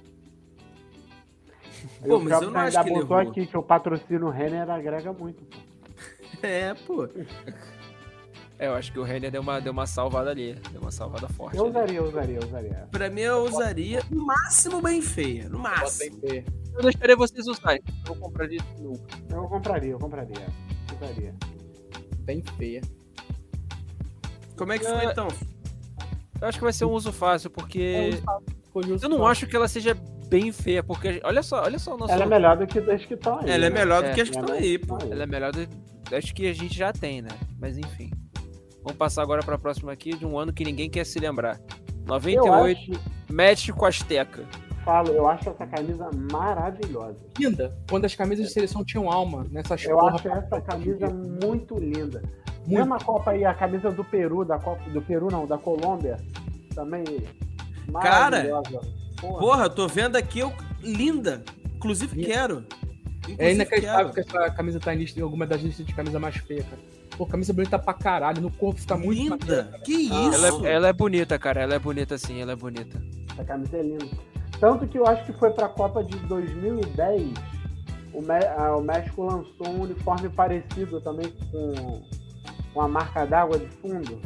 Pô, mas eu não acho que ele errou. Aqui que o patrocínio Renner agrega muito, pô. Pô. Eu acho que o Renner deu uma salvada ali. Deu uma salvada forte. Eu usaria. Pra mim, eu usaria no máximo bem feia. No máximo. Eu deixaria vocês usarem. Eu compraria nunca. Eu compraria. Usaria. Bem feia. Como é que foi, então? Eu acho que vai ser um uso fácil, porque... Eu não acho que ela seja bem feia, porque... Olha só o nosso... Ela é melhor do que as que estão aí. Ela é melhor do que as que estão aí, pô. Ela é melhor das que a gente já tem, né? Mas enfim. Vamos passar agora pra próxima aqui, de um ano que ninguém quer se lembrar. 98, México Azteca. Eu acho essa camisa maravilhosa. Linda. Quando as camisas de seleção tinham alma, nessas Eu acho essa camisa muito linda. Mesma Copa aí, a camisa do Peru, da Colômbia, também maravilhosa. Porra, tô vendo aqui, linda. Inclusive quero. É inacreditável que essa camisa tá em alguma das listas de camisa mais feia, cara. Pô, camisa bonita pra caralho, no corpo fica muito linda. Maneira, que isso? Ela é bonita, cara. Ela é bonita sim, ela é bonita. Essa camisa é linda. Tanto que eu acho que foi pra Copa de 2010, o México lançou um uniforme parecido também com a marca d'água de fundo.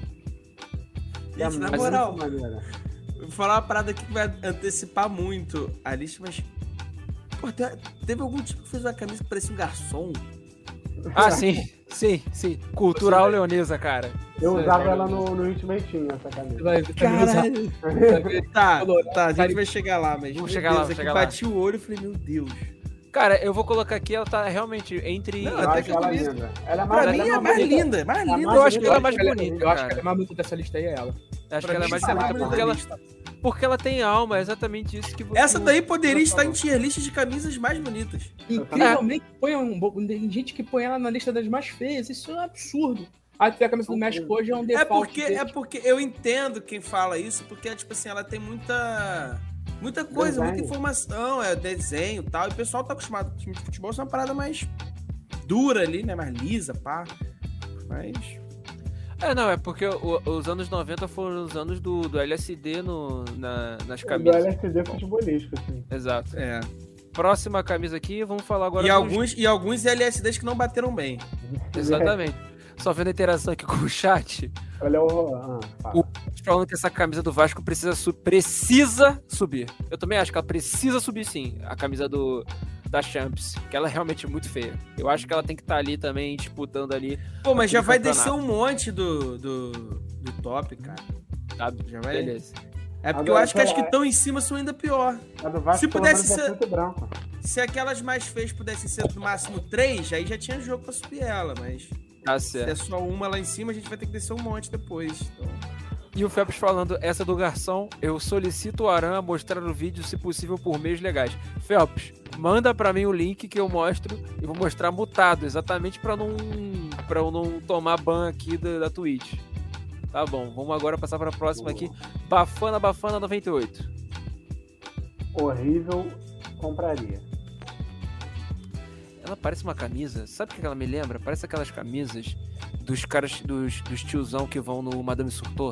Gente, na moral, vou falar uma parada aqui que vai antecipar muito a lista, mas... Pô, teve algum tipo que fez uma camisa que parecia um garçom? Ah, sim. Cultural leonesa, cara. Eu usava ela no Ultimate Team, essa camisa. Caralho. Tá, a gente vai chegar lá, mas... Vamos chegar lá, vamos chegar lá. Bati o olho e falei, meu Deus. Cara, eu vou colocar aqui, ela tá realmente entre... Não, Eu até acho ela linda. Ela é Pra mim é mais linda, Eu acho que ela é mais bonita, Eu acho que ela é mais bonita dessa lista aí, é ela. Acho que ela é mais bonita porque ela tem alma, é exatamente isso que você... Essa daí poderia estar em tier list de camisas mais bonitas. Incrivelmente, tem gente que põe ela na lista das mais feias, isso é um absurdo. A camisa do México hoje é um default. É porque eu entendo quem fala isso, porque, tipo assim, ela tem muita coisa, muita informação, desenho e tal, e o pessoal tá acostumado com o time de futebol, isso é uma parada mais dura ali, né, mais lisa, pá, mas... Não, é porque os anos 90 foram os anos do LSD nas camisas. Do LSD futebolístico, sim. Exato. Próxima camisa aqui, vamos falar agora... E alguns LSDs que não bateram bem. Exatamente. Só vendo a interação aqui com o chat. Olha o falando que essa camisa do Vasco precisa subir. Eu também acho que ela precisa subir, sim, a camisa da Champions, que ela é realmente muito feia. Eu acho que ela tem que estar ali também, disputando ali. Pô, mas já vai descer um monte do top, cara. Já vai? Beleza. É porque eu acho que as que estão em cima são ainda pior. Se pudesse ser... Se aquelas mais feias pudessem ser no máximo 3, aí já tinha jogo pra subir ela, mas... Se é só uma lá em cima, a gente vai ter que descer um monte depois. Então... E o Phelps falando, essa do garçom, eu solicito o Aran a mostrar o vídeo, se possível, por meios legais. Phelps, manda pra mim o link que eu mostro e vou mostrar mutado, exatamente pra eu não tomar ban aqui da Twitch. Tá bom, vamos agora passar pra próxima aqui. Bafana 98. Horrível, compraria. Ela parece uma camisa, sabe o que ela me lembra? Parece aquelas camisas dos caras, dos tiozão que vão no Madame Surtot.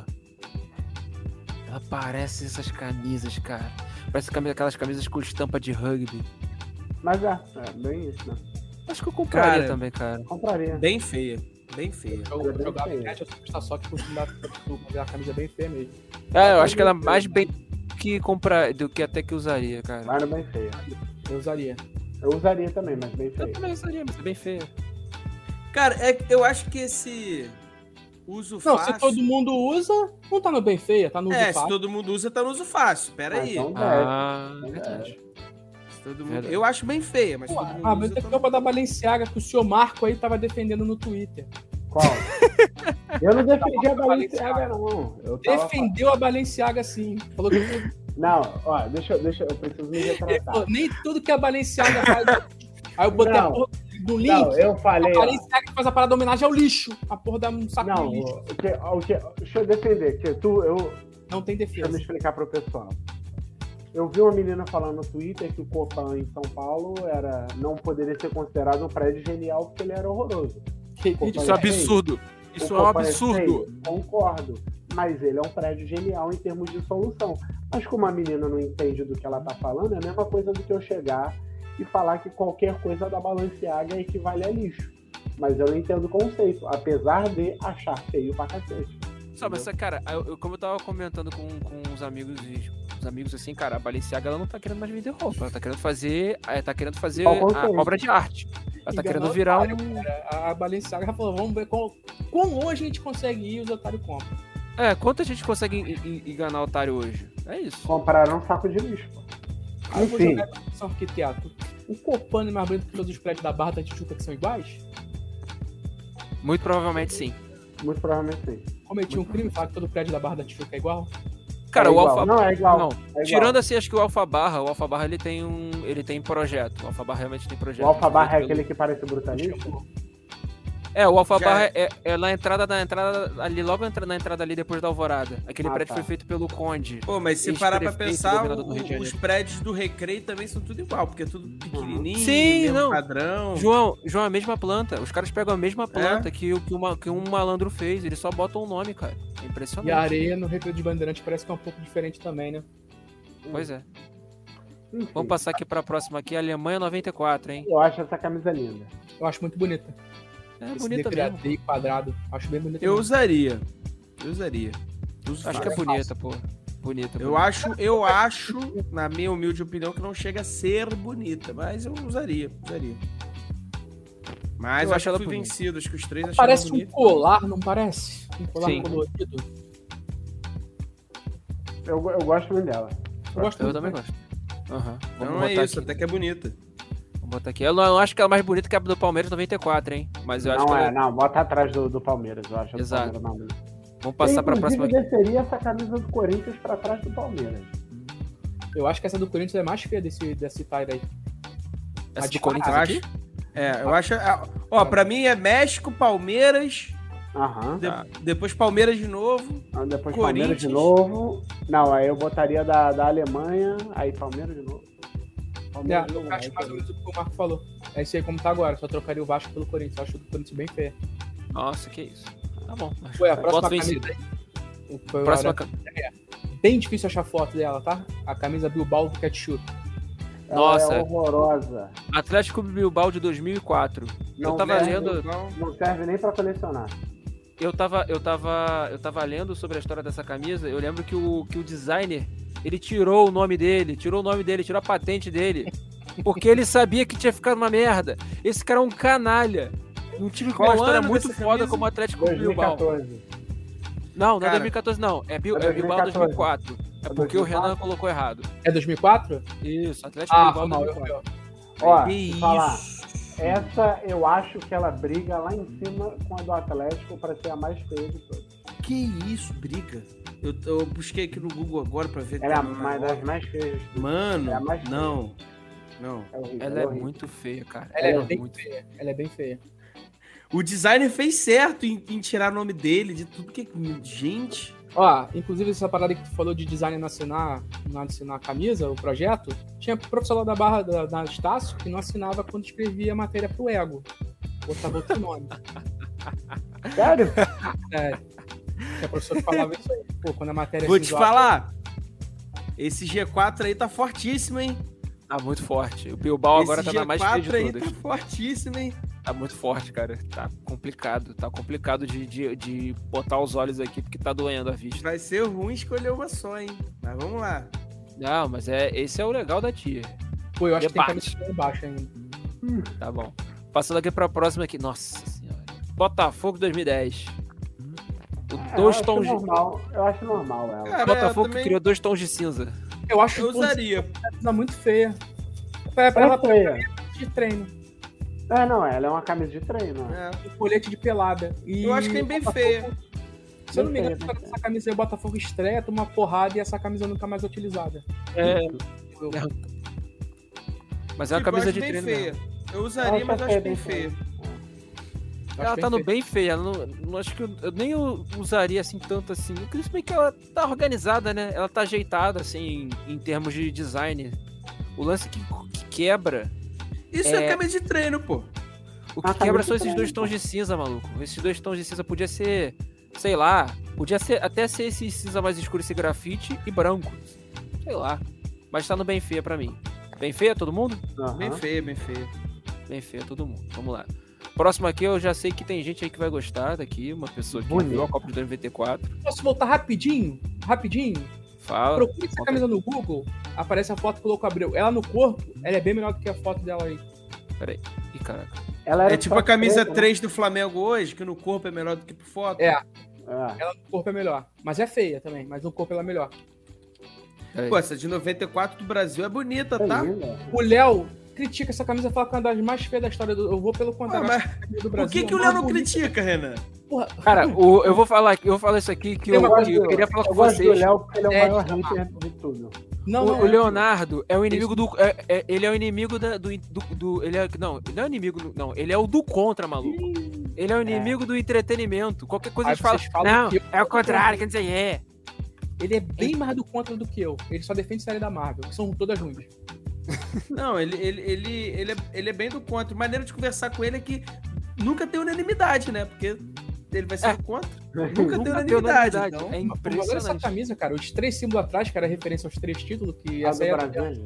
Ela parece essas camisas, cara. Parece aquelas camisas com estampa de rugby. Mas é bem isso, né? Acho que eu compraria também, cara. Compraria. Bem feia. Eu jogava net, eu sempre só que costumava fazer a camisa bem feia mesmo. Eu acho que ela é mais bem do que até que usaria, cara. Mas era bem feia. Eu usaria. Eu usaria também, mas bem feia. Eu também usaria, mas é bem feia. Cara, eu acho que esse uso não, fácil... se todo mundo usa, não tá no bem feia, tá no uso fácil. Se todo mundo usa, tá no uso fácil. Pera aí. Então verdade. Eu acho bem feia, mas todo mundo usa... Mas tem que comprar da Balenciaga, que o senhor Marco aí tava defendendo no Twitter. Qual? Eu não defendi a Balenciaga, não. Defendeu a Balenciaga, sim. Falou que... Não, ó, deixa eu preciso me retratar. Nem tudo que a Balenciaga faz... Aí eu botei a porra do link. Não, eu falei... A Balenciaga faz a parada homenagem ao lixo. A porra dá um saco de lixo. Deixa eu defender. Não tem defesa. Deixa eu me explicar pro pessoal. Eu vi uma menina falando no Twitter que o Copan em São Paulo não poderia ser considerado um prédio genial porque ele era horroroso. Isso é absurdo. Isso é um absurdo. Concordo. Mas ele é um prédio genial em termos de solução. Mas como a menina não entende do que ela tá falando, é a mesma coisa do que eu chegar e falar que qualquer coisa da Balenciaga equivale a lixo. Mas eu não entendo o conceito, apesar de achar feio pra cacete. Só, mas, cara, como eu tava comentando com os amigos assim, cara, a Balenciaga ela não tá querendo mais vender roupa, ela tá querendo fazer a obra de arte. Ela tá querendo virar A Balenciaga falou, vamos ver quão longe a gente consegue ir e os otários compram. Quanto a gente consegue enganar o otário hoje? É isso. Compraram um saco de lixo, pô. Aí eu vou jogar a discussão arquiteto. O Copan é mais bonito que todos os prédios da Barra da Tijuca que são iguais? Muito provavelmente sim. Muito provavelmente sim. Cometi um crime falar que todo prédio da Barra da Tijuca é igual? Cara, o Alfa... Não, é igual. Não. É igual. Tirando assim, acho que o Alfa Barra ele tem projeto. O Alfa Barra realmente tem projeto. O Alfa Barra é aquele que parece brutalista? O Alfa Barra é na entrada ali, logo na entrada ali depois da Alvorada. Aquele prédio foi feito pelo Conde. Pô, mas se parar pra pensar, os prédios do Recreio também são tudo igual, porque é tudo pequenininho, mesmo padrão. João, a mesma planta. Os caras pegam a mesma planta que um malandro fez, eles só botam o nome, cara. É impressionante. E a areia no Recreio de Bandeirante parece que é um pouco diferente também, né? Pois é. Enfim, Vamos passar aqui pra próxima aqui, Alemanha 94, hein? eu acho essa camisa linda. Eu acho muito bonita. É Esse bonita mesmo. degradê quadrado. Acho bem bonito. Eu usaria. Uso Acho que é fácil. bonita, pô. Bonita. Eu acho, na minha humilde opinião, que não chega a ser bonita, mas eu usaria. Mas Eu eu acho acho que ela fui bonita. vencido, acho que os três acharam Parece um bonito. colar, não parece? Um colar Sim. colorido. Eu gosto muito dela. Eu gosto Eu muito. também gosto. Aham. Vamos Não é botar isso, aqui. até que é bonita. Vamos botar aqui. Eu não acho que ela é mais bonita que a do Palmeiras 94, hein? Mas eu acho que ela... Não, bota atrás do Palmeiras, eu acho. Exato. Do Palmeiras mais bonita. Vamos passar pra próxima Inclusive, aqui. eu desceria essa camisa do Corinthians pra trás do Palmeiras. Eu acho que essa do Corinthians é mais feia desse tire aí. Essa do de Corinthians Eu aqui? acho. Eu acho. Ó, pra mim é México, Palmeiras, Aham. depois Palmeiras de novo. Depois Corinthians. Palmeiras de novo. Não, aí eu botaria da Alemanha, aí Palmeiras de novo. Palmeiras de Eu novo, acho aí mais ou menos o que o Marco falou. É isso aí como tá agora. Só trocaria o Vasco pelo Corinthians. Eu acho o Corinthians bem feio. Nossa, que isso. Tá bom. Foi a Voto próxima vencido. camisa. Foi Próxima bem difícil achar foto dela, tá? A camisa Bilbao do Ketchup. Ela Nossa. é horrorosa. Atlético Bilbao de 2004. Eu Não tava serve, lendo... Não serve nem pra colecionar. Eu tava lendo sobre a história dessa camisa. Eu lembro que o designer, ele tirou o nome dele, tirou a patente dele, porque ele sabia que tinha ficado uma merda. Esse cara é um canalha. Um time com Qual uma história ano muito dessa foda camisa? como o Atlético Bilbao. 2014. Não é Cara, 2014 não. É Bilbao 2014. 2004. É porque o 2004? Renan colocou errado. É 2004? Isso, Atlético Ah, Bilbao foi mal. 2004. Ó, Que vou falar. isso? Essa eu acho que ela briga lá em cima com a do Atlético pra ser a mais feia de todas. Que isso, briga? Eu busquei aqui no Google agora pra ver. Ela é como uma tá das agora. mais feias. Mano, É a mais feia. não. É horrível, Ela é horrível. muito feia, cara. Ela é bem muito feia. Ela é bem feia. O designer fez certo em tirar o nome dele, de tudo que. Gente. Ó, inclusive essa parada que tu falou de design não assinar a camisa, o projeto, tinha profissional da Barra da Estácio que não assinava quando escrevia a matéria pro Ego. Botava outro nome. Sério? É. Tinha professor que falava isso aí. Pô, quando a matéria Vou se te isola- falar. Esse G4 aí tá fortíssimo, hein? Tá muito forte. O Bilbao agora tá na mais feia de G4 aí todas. tá fortíssimo, hein? Tá muito forte, cara. Tá complicado de botar os olhos aqui, porque tá doendo a vista. Vai ser ruim escolher uma só, hein? Mas vamos lá. Não, mas esse é o legal da tia. Pô, eu acho que tem Debate. camisa bem baixa ainda. Tá bom. Passando aqui pra próxima aqui. Nossa senhora. Botafogo 2010. Dois tons de... Eu acho normal ela. Cara, Botafogo eu que também- criou 2 tons de cinza. Eu acho Eu que usaria. uma camisa muito feia. Ela tá feia. de treino. Não, ela é uma camisa de treino. É. Um colete de pelada. E Eu acho que tem bem Botafogo- feia. Se eu não me Bem engano, feia, essa camisa aí, o Botafogo estreia, toma uma porrada e essa camisa nunca mais é utilizada. É. Eu- Mas é uma Tipo, eu camisa acho de bem treino feia. mesmo. Eu usaria, Eu mas eu acho acho bem bem feia. Ela acho tá no feia. bem feia. Não acho que eu nem usaria assim tanto assim. Porque se bem que ela tá organizada, né? Ela tá ajeitada, assim, em termos de design. O lance que quebra. Isso é camisa de treino, pô. O que Ah, quebra tá são muito esses 2 bem, tons de cinza, maluco. Esses 2 tons de cinza podia ser, sei lá, até ser esse cinza mais escuro, esse grafite e branco. Sei lá. Mas tá no bem feia pra mim. Bem feia todo mundo? Aham. Bem feia, bem feia. Bem feia todo mundo. Vamos lá. Próximo aqui eu já sei que tem gente aí que vai gostar daqui. Uma pessoa que Bonito. viu a Copa de 94. Posso voltar rapidinho? Fala. Procure essa camisa no Google, aparece a foto que o Louco abriu. Ela no corpo, ela é bem melhor do que a foto dela aí. Peraí. Ih, caraca. Ela era É tipo a só camisa preta, né? 3 do Flamengo hoje, que no corpo é melhor do que por foto. É. É. Ela no corpo é melhor. Mas é feia também, mas no corpo ela é melhor. Peraí. Pô, essa de 94 do Brasil é bonita, É tá? linda. O Léo critica essa camisa, fala que é uma das mais feias da história do... Eu vou pelo contrário. Ué, acho que a camisa do Por que, Brasil que o é Léo mais não bonita. critica, Renan? Porra, Cara, eu vou falar isso aqui que eu queria falar com Eu gosto do vocês. Léo porque ele é o É, maior de hater de tudo. não, O Leonardo é o inimigo do. Ele é o inimigo do. Ele é. Não, ele não é inimigo. Não, ele é o do contra, maluco. Ele é o inimigo do entretenimento. Qualquer coisa Aí eles falam. vocês falam Não, que eu- é o contrário, quer dizer, é. Ele é bem mais do contra do que eu. Ele só defende série da Marvel, que são todas ruins. Não, ele é bem do contra. A maneira de conversar com ele é que nunca tem unanimidade, né? Porque ele vai ser do contra. Nunca deu unanimidade. Então, é impressionante. Agora essa camisa, cara, os 3 símbolos atrás, que era referência aos 3 títulos, que essa aí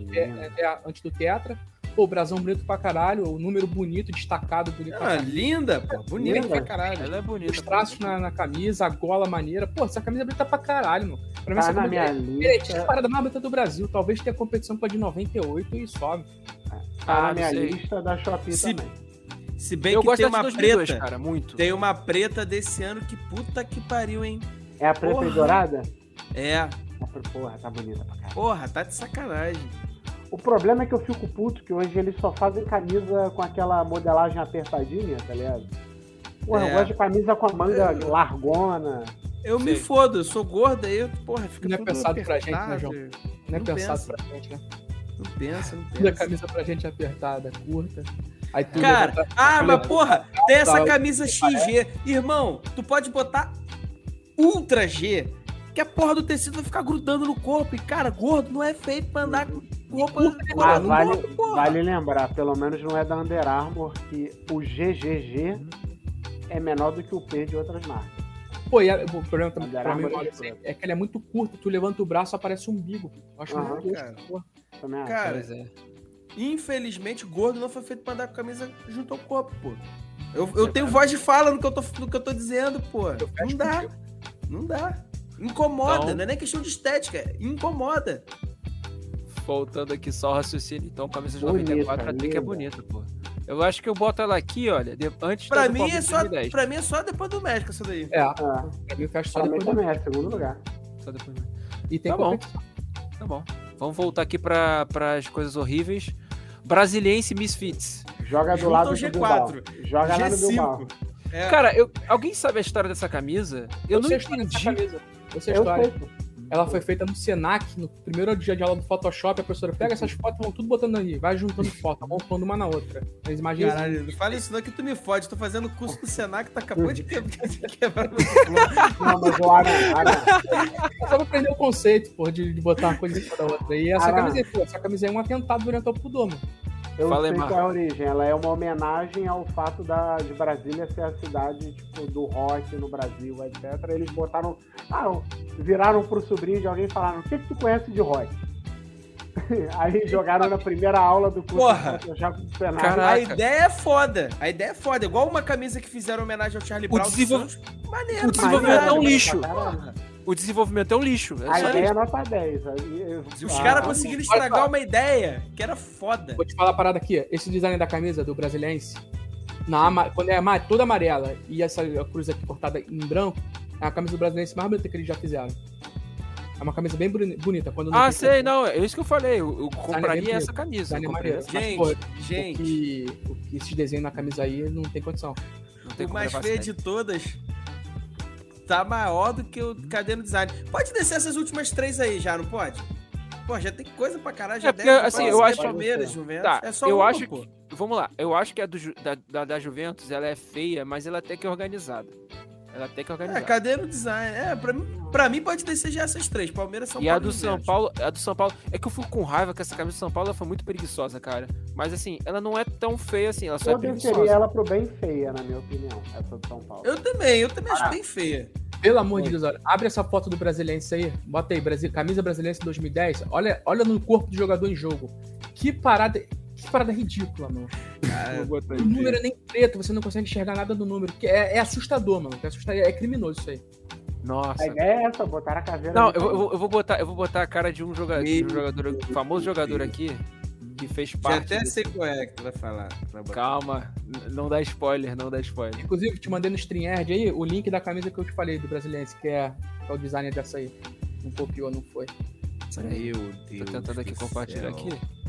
é antes do Tetra. Pô, o brasão bonito pra caralho, o número bonito, destacado, bonito pra caralho. Linda, pô, bonita pra caralho. Ela é bonita. Os traços na camisa, a gola maneira. Pô, essa camisa é bonita pra caralho, mano. Pra mim, Tá essa na camisa minha é lista. a parada mais bonita do Brasil. Talvez tenha competição com a de 98 e sobe. Tá na minha não sei. lista da Shopee também. Se bem Eu que gosto tem da de uma 2002, preta. cara, muito. Tem uma preta desse ano que puta que pariu, hein? É a preta Porra. e dourada? É. Porra, tá bonita pra caralho. Porra, tá de sacanagem. O problema é que eu fico puto que hoje eles só fazem camisa com aquela modelagem apertadinha, tá ligado? Porra, eu gosto de camisa com a manga largona. Eu me fodo, eu sou gorda aí, porra, fica Não é tudo pensado pra gente, né, apertado. João? Não é Não pensado pensa. pra gente, né? Não pensa, não Toda pensa. camisa pra gente apertada, curta. Aí tu Cara, levanta- mas porra, tem essa Tá, camisa XG. Irmão, tu pode botar Ultra G, que a porra do tecido vai ficar grudando no corpo. E, cara, gordo não é feito pra andar com roupa Mas no vale, corpo, porra. vale lembrar, pelo menos não é da Under Armour, que o GGG é menor do que o P de outras marcas. Pô, e o problema também Under pra mim Armour é assim, é que ela é muito curta. Tu levanta o braço, aparece um umbigo. Eu acho Aham, muito gosto, cara. porra. Também acho. Cara, Pois é. infelizmente, gordo não foi feito pra andar com camisa junto ao corpo, pô. Eu tenho voz de fala no que eu tô dizendo, pô. Não dá. Não dá. Incomoda, Então- não é nem questão de estética, incomoda. Voltando aqui só o raciocínio, então, camisa de Bonita, 94 até que é linda. bonita, pô. Eu acho que eu boto ela aqui, olha, antes Pra da do mim, Palmeiras de 2010. pra mim é só depois do México essa daí. É, É, pra mim eu acho só pra mim depois do... também é segundo lugar. Só depois do- E tem Tá bom. competição. Tá bom. Vamos voltar aqui para as coisas horríveis. Brasiliense Misfits. Joga do Junto lado ao do G4. Bilbao. Joga lá no Bilbao. É. Cara, alguém sabe a história dessa camisa? Eu não sei a história dessa entendi. camisa. Eu sei a Eu história. sei, pô. Ela foi feita no Senac, no primeiro dia de aula do Photoshop. A professora pega essas fotos, vão tudo botando ali, vai juntando foto, vão pondo uma na outra. As imagens. Caralho, não fala isso não que tu me fode. Tô fazendo curso do Senac, tá acabou de quebrar meu diploma. Não, mas o Ara, Só pra aprender o conceito, porra, de botar uma coisa em cima da outra. E essa Caralho. camisa é um atentado oriental pro pudor, mano. eu Fala aí, sei Marcos. qual é a origem. Ela é uma homenagem ao fato de Brasília ser a cidade tipo, do rock no Brasil, etc. Eles botaram. Viraram pro sobrinho de alguém e falaram: o que tu conhece de rock? Aí jogaram na primeira aula do curso Porra. de Photoshop do Senado. Caraca. A ideia é foda. A ideia é foda. Igual uma camisa que fizeram homenagem ao Charlie Brown. dos desenvolv- Santos. Maneiro, o desenvolvimento é um lixo. Caralho. O desenvolvimento é um lixo. É A só ideia isso. é nota 10. Os caras conseguiram estragar uma ideia que era foda. Vou te falar a parada aqui. Esse design da camisa do Brasiliense, quando é toda amarela e essa cruz aqui cortada em branco, é a camisa do Brasiliense mais bonita que eles já fizeram. É uma camisa bem bonita. Quando não tem Sei, não. É isso que eu falei. Eu compraria bonito. essa camisa. Design Eu compraria maneiro. essa- Mas, Gente, pô, gente. o que esses desenhos na camisa aí não tem condição. Não tem O como mais levar a feio sério. de todas tá maior do que o Cadê no Design. Pode descer essas últimas 3 aí já, não pode? Pô, já tem coisa pra caralho. Já É porque, deve, assim, pode eu ser acho- Palmeiras, Juventus. Tá, é só eu uma, acho pô. que... Vamos lá. Eu acho que a da Juventus, ela é feia, mas ela até que é organizada. Ela até que é É, organizada. Cadê no Design? Pra mim pode descer já essas 3. Palmeiras, São E Paulo a do São Juventus. Paulo, é que eu fico com raiva que essa camisa do São Paulo ela foi muito preguiçosa, cara. Mas assim, ela não é tão feia assim, ela só é Eu desceria preguiçosa. ela pro bem feia, na minha opinião, essa do São Paulo. Eu também acho bem feia. Pelo amor de Deus, olha, abre essa foto do Brasiliense aí, bota aí, camisa Brasiliense 2010, olha no corpo do jogador em jogo. Que parada ridícula, mano. O número é nem preto, você não consegue enxergar nada do número. É assustador, mano. É criminoso isso aí. Nossa. A ideia é essa, botar a caveira. Não, no eu vou botar a cara de um jogador, um famoso jogador aqui que fez Já parte. até desse- sei qual é que tu vai falar. Calma, não dá spoiler, não dá spoiler. Inclusive, te mandei no StreamYard aí o link da camisa que eu te falei do Brasiliense, que é o design dessa aí. Não copiou, não foi. Meu Tô Deus. tentando aqui do compartilhar céu. aqui.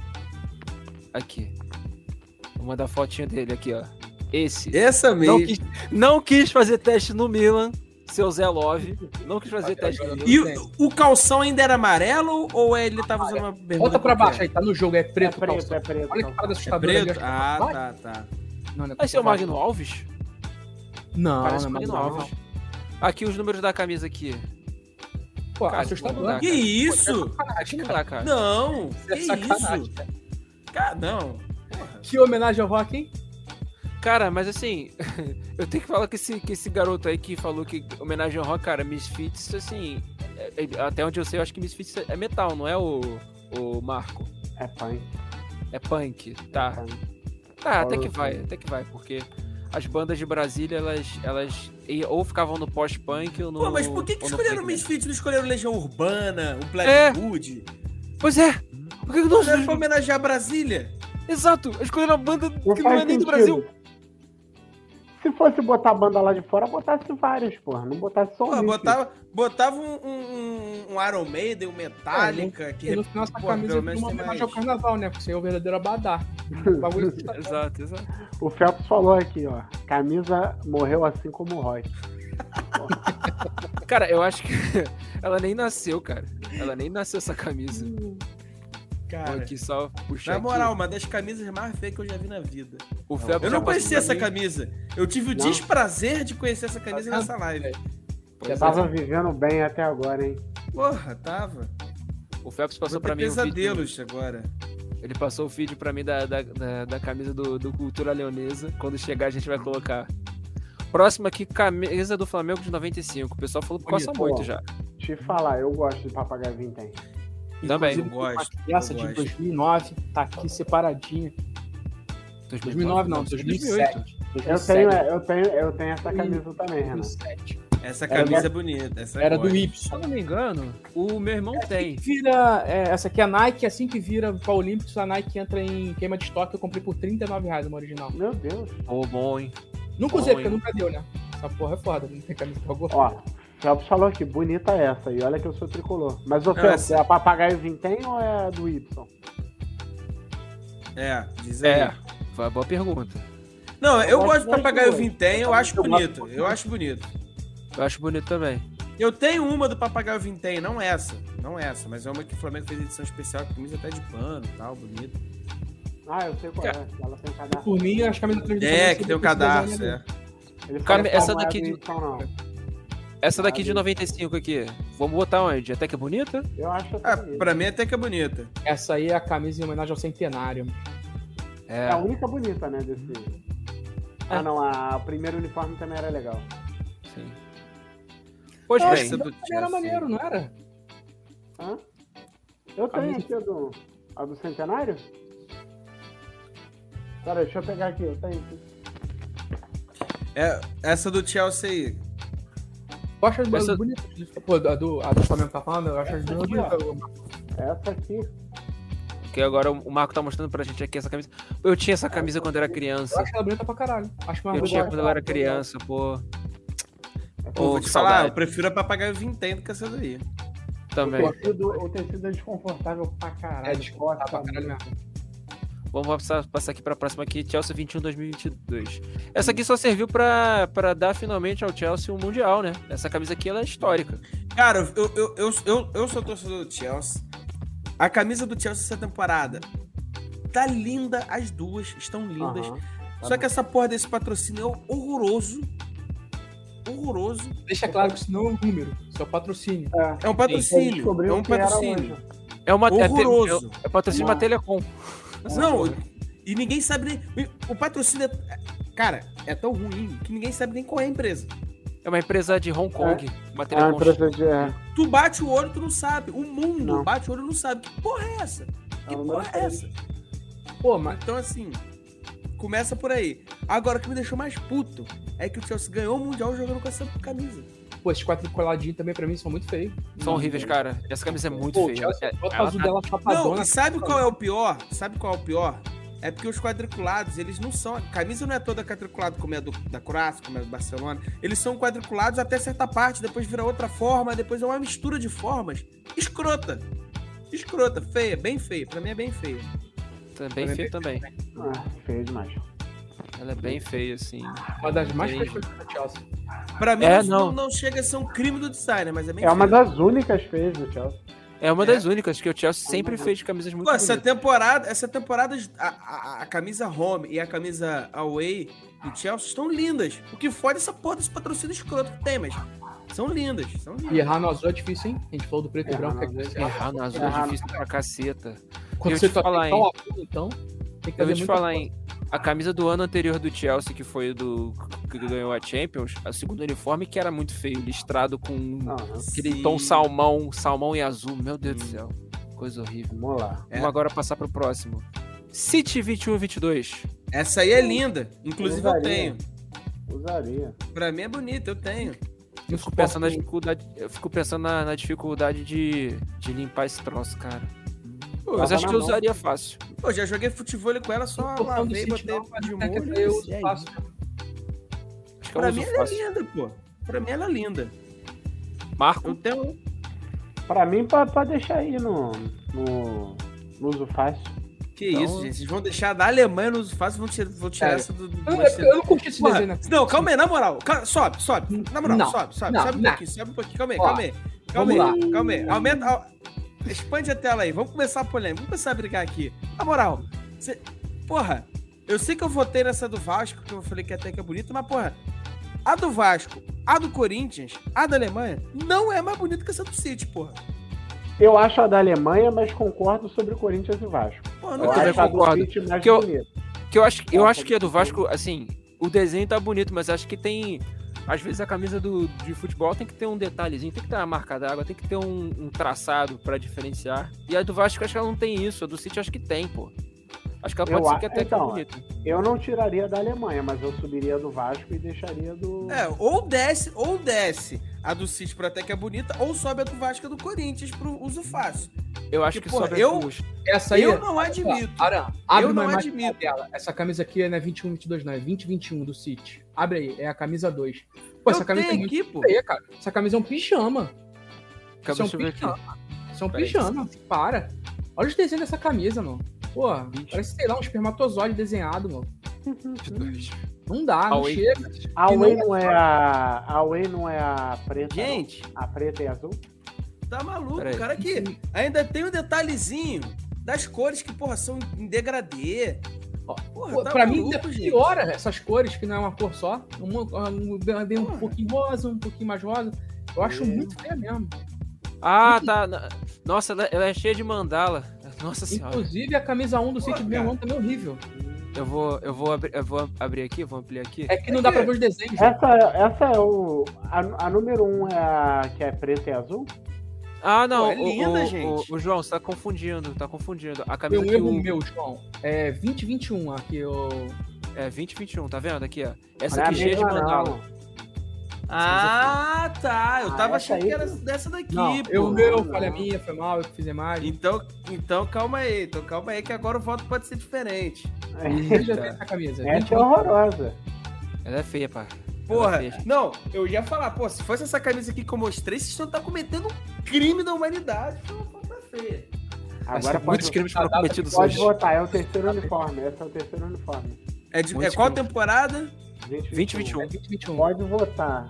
Aqui. Vou mandar a fotinha dele aqui, ó. Esse. Essa mesmo. Não quis fazer teste no Milan, seu Zé Love. Não quis fazer teste no Milan. E o calção ainda era amarelo ou ele tava usando uma bermuda? Volta pra qualquer? baixo aí, tá no jogo, é preto. É preto, calção. é preto. Olha que parada É assustadora ali. preto? Ah, tá. Não, não é Esse é o Kosovar. Magno Alves? Não, Parece não, o Magno não. Alves. Aqui os números da camisa aqui. Pô, Cara, assustador. não dá, Que isso? Acho que não dá, cara. Não, É que sacanagem, isso? cara. Cara, não. Que homenagem ao rock, hein? Cara, mas assim, eu tenho que falar que esse garoto aí que falou que homenagem ao rock, cara, Misfits, assim, até onde eu sei, eu acho que Misfits é metal, não é o Marco? É punk. É punk, tá. Tá, até que vai, porque as bandas de Brasília, elas ou ficavam no post-punk ou no... Pô, mas por que escolheram o Misfits, não escolheram Legião Urbana, o Playwood? Pois é! Por que não escolheram pra homenagear Brasília? Exato! Escolheram uma banda que não é nem do Brasil. Se fosse botar a banda lá de fora, botasse várias, porra. Não botasse só um. Botava um Iron Maiden, um Metallica. Que no final essa camisa é uma homenagem ao carnaval, né? Porque você é o verdadeiro Abadá. Exato. O Phelps falou aqui, ó. Camisa morreu assim como o Roy. Cara, eu acho que ela nem nasceu, cara. Ela nem nasceu essa camisa. Cara, aqui só puxar na moral, uma das camisas mais feias que eu já vi na vida. Eu não conhecia essa camisa. Eu tive o desprazer de conhecer essa camisa nessa live. Você tava vivendo bem até agora, hein? Porra, tava. O Phelps passou pra mim pesadelos agora. Ele passou o feed pra mim da camisa do Cultura Leonesa. Quando chegar a gente vai colocar. Próximo aqui, camisa do Flamengo de 95. O pessoal falou que gosta muito já. Te falar, eu gosto de Papagaio Vintém. Também. Eu gosto. Essa de 2009 tá aqui separadinha. 2009 não, 2007. Eu tenho essa camisa também, Renan. Essa camisa é bonita. Era do Y. Se eu não me engano, o meu irmão tem. Essa aqui é a Nike, assim que vira para o Olímpicos, a Nike entra em queima de estoque. Eu comprei por R$39 uma original. Meu Deus. Bom, hein? Nunca usei, porque nunca deu, né? Essa porra é foda, não tem camisa pra gostar. Ó, o Phelps falou aqui, bonita essa, e olha que eu sou tricolor. Mas o Phelps, é a Papagaio Vintém ou é a do Y? Diz aí. Foi uma boa pergunta. Não, eu gosto de Papagaio Vintém, eu acho bonito. Eu acho bonito também. Eu tenho uma do Papagaio Vintém, não essa, mas é uma que o Flamengo fez edição especial, com camisa até de pano e tal, bonita. Ah, eu sei qual é. Ela tem cadastro. Por mim, as camisas que tem o cadastro, Essa daqui de... Essa daqui de 95 aqui, vamos botar onde? Até que é bonita? Eu acho pra mim até que é bonita. Essa aí é a camisa em homenagem ao centenário. É a única bonita, né, desse... Ah, não, o primeiro uniforme também era legal. Sim. Pois bem. Era maneiro, não era? Hã? Eu tenho aqui a do centenário? Pera, deixa eu pegar aqui, eu tenho aqui. Essa do Chelsea aí. Eu acho as bonitas. Pô, a do Flamengo tá falando, eu acho as bonitas. Essa aqui. Porque agora o Marco tá mostrando pra gente aqui essa camisa. Eu tinha essa camisa quando era criança. Eu acho ela bonita pra caralho. Eu tinha quando eu era criança, pô. Vou te falar, eu prefiro a Papagaio Vintém do que essa daí. Também. O tecido é desconfortável pra caralho. É desconfortável pra caralho mesmo. Vamos passar aqui pra próxima aqui, Chelsea 21-2022. Essa aqui só serviu pra dar finalmente ao Chelsea um Mundial, né? Essa camisa aqui, ela é histórica. Cara, eu sou torcedor do Chelsea. A camisa do Chelsea essa temporada tá linda, as duas estão lindas. Só que essa porra desse patrocínio é horroroso. Deixa claro que isso não é um número, isso é um patrocínio. É um patrocínio. É um patrocínio. Horroroso. É patrocínio de uma Telecom. Não, e ninguém sabe nem... O patrocínio cara, é tão ruim que ninguém sabe nem qual é a empresa. É uma empresa de Hong Kong. Uma empresa de... Tu bate o olho, tu não sabe. O mundo bate o olho e não sabe. Que porra é essa? Pô, mas... Então, assim, começa por aí. Agora, o que me deixou mais puto é que o Chelsea ganhou o Mundial jogando com essa camisa. Pô, esses quadriculadinhos também, pra mim, são muito feios. São horríveis, cara. Essa camisa é muito feia. Bota o azul dela chapadona. Não, e sabe qual é o pior? É porque os quadriculados, eles não são... A camisa não é toda quadriculada como é da Croácia, como é do Barcelona. Eles são quadriculados até certa parte, depois vira outra forma, depois é uma mistura de formas. Escrota, feia, bem feia. Pra mim é bem feia. Bem feia também. Feia demais. Ela é bem feia, assim. Uma das mais feias do Chelsea. Pra mim não chega a ser um crime do designer, mas é bem feia. É uma das únicas feias do Chelsea. É uma das únicas que o Chelsea sempre fez camisas muito bonitas. Essa temporada a camisa home e a camisa away do Chelsea estão lindas. O que fode essa porra desse patrocínio escroto que tem, mas são lindas. E errar no azul é difícil, hein? A gente falou do preto e branco. Errar no azul é difícil pra caceta. Quando você tá então, tem que eu vou te falar, hein? a camisa do ano anterior do Chelsea, que foi do que ganhou a Champions, a segunda uniforme, que era muito feio, listrado com aquele tom salmão e azul. Meu Deus do céu. Coisa horrível. Vamos lá. Vamos agora passar pro próximo. City 21-22. Essa aí é linda. Inclusive eu tenho. Usaria. Pra mim é bonita, eu tenho. Eu fico pensando na dificuldade de limpar esse troço, cara. Pô, mas acho que eu usaria fácil. Pô, já joguei futebol com ela, só lavei, botei de molho. Eu uso fácil. Acho que pra mim ela é linda, pô. Pra mim ela é linda. Marco? Eu tenho. Pra mim, pra deixar aí no uso fácil. Que isso, gente. Vocês vão deixar da Alemanha no uso fácil, vão tirar essa do eu não curti esse desenho, né? Não, calma aí, na moral. Sobe. Na moral, sobe um pouquinho. Calma aí. Aumenta. Expande a tela aí. Vamos começar a polêmica. Vamos começar a brigar aqui. Na moral, porra, eu sei que eu votei nessa do Vasco, que eu falei que até que é bonita, mas, porra, a do Vasco, a do Corinthians, a da Alemanha, não é mais bonita que essa do City, porra. Eu acho a da Alemanha, mas concordo sobre o Corinthians e Vasco. Pô, eu também concordo. Eu acho que a do Vasco, assim, o desenho tá bonito, mas acho que tem... Às vezes a camisa de futebol tem que ter um detalhezinho, tem que ter uma marca d'água, tem que ter um traçado pra diferenciar. E a do Vasco acho que ela não tem isso, a do City acho que tem, pô. Acho que ela pode ser que até que é bonita. Eu não tiraria da Alemanha, mas eu subiria do Vasco e deixaria do... ou desce a do City pra até que é bonita, ou sobe a do Vasco e a do Corinthians pro uso fácil. Eu acho que sobe essa aí. Eu não admito. Abre uma imagem dela. Essa camisa aqui não é 21-22, não. É 20-21 do City. Abre aí. É a camisa 2. Pô, essa camisa é muito feia, cara. Essa camisa é um pijama. Isso é um pijama. Isso é um pijama. Para. Olha os desenhos dessa camisa, mano. Pô, parece, sei lá, um espermatozoide desenhado, mano. Não dá, não chega. A Away não é a preta. Gente. A preta e azul? Tá maluco, cara, aqui. Ainda tem um detalhezinho das cores que, porra, são em degradê. Porra, pra mim, piora essas cores, que não é uma cor só. Um pouquinho rosa, um pouquinho mais rosa. Eu acho muito feia mesmo. Tá. Nossa, ela é cheia de mandala. Nossa senhora. Inclusive, a camisa 1 do City do meu ano também é horrível. Eu vou abrir aqui, vou ampliar aqui. É que não dá pra ver os desenhos. Essa é a número 1 é a que é preta e azul? Não. É linda, gente. O João, você tá confundindo. A camisa meu, João. É 20-21 aqui, É 20-21, tá vendo? Aqui, ó. Essa aqui cheia de mandala. Tá. Eu tava achando que era dessa daqui, pô. Eu falei a minha, foi mal, eu que fiz a imagem. Então calma aí. Que agora o voto pode ser diferente. Deixa eu ver essa camisa. Essa é horrorosa. Ela é feia, pá. Porra, não, eu ia falar, pô, se fosse essa camisa aqui que eu mostrei, vocês estão cometendo um crime da humanidade. Então, tá feia. Agora muitos crimes foram cometidos hoje. Pode votar, é o terceiro uniforme. Esse é o terceiro uniforme. É qual temporada? 2021. Pode votar.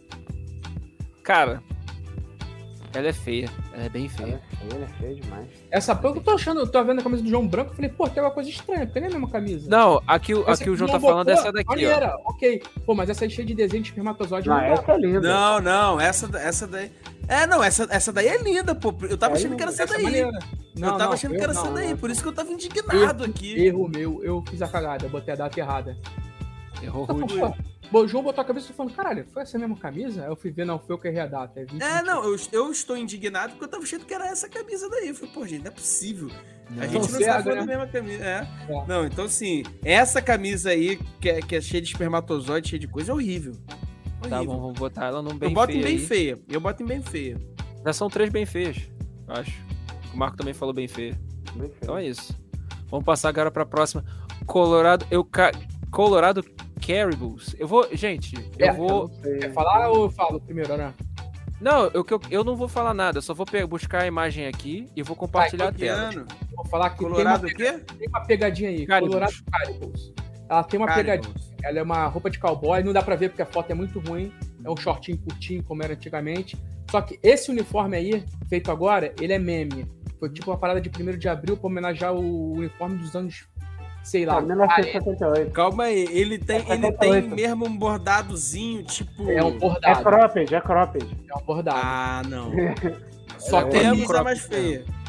Cara, ela é feia. Ela é bem feia. Ela é feia demais. Essa eu tô achando, eu tô vendo a camisa do João Branco, eu falei, pô, tem uma coisa estranha, porque nem é a mesma camisa. Não, aqui o João tá falando dessa daqui, maneira, ok. Pô, mas essa aí cheia de desenho de espermatozoide. Essa é linda. Não, essa daí... essa daí é linda, pô. Eu tava achando que era essa daí. Eu tava achando que era essa daí, por isso que eu tava indignado aqui. Erro meu, eu fiz a cagada, eu botei a data errada. Errou ruim. O João botou a cabeça e falando, caralho, foi essa mesma camisa? Aí eu fui ver, não, foi eu que errei a data. Eu estou indignado porque eu tava achando que era essa camisa daí. Eu falei, pô, gente, não é possível. A gente não tá falando da mesma camisa. Não, então assim, essa camisa aí, que é cheia de espermatozoide, cheia de coisa, é horrível. Tá bom, vamos botar ela num bem feia. Eu boto em bem feia. Eu boto em bem feia. Já são 3 bem feias, eu acho. O Marco também falou bem feia. Então é isso. Vamos passar agora pra próxima. Colorado Caribous. Gente, eu vou... Quer falar ou eu falo primeiro, né? Não, eu não vou falar nada. Eu só vou buscar a imagem aqui e vou compartilhar a tela. Vou falar que Colorado o quê? Tem uma pegadinha aí. Caribous. Colorado Caribous. Ela tem uma pegadinha. Ela é uma roupa de cowboy. Não dá pra ver porque a foto é muito ruim. É um shortinho curtinho, como era antigamente. Só que esse uniforme aí, feito agora, ele é meme. Foi tipo uma parada de 1º de abril pra homenagear o uniforme dos anos... Sei lá. 1978. Calma aí, ele tem mesmo um bordadozinho, tipo... É um bordado. É cropped. É um bordado. Ah, não. Só tem a camisa mais feia.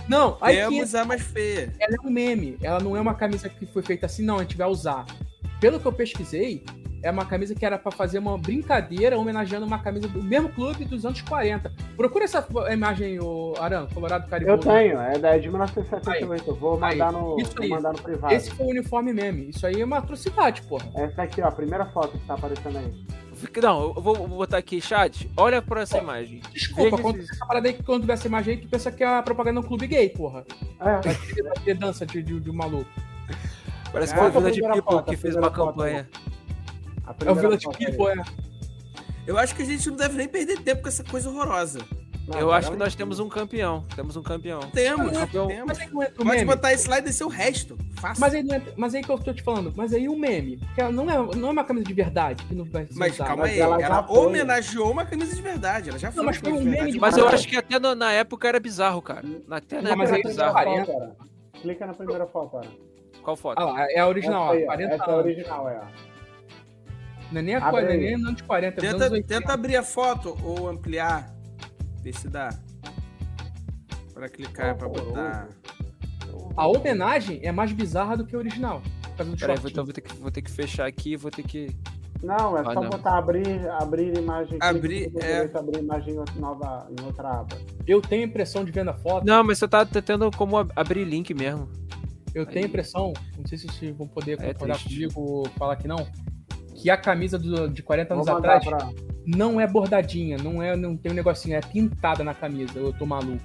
Não, aí temos a mais feia. Ela é um meme. Ela não é uma camisa que foi feita assim, não, a gente vai usar. Pelo que eu pesquisei, é uma camisa que era pra fazer uma brincadeira homenageando uma camisa do mesmo clube dos anos 40. Procura essa imagem, o Aran, Colorado Caribou. Eu tenho, é de 1978. Eu vou mandar no privado. Esse foi o uniforme meme. Isso aí é uma atrocidade, porra. Essa aqui, ó, a primeira foto que tá aparecendo aí. Não, eu vou botar aqui, chat. Olha por essa imagem. Desculpa, quando essa parada aí, quando vê essa imagem aí, tu pensa que é a propaganda de um clube gay, porra. Vai ter dança de maluco. Parece que foi o Village People que fez uma campanha. É o Village People, é. Eu acho que a gente não deve nem perder tempo com essa coisa horrorosa. Eu acho que nós temos um campeão. Temos. Mas pode botar esse lá e descer o resto. Fácil. Mas aí que eu tô te falando. Mas aí o meme. Porque ela não é uma camisa de verdade. Que não vai ser mas usada. calma aí. Ela homenageou uma camisa de verdade. Ela já foi. Mas foi um meme. Mas eu acho que até na época era bizarro, cara. Até na época era bizarro. Clica na primeira foto, cara. Qual foto? Ah lá, é a original. Essa, 40 essa é a original, é. Não é nem anos de 40. Tenta abrir a foto ou ampliar. Vê se dá. Pra clicar, pra botar. A homenagem é mais bizarra do que a original. Peraí, então vou ter que fechar aqui e vou ter que... Não, é só botar abrir imagem. Abrir imagem nova em outra aba. Eu tenho a impressão de vendo a foto. Não, mas você tá tendo como abrir link mesmo. Eu tenho a impressão, não sei se vocês vão poder concordar comigo ou falar que não, que a camisa de 40 anos atrás não é bordadinha, não tem um negocinho, é pintada na camisa. Eu tô maluco.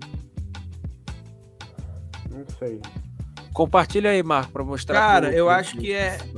Não sei. Compartilha aí, Marco, pra mostrar. Cara, eu acho que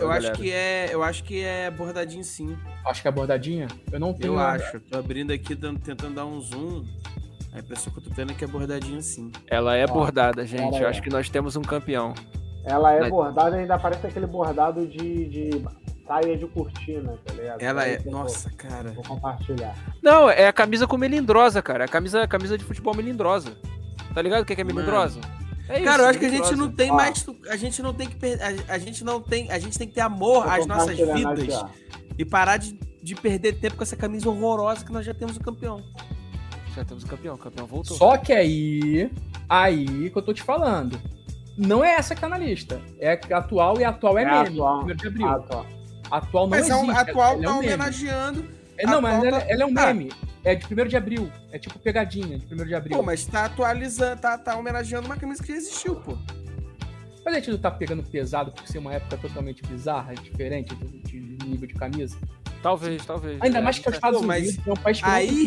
é bordadinho sim. Acho que é bordadinha? Eu não tenho. Eu acho. Tô abrindo aqui, tentando dar um zoom. A impressão que eu tô tendo é que é bordadinho sim. Ela é bordada, gente. Eu acho que nós temos um campeão. Ela é bordada e ainda parece aquele bordado de saia de cortina, tá ligado? Ela é. Nossa, cara. Vou compartilhar. Não, é a camisa com melindrosa, cara. A camisa de futebol melindrosa. Tá ligado o que é melindrosa? É isso, cara, eu acho que a gente não tem mais. A gente não tem que perder. A gente tem que ter amor às nossas vidas e parar de perder tempo com essa camisa horrorosa que nós já temos o campeão. Já temos o campeão voltou. Só que aí que eu tô te falando. Não é essa que tá na lista. É a atual e a atual é meme. Atual. 1º de abril. Atual não existe. Mas a atual tá um homenageando. Mas ela é um meme. É de 1º de abril. É tipo pegadinha de 1º de abril. Pô, mas tá atualizando, tá homenageando uma camisa que já existiu, pô. Mas a gente não tá pegando pesado por ser uma época totalmente bizarra, diferente de nível de camisa? Talvez. Ainda mais que os Estados Unidos é um país que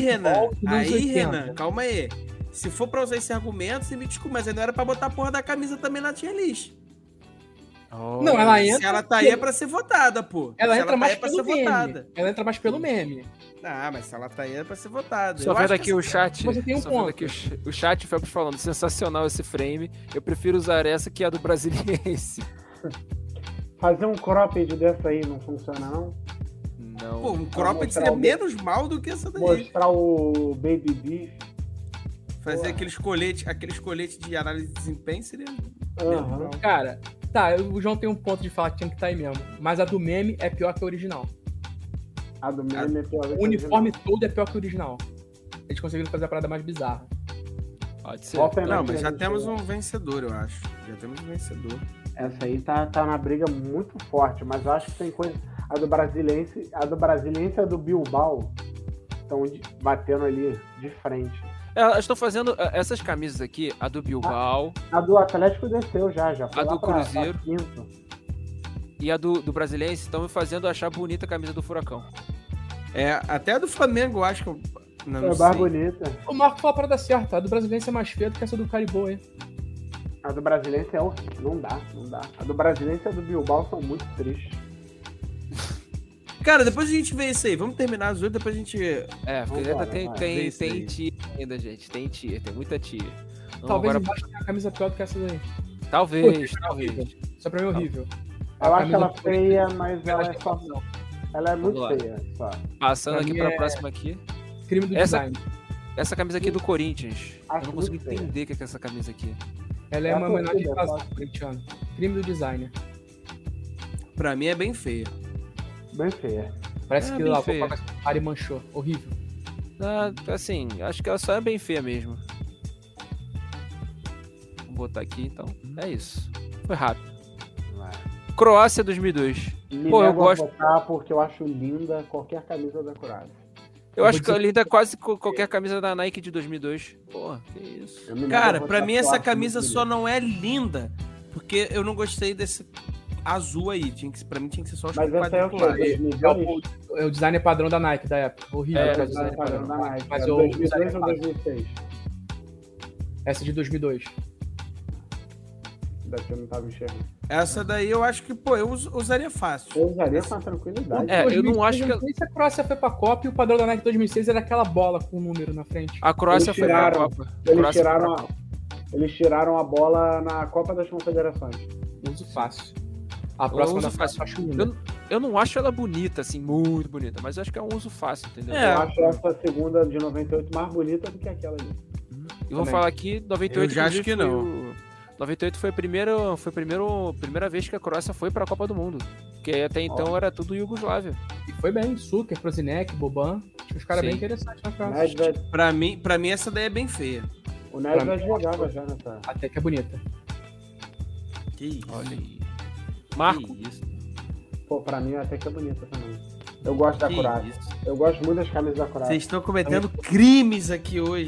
Renan, calma aí. Se for pra usar esse argumento, você me desculpa, mas aí não era pra botar a porra da camisa também na tier list. Não, ela entra... Se ela tá aí é pra ser votada, pô. Ela entra mais pelo meme. Ela entra mais pelo meme. Ah, mas se ela tá aí é pra ser votada. Só vendo aqui o chat. Você tem um ponto. Aqui o chat, o Felps falando, sensacional esse frame. Eu prefiro usar essa que a do Brasiliense. Fazer um cropped dessa aí não funciona, não? Não. Pô, um cropped seria menos mal do que essa daí. Mostrar o Baby Beef. Fazer aqueles coletes de análise de desempenho seria... Cara, o João tem um ponto de falar que tinha que estar aí mesmo. Mas a do meme é pior que a original. A do meme é pior que a original. O uniforme todo é pior que o original. Eles conseguiram fazer a parada mais bizarra. Pode ser. Não, mas já temos um vencedor, eu acho. Já temos um vencedor. Essa aí tá na briga muito forte, mas eu acho que tem coisa... A do Brasiliense e a do Bilbao estão batendo ali de frente. Elas estão fazendo essas camisas aqui, a do Bilbao. A do Atlético desceu já foi a do Cruzeiro. Quinto. E a do Brasiliense estão me fazendo achar bonita a camisa do Furacão. Até a do Flamengo, eu acho que é mais bonita. O Marco falou a parada certa. A do Brasiliense é mais feia do que essa do Caribou, hein? A do Brasiliense é horrível. Não dá. A do Brasiliense e a do Bilbao são muito tristes. Cara, depois a gente vê isso aí. Vamos terminar as outras, depois a gente... porque ainda tem tia ainda, gente. Tem tia, tem muita tia. Então, talvez embaixo tenha a camisa pior do que essa daí. Talvez. Isso pra mim é horrível. Eu acho ela feia, mas ela é só... Ela é muito feia. Só. Passando aqui pra próxima aqui. Crime do design. Essa camisa aqui é do Corinthians. Eu não consigo entender o que é essa camisa aqui. Ela é uma homenagem de casal corintiano. Crime do designer. Pra mim é bem feia. Bem feia. Parece que ela a e manchou. Horrível. Assim, acho que ela só é bem feia mesmo. Vou botar aqui, então. É isso. Foi rápido. Croácia 2002. Pô, eu gosto porque eu acho linda qualquer camisa da Croácia. Eu acho que é linda quase qualquer camisa da Nike de 2002. Porra, que isso. Cara, pra mim essa camisa só não é linda porque eu não gostei desse azul aí. Pra mim tinha que ser só os quadriculares. É o design padrão da Nike da época. Horrível. É o design padrão da Nike. Mas 2002 ou 2006? Essa é de 2002. Daqui eu não tava enxergando. Essa daí eu acho que, eu usaria fácil. Eu usaria com tranquilidade. Eu não acho que... Não sei se a Croácia foi pra Copa e o padrão da Nike 2006 era aquela bola com o número na frente. A Croácia foi pra Copa. Eles tiraram a bola na Copa das Confederações. Uso fácil. A próxima da fácil. Eu não acho ela bonita, assim, muito bonita, mas eu acho que é um uso fácil, entendeu? Eu acho essa segunda de 98 mais bonita do que aquela ali. Eu vou falar aqui, 98 eu já acho que não. 98 foi a primeira vez que a Croácia foi para a Copa do Mundo. Porque até então era tudo Iugoslávia. E foi bem, Suker, Prozinec, Boban. Tinha uns caras bem interessantes na Croácia. Pra mim, essa daí é bem feia. O Nedved jogava já nessa. Até que é bonita. Que isso. Olha aí. Marco. Que isso. Pô, pra mim até que é bonita também. Eu gosto da Croácia. Eu gosto muito das camisas da Croácia. Vocês estão cometendo crimes aqui hoje.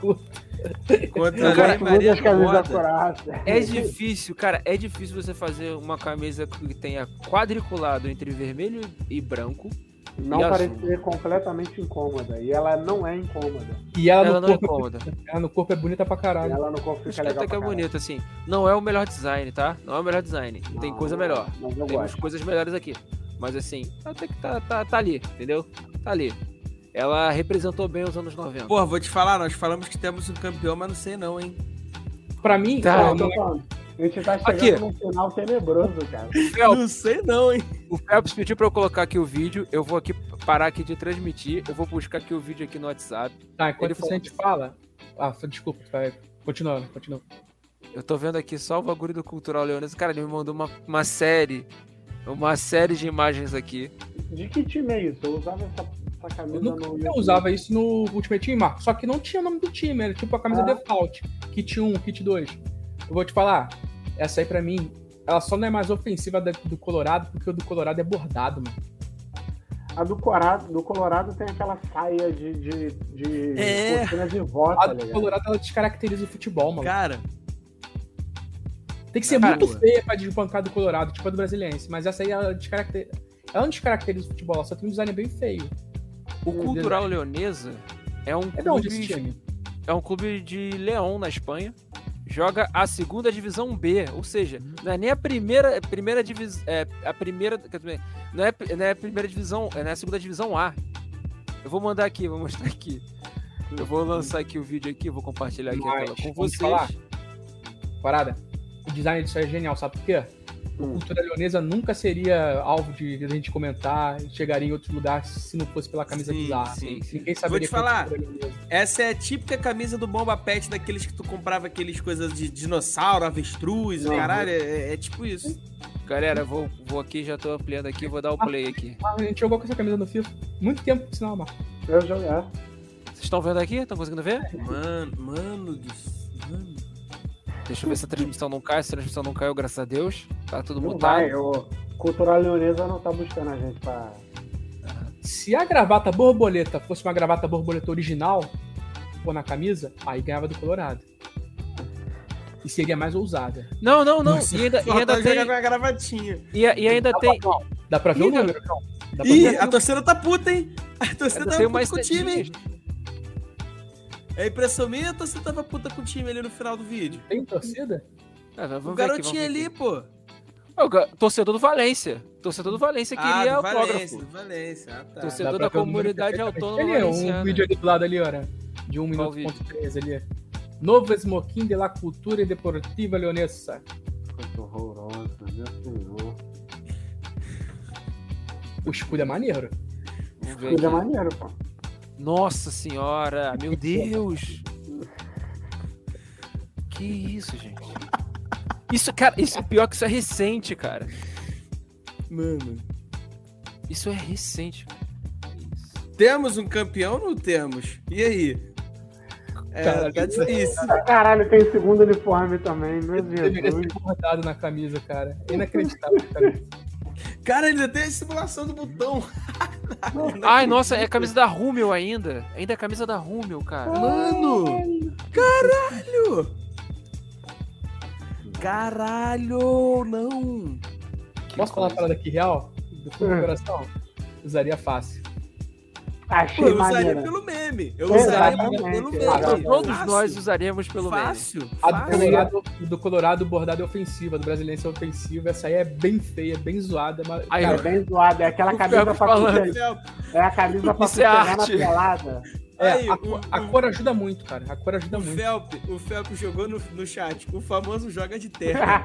Contra a Maria da Croácia. É difícil, cara. É difícil você fazer uma camisa que tenha quadriculado entre vermelho e branco. Não parecer completamente incômoda. E ela não é incômoda. E ela não é incômoda. Ela no corpo é bonita pra caralho. Ela no corpo fica legal. Até que é bonita, assim. Não é o melhor design, tá? Não é o melhor design. Não, tem coisa melhor. Temos coisas melhores aqui. Mas assim, até que tá ali, entendeu? Tá ali. Ela representou bem os anos 90. Porra, vou te falar, nós falamos que temos um campeão, mas não sei não, hein? Pra mim, tá, a gente tá chegando num final tenebroso, cara. Não sei não, hein? O Phelps pediu pra eu colocar aqui o vídeo. Eu vou aqui parar aqui de transmitir. Eu vou buscar aqui o vídeo aqui no WhatsApp. Tá, enquanto a gente fala... desculpa, vai. Continua. Eu tô vendo aqui só o bagulho do Cultural Leonesa. Cara, ele me mandou uma série de imagens aqui. De que time é isso? Eu usava essa camisa eu usava isso no Ultimate Team, Marco. Só que não tinha o nome do time, era tipo a camisa default. Kit 1, Kit 2. Eu vou te falar, essa aí pra mim, ela só não é mais ofensiva do Colorado, porque o do Colorado é bordado, mano. A do Colorado tem aquela saia de cortina de volta. A do Colorado, ela descaracteriza o futebol, mano. Cara... Tem que ser muito feia pra desbancar do Colorado, tipo a do Brasiliense. Mas essa aí, ela não descaracteriza o futebol, ela só tem um design bem feio. O Cultural Leonesa é um clube de León, na Espanha. Joga a segunda divisão B, ou seja, não é nem a primeira divisão, não é a primeira divisão, é a segunda divisão A. Eu vou mandar aqui, vou mostrar aqui. Eu vou lançar aqui o vídeo aqui, vou compartilhar aqui a tela com vocês. Falar? Parada. O design disso é genial, sabe por quê? A cultura leonesa nunca seria alvo de a gente comentar e chegaria em outros lugares se não fosse pela camisa bizarra. Sim. Ninguém saberia. Vou te falar, essa é a típica camisa do Bomba Pet, daqueles que tu comprava aqueles coisas de dinossauro, avestruz, caralho, é tipo isso. Galera, vou aqui, já tô ampliando aqui, vou dar o play aqui. A gente jogou com essa camisa no FIFA muito tempo, por sinal, Marco. Eu joguei. Vocês estão vendo aqui? Estão conseguindo ver? Mano do céu. Deixa eu ver se a transmissão não cai. Se a transmissão não caiu, graças a Deus. Tá tudo mutado. Cultural Leonesa não tá buscando a gente pra... Se a gravata borboleta fosse uma gravata borboleta original, pôr na camisa, aí ganhava do Colorado. E seria mais ousada. Não. E ainda tem... com a gravatinha. E ainda tem... Dá pra ver o número, não? A torcida tá puta, hein? A torcida tá puta com o time, hein? É impressão minha, a torcida tava puta com o time ali no final do vídeo. Tem torcida? O garotinho ali, pô. Torcedor do Valência. Torcedor do Valência queria autógrafo. Do Valência, tá. Torcedor da comunidade autônoma valenciana. Um vídeo ali do lado ali, ó. De 1 minuto e 13 ali. Novo Smoking de la Cultura Deportiva Leonesa. Coisa horrorosa, meu senhor. O escudo é maneiro. O escudo é maneiro, pô. Nossa senhora, meu Deus! Que isso, gente? Isso, cara, pior que isso é recente, cara. Mano. Isso é recente. Temos um campeão ou não temos? E aí? É, tá difícil. Caralho, tem segundo uniforme também, meu Deveria Jesus. ser bordado na camisa, cara. Inacreditável, cara. Cara, ainda tem a simulação do botão. Ai, nossa, é a camisa da Rummel ainda. Ainda é a camisa da Rummel, cara. Mano! Caralho! Caralho! Não! Posso falar uma parada aqui real? Do fundo do coração? Usaria fácil. Achei Pô, eu usaria maneiro. pelo meme. Eu usaria pelo meme. Todos Fácil. nós usaríamos pelo meme. Fácil. A do Colorado bordada é ofensiva, a do Brasiliense é ofensiva. Essa aí é bem feia, bem zoada. Mas, Aí, É cara, bem zoado, é aquela camisa pra falando. puxar. É a camisa pra Isso é puxar na arte. pelada. Aí, a cor ajuda muito, cara. A cor ajuda muito. O Felp jogou no chat. O famoso joga de terra.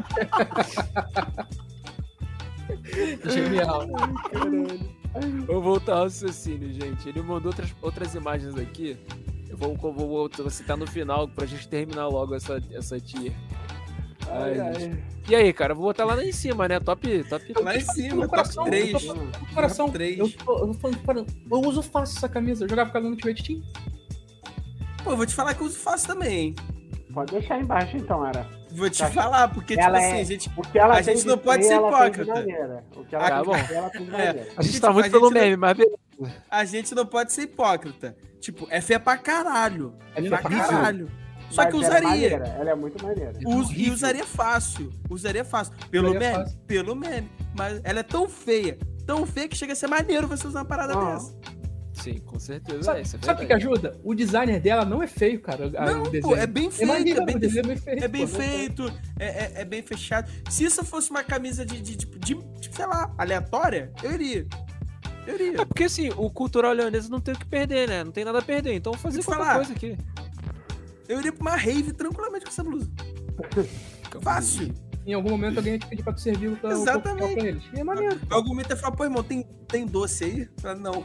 Genial. Vou voltar ao raciocínio, gente. Ele mandou outras imagens aqui. Eu vou citar no final pra gente terminar logo essa tier. Ai. E aí, cara, eu vou botar lá em cima, né? Top. Lá em cima, No coração, top 3. no coração, Top 3. eu uso fácil essa camisa. Eu jogava com ela no Ultimate Team. Pô, eu vou te falar que eu uso fácil também. Pode deixar aí embaixo então, Ara. Vou te falar, porque, tipo Ela assim, é- gente. O que ela A tem gente de não pode feio, ser ela tem de hipócrita. maneira. O que ela Tá tem bom. de feio, ela tem de É. maneira. A gente Tipo, tá muito a pelo gente não- meme, mas beleza. A gente não pode ser hipócrita. Tipo, é feia pra caralho. É linda Pra pra caralho. Só Mas que eu ela é usaria. maneira, ela é muito maneira. E usaria fácil. Usaria fácil. Pelo Usaria meme? fácil. Pelo meme. Mas ela é tão feia que chega a ser maneiro você usar uma parada Ah. dessa. Sim, com certeza. Sabe, Isso é sabe o que verdade. ajuda? O designer dela não é feio, cara. Não, o pô, desenho. é bem feito. maneiro, É bem o desenho é bem feito. É bem pô. feito, é bem fechado. Se isso fosse uma camisa de, sei lá, aleatória, eu iria. É porque assim, o cultural leonês não tem o que perder, né? Não tem nada a perder. Então vou fazer Vou te qualquer falar. coisa aqui. Eu iria pra uma rave tranquilamente com essa blusa. Fácil. Em algum momento alguém ia te pedir pra tu servir o Exatamente. pra eles. E é maneiro. Algum momento eu falo, pô, irmão, tem doce aí? Eu falo, não.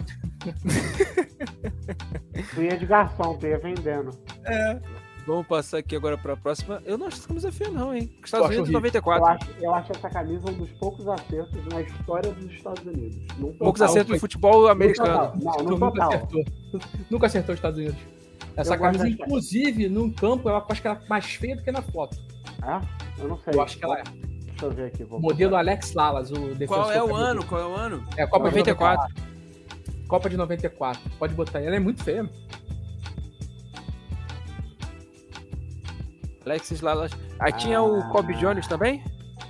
Tu ia de garçom, tu ia vendendo. Vamos passar aqui agora pra próxima. Eu não acho essa camisa feia, não, hein? Estados acho Unidos horrível. 94. Eu acho essa camisa um dos poucos acertos na história dos Estados Unidos. Num Poucos total. acertos do futebol americano. Não, Tu no nunca total. acertou. Nunca acertou os Estados Unidos. Essa Eu camisa, gosto dessa. inclusive, no campo, eu acho que ela é mais feia do que na foto. É? Eu não sei. Eu acho que ela é. Deixa eu ver aqui. Vou Modelo Alex Lalas, o defensor. Qual é o camisa. ano? Qual é o ano? É a Copa de 94. 94. Copa de 94. Pode botar aí. Ela é muito feia. Alexis Lalas. Aí tinha o Kobe Jones também?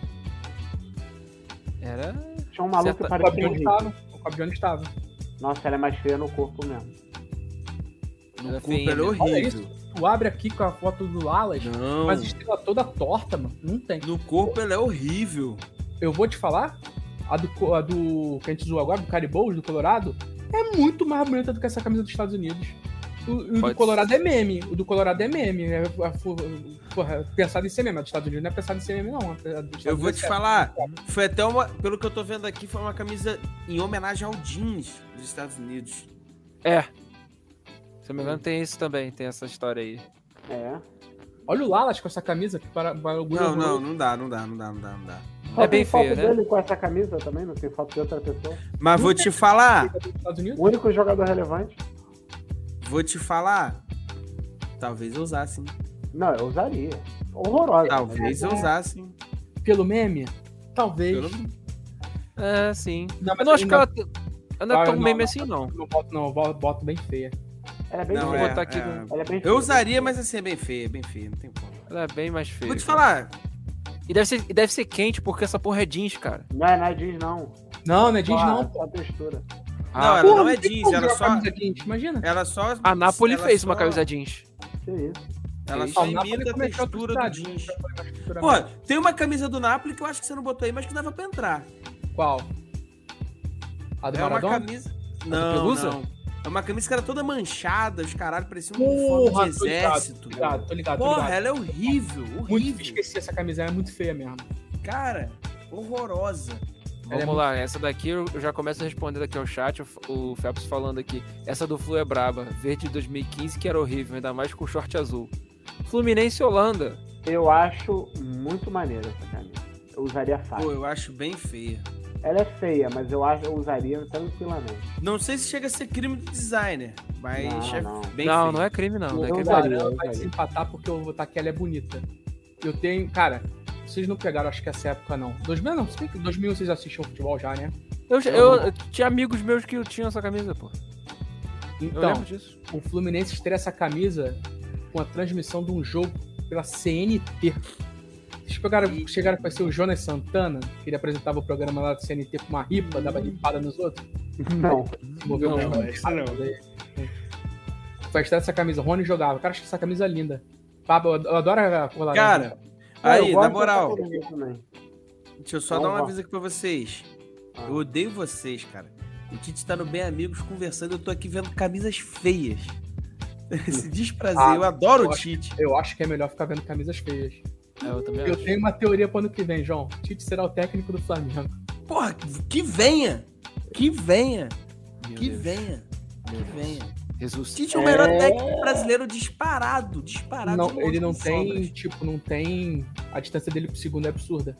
Era. Tinha um maluco Certa- que O parecia Cobb um Jones rico. estava. O Cobb Jones estava. Nossa, ela é mais feia no corpo mesmo. Era No corpo feia, ela é né? Olha horrível. isso. Tu abre aqui com a foto do Lalas, Não. mas a estrela toda torta, mano. Não tem. No corpo ela é horrível. Eu vou te falar, a do que a gente zoou agora, do Caribou, do Colorado, é muito mais bonita do que essa camisa dos Estados Unidos. O do Pode Colorado é meme. O do Colorado é meme. Porra, pensado em ser meme. A dos Estados Unidos não é pensado em ser meme, não. A dos Estados Eu vou Unidos te é falar, foi até uma, pelo que eu tô vendo aqui, foi uma camisa em homenagem ao jeans dos Estados Unidos. É. Se eu não me engano, tem isso também. Tem essa história aí. É. Olha o Lalas com essa camisa que para o Não dá. Só É bem tem foto feio, né? dele com essa camisa também, não tem foto de outra pessoa. Mas vou te falar, dos Estados Unidos. O único jogador relevante. talvez eu usasse, hein? Não, eu usaria. Horrorosa. Talvez eu usasse, hein? Pelo meme? Talvez. É, sim. Não, Eu não acho que ela. Ela não é tão não, meme não. assim, não. Não, eu boto bem feia. Ela é bem Não, vou feia. botar aqui é. no- Ela é bem feia. Eu usaria, mas assim, é bem feio, não tem como. Ela é bem mais feia. Vou te cara. falar, E deve ser quente, porque essa porra é jeans, cara. Não é jeans, não. Não é jeans, Só- não. Só textura. não, Ah, ela não Porra, é tem jeans, como ela jogar só, camisa jeans, imagina. ela só... a Napoli ela fez só- uma camisa jeans. Que isso. Ela Fez. só Ó, o Napoli imita a começou textura do outra jeans. cidade. Pô, tem uma camisa do Napoli que eu acho que você não botou aí, mas que dava pra entrar. Qual? A do É uma Maradona? camisa... do Não, Pelusa? não. É uma camisa que era toda manchada, os caralho, parecia um uniforme Porra, de tô ligado, exército. tô ligado. Porra, ela é horrível, Muito horrível. esqueci essa camisa, ela é muito feia mesmo. Cara, horrorosa. Ela é Vamos lá, essa daqui eu já começo respondendo aqui ao chat, o Phelps falando aqui. Essa do Flu é braba, verde de 2015 que era horrível, ainda mais com short azul. Fluminense e Holanda. Eu acho muito maneira essa camisa. Eu usaria fácil. Pô, eu acho bem feia. Ela é feia, mas eu usaria tranquilamente. Não sei se chega a ser crime do designer, Mas bem não, feio. não é crime, não. Não é crime. Ela vai desempatar porque eu vou botar que ela é bonita. Eu tenho, cara, vocês não pegaram, acho que essa época não. 2000 não, se bem que 2000 vocês assistiam futebol já, né? Eu tinha amigos meus que tinham essa camisa, pô. Então, eu lembro disso. O Fluminense estreia essa camisa com a transmissão de um jogo pela CNT. Vocês chegaram a conhecer o Jonas Santana, que ele apresentava o programa lá da CNT com uma ripa, dava ripada nos outros? Não. Foi a estreia dessa camisa. O Rony jogava. Cara, acho essa camisa linda. Pablo, eu adoro a cor laranja. Cara, aí, na moral, também. deixa eu só dar um aviso aqui pra vocês. Eu odeio vocês, cara. O Tite tá no Bem Amigos conversando, eu tô aqui vendo camisas feias. Esse desprazer, eu adoro o Tite. Eu acho que é melhor ficar vendo camisas feias. Eu também Eu acho. tenho uma teoria pro ano que vem, João. Tite será o técnico do Flamengo. Porra, que venha! Que venha! Meu Que Deus. venha! Meu Que Deus. venha! Jesus. Tite é o melhor técnico brasileiro disparado. Não, ele não com tem, sobras. tipo, não tem... A distância dele pro segundo é absurda.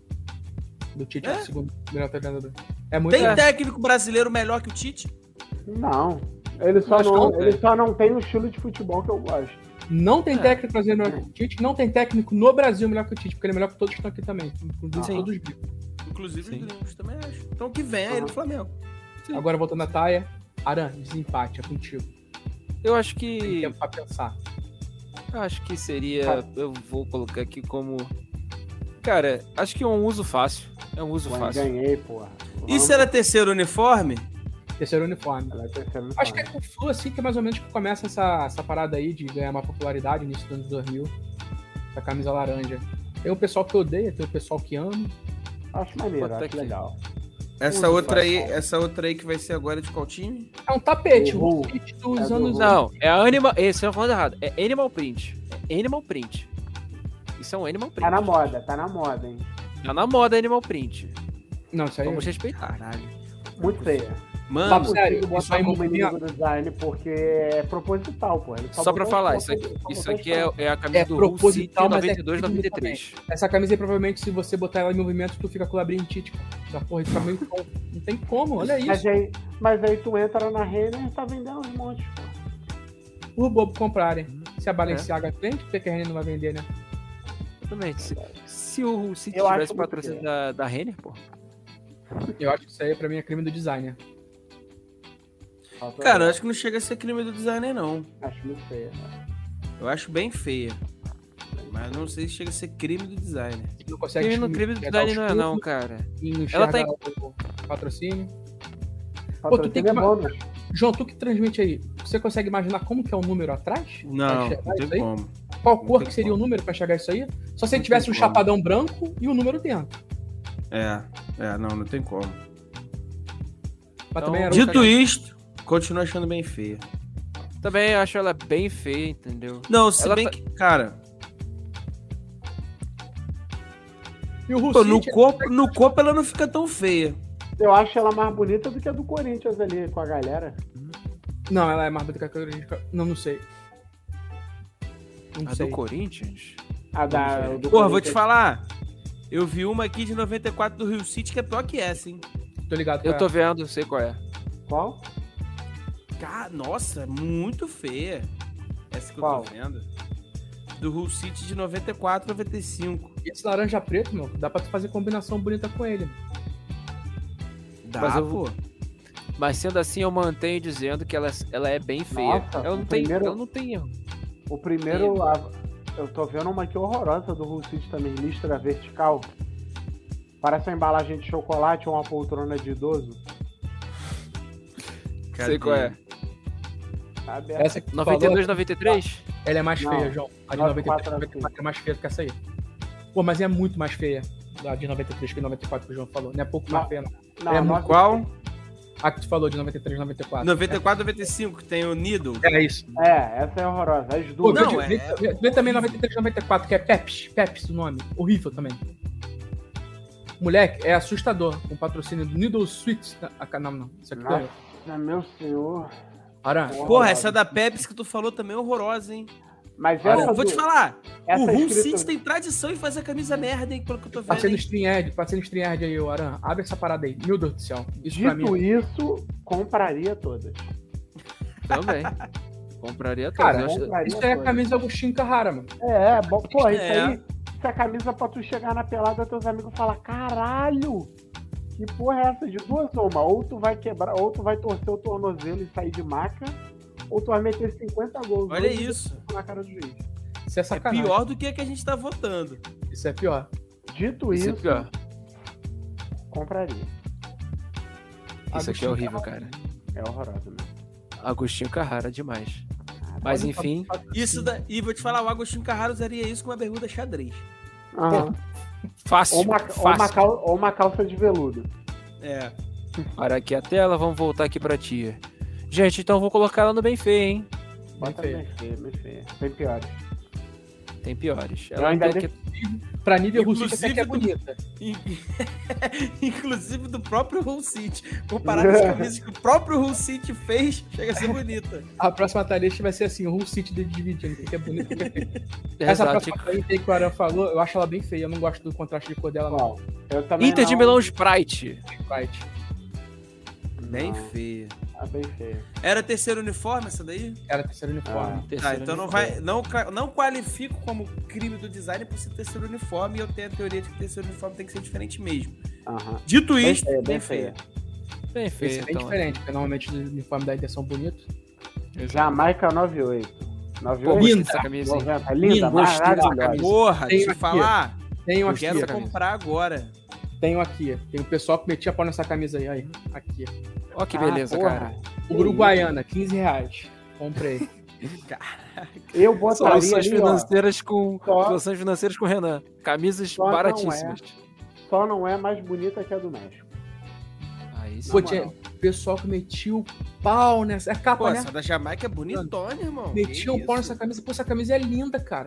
Do Tite pro segundo melhor treinador. É muito... Tem técnico brasileiro melhor que o Tite? Não. Ele só não tem o estilo de futebol que eu gosto. Não tem técnico brasileiro melhor que o Tite, não tem técnico no Brasil melhor que o Tite, porque ele é melhor que todos que estão aqui também. Inclusive todos os gringos. Inclusive os gringos também acho. Então que venha aí no Flamengo. Agora voltando à Taia. Aran, desempate, é contigo. Eu acho Tem que. tempo pra pensar. Eu acho que seria. Eu vou colocar aqui como. Cara, acho que é um uso fácil. É um uso fácil. Ganhei, porra. E se era terceiro uniforme? Terceiro uniforme. Ela é terceiro Acho que é com o Flu, assim, que é mais ou menos que começa essa parada aí de ganhar uma popularidade início dos anos 2000. Essa camisa laranja. Tem o pessoal que odeia, tem o pessoal que ama. Acho maneiro, Bota acho aqui. legal. Essa outra aí que vai ser agora de qual time? É um tapete, O um tapete dos É do anos... Não, é Animal. Esse eu falando errado. É Animal Print. É Animal Print. Isso é um Animal Print. Tá na moda, hein? Tá na moda Animal Print. Não, isso aí... Vamos respeitar. Caralho. Muito feia. Mano, Papo sério, Consigo isso botar aí como muito inimigo do design porque é proposital, pô. Ele Só pra botou falar, as isso fotos, aqui só botou é a camisa É do Hull City proposital, mas é 92, crime 93. Essa camisa aí, provavelmente, se você botar ela em movimento, tu fica com o labirintite. Essa porra fica meio... Não tem como, olha isso. Mas aí tu entra na Renner e tá vendendo uns montes, pô. Por bobo comprarem. Se a Balenciaga vende, por que a Renner não vai vender, né? Exatamente. Se o Hull City Eu acho tivesse muito patrocínio da Renner, pô. Eu acho que isso aí, pra mim, é crime do designer. cara, eu acho que não chega a ser crime do designer, não. Acho muito feia. Eu acho bem feia. Mas não sei se chega a ser crime do designer. Não consegue Crime no crime do design não é não, cara. E não Ela tá o patrocínio. Pô, tu tem Patrocínio que... é bônus. João, tu que transmite aí, você consegue imaginar como que é o número atrás? Não, Pra não enxergar tem isso aí? como. Qual Não cor tem que seria como. o número pra enxergar isso aí? Só se ele Não tivesse tem um como. chapadão branco e o número dentro. Não tem como. Mas Então, também era Dito isto, continuo achando bem feia. Também acho ela bem feia, entendeu? Não, se Ela bem tá- que, cara, E o Hull pô, City, no corpo ela não fica tão feia. Eu acho ela mais bonita do que a do Corinthians ali com a galera. Não, ela é mais bonita que a cor. Não sei. Não A sei. do Corinthians? A da, do Porra, vou te Corinthians. falar. Eu vi uma aqui de 94 do Rio City que é pior que essa, hein? Tô ligado. Eu tô vendo, sei qual é. Qual? Cara, nossa, muito feia. Essa que Qual? eu tô vendo. Do Hull City de 94, 95. E esse laranja preto, meu, dá pra tu fazer combinação bonita com ele. Dá, Mas eu- pô. Mas sendo assim, eu mantenho dizendo que ela é bem feia. Nossa, ela, não o tem, primeiro- ela não tem erro. O primeiro. Eu tô vendo uma aqui horrorosa do Hull City também, listra vertical. Parece uma embalagem de chocolate ou uma poltrona de idoso. Sei qual é. Sabe? Essa que tu 92, falou, 93? ela é mais Não. feia, João. A de 94 93 é mais feia do que essa aí. Pô, mas é muito mais feia. A de 93 que 94 que o João falou. Não é pouco mais Não. feia, não. Não, é nossa, Qual? A que tu falou de 93, 94. 94, 95, que tem o Needle. É isso. essa é horrorosa. As Pô, duas. Não, vê também 93, 94, que é Peps o nome. Horrível também. Moleque, é assustador. Com patrocínio do Needle Sweets. Não. Isso aqui Nossa, é... meu senhor. Aran, Porra, essa da Pepsi que tu falou também é horrorosa, hein? Mas Olha, essa vou do- te falar. essa O Hull escrita- City tem tradição em fazer camisa merda, hein? Pelo que eu tô vendo. passei no Hein? StreamYard aí, ô Aran. Abre essa parada aí. Meu Deus do céu. Isso pra Dito mim. isso, compraria todas. Também. Compraria todas. Cara, isso aí é a camisa do Agostinho Carrara, mano. Porra, isso aí, essa camisa pra tu chegar na pelada, teus amigos falam, caralho, que porra é essa? De duas ou uma? Ou tu vai quebrar, ou tu vai torcer o tornozelo e sair de maca, ou tu vai meter 50 gols. Olha isso. Na cara do juiz. Isso é sacanagem. Pior do que a gente tá votando. Isso é pior. Dito Isso isso, é pior. compraria. Isso aqui é horrível, cara. É horroroso, né? Agostinho Carrara demais. Mas enfim. E vou te falar, o Agostinho Carrara usaria isso com uma bermuda xadrez. Fácil. Ou uma calça de veludo. É. Para aqui a tela, vamos voltar aqui pra tia. Gente, então vou colocar ela no bem feio, hein? Bota bem feia. Tem piores. Tem piores. Eu ainda Pra nível Hull City até que é bonita. Inclusive do próprio Hull City. Comparado com as camisas que o próprio Hull City fez, chega a ser bonita. A próxima talista vai ser assim, o Hull City dividindo, o que é bonito e o que é feio. Exato. Essa próxima talista que o Aran falou, eu acho ela bem feia. Eu não gosto do contraste de cor dela, não. Eu também Inter de Milão Sprite. Bem feia. Bem feia. Era terceiro uniforme essa daí? Era terceiro uniforme. Então não qualifico como crime do design por ser terceiro uniforme, e eu tenho a teoria de que terceiro uniforme tem que ser diferente mesmo. Dito isso, bem feia. Bem feia. Bem diferente, porque normalmente os uniformes da Inter são bonitos. Jamaica 98. Linda essa camisa. 90. Linda, maravilhosa. Porra, deixa eu falar. Tenho Eu aqui. quero comprar agora. Tenho aqui. Tem o pessoal que metia pau nessa camisa aí. Aqui. Ó que beleza, cara. Uruguaiana, R$15. Comprei. Eu botaria Soluções ali, financeiras com soluções financeiras com o Renan. Camisas baratíssimas. Só não é mais bonita que a do México. Aí sim. Pô, tinha pessoal que metia o pau nessa. É capa, né? Essa da Jamaica é bonitona, irmão. Metia o pau nessa camisa. Pô, essa camisa é linda, cara.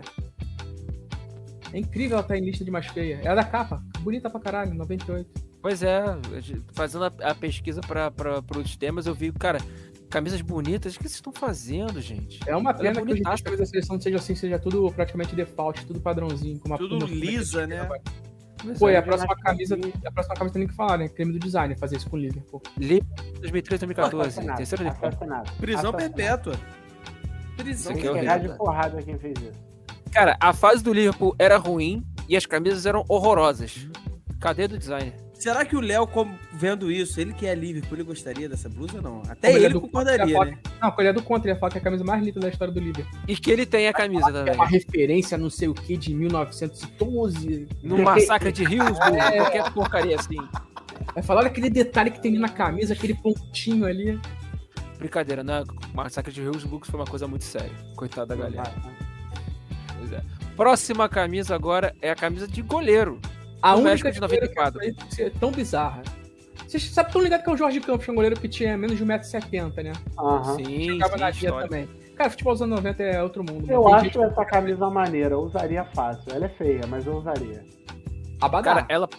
É incrível ela tá em lista de mais feia. É a da capa. Bonita pra caralho, 98. Pois é, fazendo a pesquisa para os temas, eu vi, cara, camisas bonitas. O que vocês estão fazendo, gente? É uma pena que as camisas da seleção seja assim, seja tudo praticamente default, tudo padrãozinho. Com uma tudo lisa, né? Pô, e a próxima camisa tem que falar, né? Crime do design, fazer isso com o Liverpool. Liverpool 2013, 2014. Terceiro uniforme. Prisão perpétua. Prisão perpétua. De porrada quem fez isso. Cara, a fase do Liverpool era ruim e as camisas eram horrorosas. Cadê do design? Será que o Léo, vendo isso, ele que é Liverpool, ele gostaria dessa blusa ou não? Até ele concordaria, né? Não, quando ele é do contra, ele ia falar que é a camisa mais linda da história do Liverpool. E que ele tem a camisa também. É uma referência, não sei o que, de 1912. No massacre de Hillsborough, qualquer porcaria assim. Vai falar, olha aquele detalhe que tem ali na camisa, aquele pontinho ali. Brincadeira, né? O massacre de Hillsborough foi uma coisa muito séria. Coitado da galera. Pois é. Próxima camisa agora é a camisa de goleiro. A única de 94. Que é tão bizarra. Vocês sabem tão ligado que é o Jorge Campos, que é um goleiro que tinha menos de 1,70 m, né? Sim, jogava na guia também. Cara, futebol dos anos 90 é outro mundo. Eu acho essa camisa maneira, eu usaria fácil. Ela é feia, mas eu usaria. Cara, ela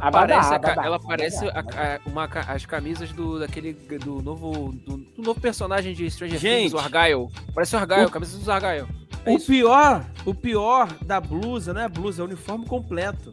parece as camisas do novo personagem de Stranger Things, o Argyle. Parece o Argyle, camisa do Argyle. O pior da blusa, não é blusa, é o uniforme completo.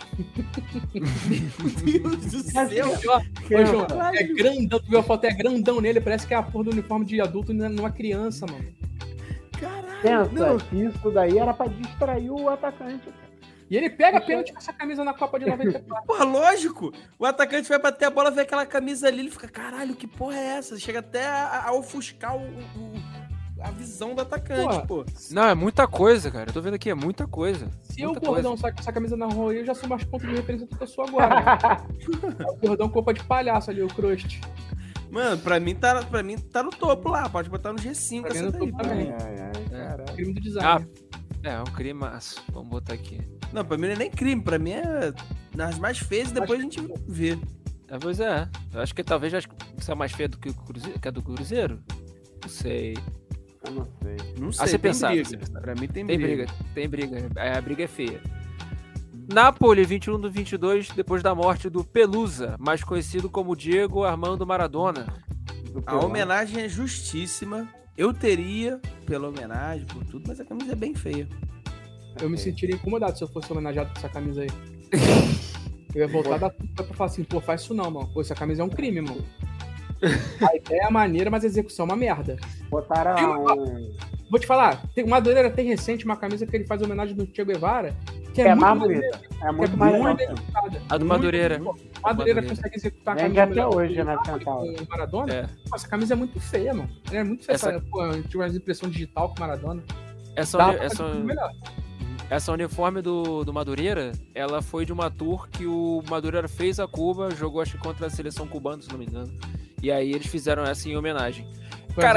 Meu Deus do céu. João, é grandão, tu viu a foto, é grandão nele, parece que é a porra do uniforme de adulto numa criança, mano. Caralho. Pensa que isso daí era pra distrair o atacante. E ele pega pênalti com essa camisa na Copa de 94. Porra, lógico. O atacante vai bater a bola, vê aquela camisa ali, ele fica, caralho, que porra é essa? Chega até a ofuscar a visão do atacante, pô. Não, é muita coisa, cara. Eu tô vendo aqui, é muita coisa. Se o Gordão sair com essa camisa na rua, eu já sou mais ponto de referência do que eu sou agora. Né? O Gordão com roupa de palhaço ali, o Crust. Mano, pra mim tá no topo lá. Pode botar no G5 pra essa daí. Também. Crime do design. É um crimaço. Vamos botar aqui. Não, pra mim não é nem crime. Pra mim é nas mais feias e depois a gente vê. Pois é. Eu acho que talvez isso é mais feia do que a do Cruzeiro. Não sei. Eu não sei. Não sei, você pensar. Pra mim tem briga. Tem briga. A briga é feia. Napoli, 21/22, depois da morte do Pelusa, mais conhecido como Diego Armando Maradona. A homenagem é justíssima. Eu teria, pela homenagem, por tudo, mas a camisa é bem feia. Eu me sentiria incomodado se eu fosse homenageado com essa camisa aí. Eu ia voltar da puta pra falar assim, pô, faz isso não, mano. Pô, essa camisa é um crime, mano. A ideia é maneira, mas a execução é uma merda. Botaram Vou te falar, o Madureira tem recente uma camisa que ele faz homenagem do Che Guevara, que é mais muito bonita. É muito mais bonita. executada. A do Madureira. A Madureira consegue executar a Vende camisa até hoje, do né, Napoli Central? com o Maradona. É. Pô, essa camisa é muito feia, mano. Ela é muito feia. Essa- Pô, eu tive uma impressão digital com o Maradona. Essa uniforme do Madureira, ela foi de uma tour que o Madureira fez a Cuba, jogou acho que contra a seleção cubana, se não me engano. E aí eles fizeram essa em homenagem. Cara,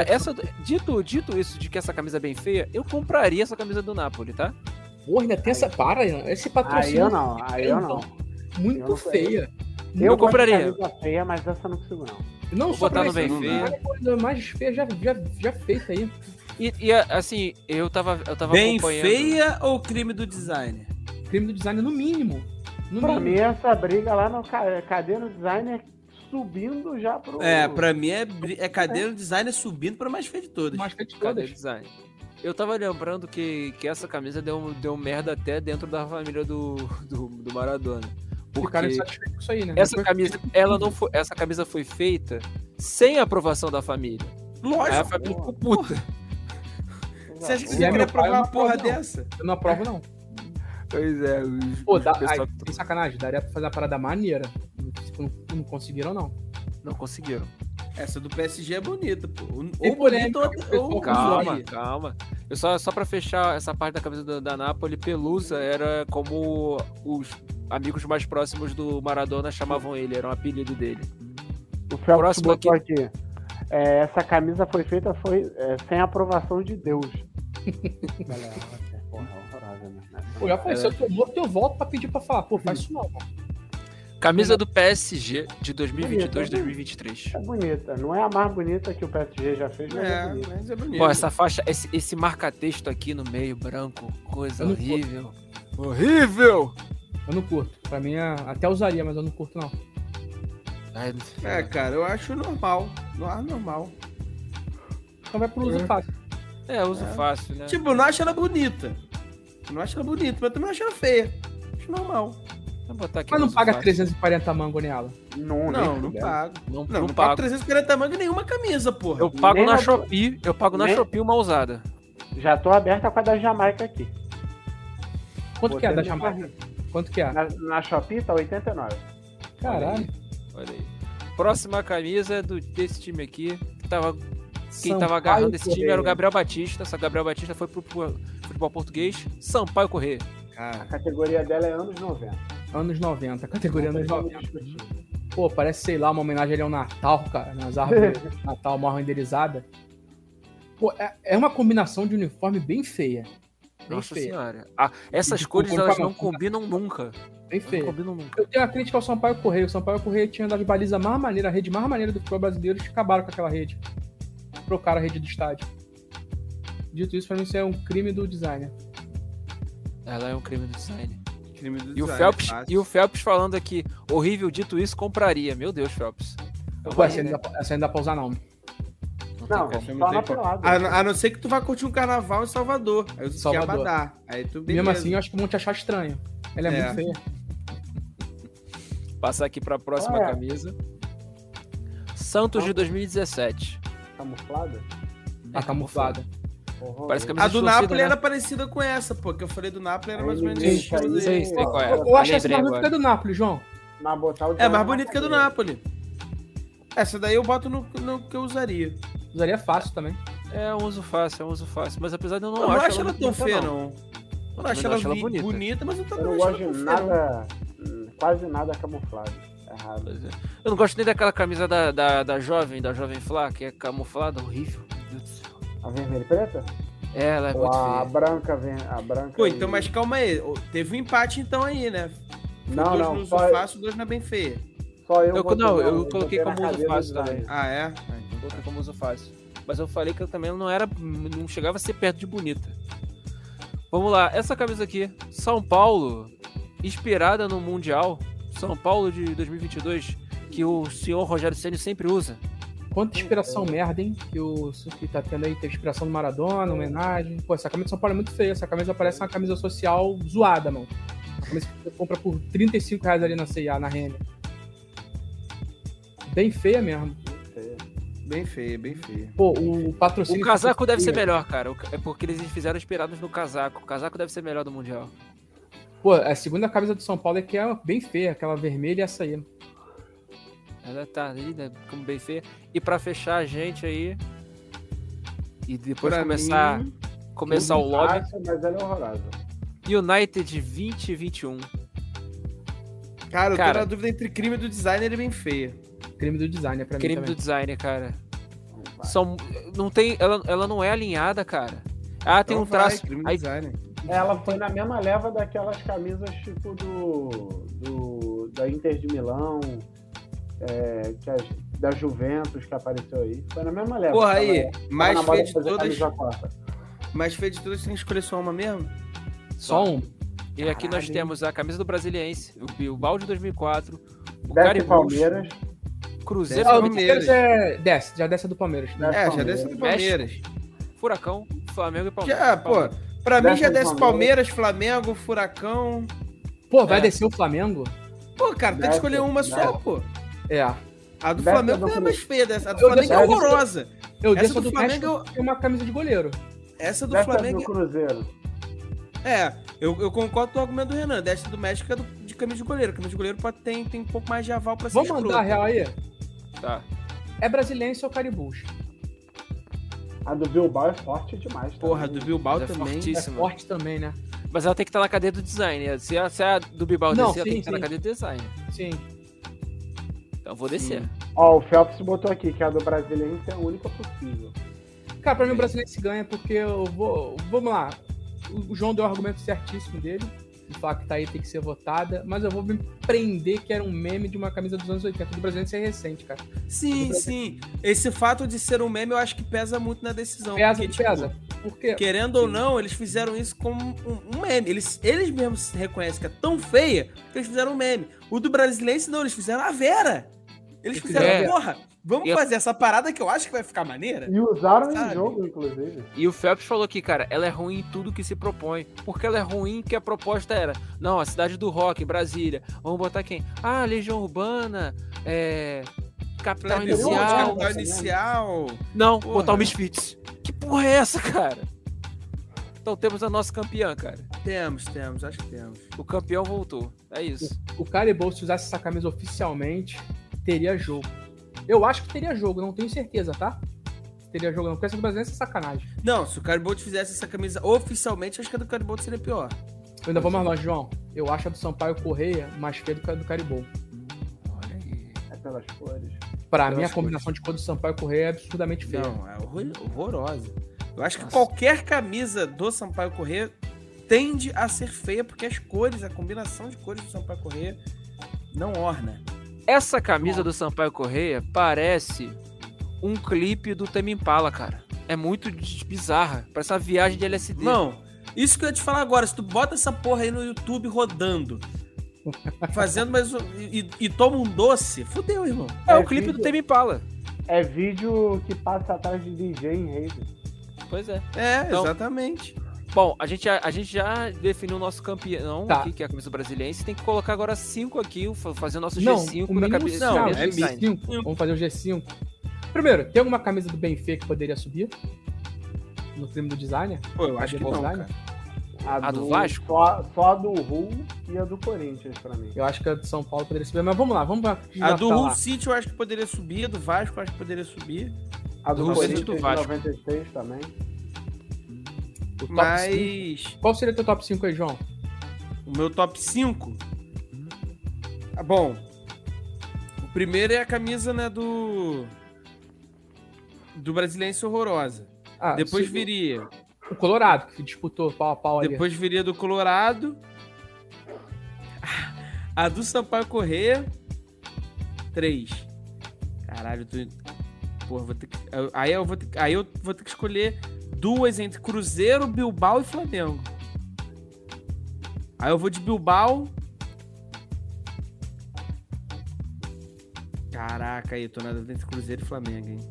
dito isso de que essa camisa é bem feia, eu compraria essa camisa do Napoli, tá? Porra, ainda tem essa. Para, esse patrocínio. Aí eu não. Muito Eu não feia. Eu compraria. Gosto de camisa feia, mas essa eu não consigo, não. Não, Vou só botar pra no bem isso, feio. é a coisa mais feia já feita aí. E assim, eu tava Bem acompanhando. feia ou crime do designer? Crime do design no mínimo. Pra mim, essa briga lá no cadê no designer subindo já pro. Pra mim é cadeira do designer subindo pra mais feia de todas. Mais feia de Cadê todas. o design? Eu tava lembrando que essa camisa deu merda até dentro da família do Maradona. Ficaram Porque insatisfeitos com isso aí, né? essa camisa foi feita sem a aprovação da família. Aí a Lógico. família ficou puta. Você acha que E você é queria meu pai, provar eu uma não porra aprovo, não. dessa? Eu não aprovo, não. Pois é. Pô, sem sacanagem, daria pra fazer uma parada maneira. Não conseguiram, não. Não conseguiram. Essa do PSG é bonita, pô. Tem polêmica, ou Calma. Eu só pra fechar essa parte da camisa da Napoli, Pelusa era como os amigos mais próximos do Maradona chamavam ele, era um apelido dele. O Felps Próximo botou aqui. Essa camisa foi feita sem aprovação de Deus. Galera, porra, é horrorosa, né? Pô, já falei, se eu tô morto, eu volto pra pedir pra falar. Pô, faz isso não, mano. Camisa do PSG de 2022-2023. É bonita. Não é a mais bonita que o PSG já fez, mas é bonita. Mas é bonito. Pô, essa faixa, esse marca-texto aqui no meio, branco, coisa Eu não horrível. Horrível! Eu não curto. Pra mim, até usaria, mas eu não curto, não. Cara, eu acho normal. Normal. Então vai pro uso fácil. Uso fácil, né? Tipo, eu não acho ela bonita. Mas eu também não acho ela feia. Acho normal. Vou botar aqui Mas não uso paga fácil. 340 mango nela. Não pago. Não Não pago. pago 340 manga em nenhuma camisa, porra. Eu pago Nem na na- Shopee. Eu pago na Nem- Shopee uma usada. Já tô aberta com a da Jamaica aqui. Quanto que é Botei da no Jamaica? carrinho. Quanto que é? Na Shopee tá 89. Caralho. Olha aí. Próxima camisa desse time aqui. Quem Sampaio tava agarrando esse time Correia. era o Gabriel Batista. Só que o Gabriel Batista foi pro futebol português. Sampaio Correia. A categoria dela é anos 90. Anos 90, categoria anos Não tem 90. como discutir. Pô, parece, sei lá, uma homenagem ali ao Natal, cara. Nas árvores Natal mal renderizada. Pô, é uma combinação de uniforme bem feia. Bem Nossa feia. senhora. Essas Tipo, cores quando elas fala- não combinam nunca. Bem Não feia. combinam nunca. Eu tenho uma crítica ao Sampaio Correia. O Sampaio Correia tinha das balizas mais maneiras, a rede mais maneira do futebol brasileiro, e acabaram com aquela rede. Trocaram a rede do estádio. Dito isso, pra mim, isso é um crime do designer. Ela é um crime do design. Crime do E o design, Phelps, fácil. e o Phelps falando aqui, horrível, dito isso, compraria. Meu Deus, Phelps. Pô, essa ainda dá pra usar, não. Não, tem Essa como. não só tem na como. pelada. A não ser que tu vá curtir um carnaval em Salvador. Aí você quer Salvador. abadar. Aí tu beleza. Mesmo assim, eu acho que vão te achar estranho. Ela é muito feia. Passar aqui pra próxima camisa. Santos de 2017. Camuflada? A camuflada. Parece camisa A de do torcida, Napoli né? era parecida com essa, pô. Que eu falei do Napoli era mais ou menos Aí, esse estilo Sei, aí. sei qual é. Eu acho essa Lembrei mais bonita que a agora. do Napoli, João. Mas botar o É mais bonita que a do Napoli. Essa daí eu boto no que eu usaria. Usaria fácil também. É um uso fácil. Mas apesar de eu Eu não não acho acho ela muito tão bonita, feia, não. não. Eu não Também acho não ela acho ela bonita. bonita, mas eu Eu também não não gosto acho ela de tão feia, não. nada, quase nada camuflado. Errado. Pois é. Eu não gosto nem daquela camisa da Jovem Flá, que é camuflada, horrível. Meu Deus do céu. A vermelha e preta? Ela é Ou muito a feia. branca, a branca. Pô, então, mas calma aí. Teve um empate então aí, né? Não, dois não, no uso só- fácil, dois na bem feia. Só eu Não, eu botei coloquei na como uso cadeira fácil do também. design. Ah, é? Coloquei como uso fácil. Mas eu falei que eu também não chegava a ser perto de bonita. Vamos lá, essa camisa aqui, São Paulo, inspirada no Mundial, São Paulo de 2022, que o senhor Rogério Ceni sempre usa. Quanta inspiração merda, hein? Que tá tendo aí, tem inspiração do Maradona, homenagem. Pô, essa camisa de São Paulo é muito feia. Essa camisa parece uma camisa social zoada, mano. Uma camisa que você compra por R$35 ali na C&A, na Renner. Bem feia mesmo. Não sei. Bem feia, bem feia. Pô, o patrocínio... O casaco deve ser melhor, cara. É porque eles fizeram inspirados no casaco. O casaco deve ser melhor do Mundial. Pô, a segunda camisa do São Paulo é que é bem feia, aquela vermelha e essa aí. Ela tá ali, né, como bem feia. E pra fechar a gente aí... E depois Pra começar o lobby... Mas ela é horrorosa. United 2021. Cara, eu tô na dúvida entre crime do designer e bem feia. Crime do designer pra mim Crime também. do designer, cara. Não tem, ela não é alinhada, cara. Tem Então um traço. Crime do Aí, designer. Ela foi na mesma leva daquelas camisas tipo da Inter de Milão, da Juventus que apareceu aí. Foi na mesma leva. Porra, aí, mais feia de todas. Tem que escolher só uma mesmo? Só um. E aqui nós temos a camisa do Brasiliense, o Bilbao de 2004, o Desce Palmeiras. Cruzeiro O do Palmeiras já desce a do Palmeiras. Já desce do Palmeiras. Furacão, Flamengo e Palmeiras. Já, pô, pra mim já desce Palmeiras, Flamengo, Furacão. Pô, vai descer o Flamengo? Pô, cara, tem que escolher uma só, pô. É. A do Flamengo é mais feia dessa. A do Flamengo é horrorosa. Eu desço a do Flamengo é uma camisa de goleiro. Essa do Flamengo... do Cruzeiro. Eu concordo com o argumento do Renan. Dessa do México é de camisa de goleiro. Camisa de goleiro tem um pouco mais de aval pra ser Vamos mandar a real aí? Tá. É Brasiliense ou Caribus? A do Bilbao é forte demais. Porra, a do Bilbao também. É forte também, né? Mas ela tem que estar na cadeia do design. Se a do Bilbao descer, ela tem que estar na cadeia do design. Sim. Então eu vou descer. Ó, o Phelps botou aqui que a do Brasiliense é a única possível. Cara, pra mim o Brasiliense ganha porque eu vou... Vamos lá. O João deu o argumento certíssimo dele. De falar que tá aí, tem que ser votada. Mas eu vou me prender que era um meme de uma camisa dos anos 80. Do Brasiliense é recente, cara. Sim. Esse fato de ser um meme eu acho que pesa muito na decisão. Pesa. Por quê? Querendo ou não, eles fizeram isso como um meme. Eles mesmos reconhecem que é tão feia que eles fizeram um meme. O do Brasiliense não, eles fizeram a Vera. Eles fizeram, porra, vamos fazer essa parada que eu acho que vai ficar maneira. E usaram em jogo, inclusive. E o Phelps falou aqui, cara, ela é ruim em tudo que se propõe. Porque ela é ruim que a proposta era, não, a cidade do rock, Brasília, vamos botar quem? Legião Urbana, Capital Inicial. Não, porra. Botar o Misfits. Que porra é essa, cara? Então temos a nossa campeã, cara. Temos, acho que temos. O campeão voltou, é isso. O Caribou, se usasse essa camisa oficialmente, teria jogo. Eu acho que teria jogo, não tenho certeza, tá? Teria jogo, não. Porque essa do Brasileiro é sacanagem. Não, se o Caribolt fizesse essa camisa oficialmente, acho que a do Caribolt seria pior. Eu ainda vou mais longe, João. Eu acho a do Sampaio Correia mais feia do que a do Caribou. Olha aí. É pelas cores. Pra mim, a combinação de cor do Sampaio Correia é absurdamente feia. Não, é horrorosa. Eu acho que qualquer camisa do Sampaio Correia tende a ser feia, porque as cores, a combinação de cores do Sampaio Correia não orna. Essa camisa do Sampaio Correia parece um clipe do Tame Impala, cara. É muito bizarra. Parece uma viagem de LSD. Não, isso que eu ia te falar agora. Se tu bota essa porra aí no YouTube rodando, fazendo mais e toma um doce, fudeu, irmão. É o clipe do Tame Impala. É vídeo que passa atrás de DJ em rede. Pois é. Então, exatamente. Bom, a gente já definiu o nosso campeão aqui, que é a camisa brasiliense. Tem que colocar agora 5 aqui, fazer o nosso G5 na cabeça. Não, é G5. Vamos fazer o G5. Primeiro, tem alguma camisa do Benfica que poderia subir? No crime do designer? Pô, eu acho que não, cara. A do Vasco? Só a do Hull e a do Corinthians, pra mim. Eu acho que a do São Paulo poderia subir, mas vamos lá. A do Hull City eu acho que poderia subir, a do Vasco eu acho que poderia subir. A do Corinthians do Vasco. 96 também. Mas... Qual seria o teu top 5 aí, João? O meu top 5? Bom, o primeiro é a camisa, né, do Brasiliense horrorosa. Depois viria... O Colorado, que disputou pau a pau ali. Depois viria do Colorado. A do Sampaio Correia. 3. Caralho, porra, vou ter que... Aí eu vou ter que escolher 2 entre Cruzeiro, Bilbao e Flamengo. Aí eu vou de Bilbao. Caraca, aí eu tô na dúvida entre Cruzeiro e Flamengo, hein?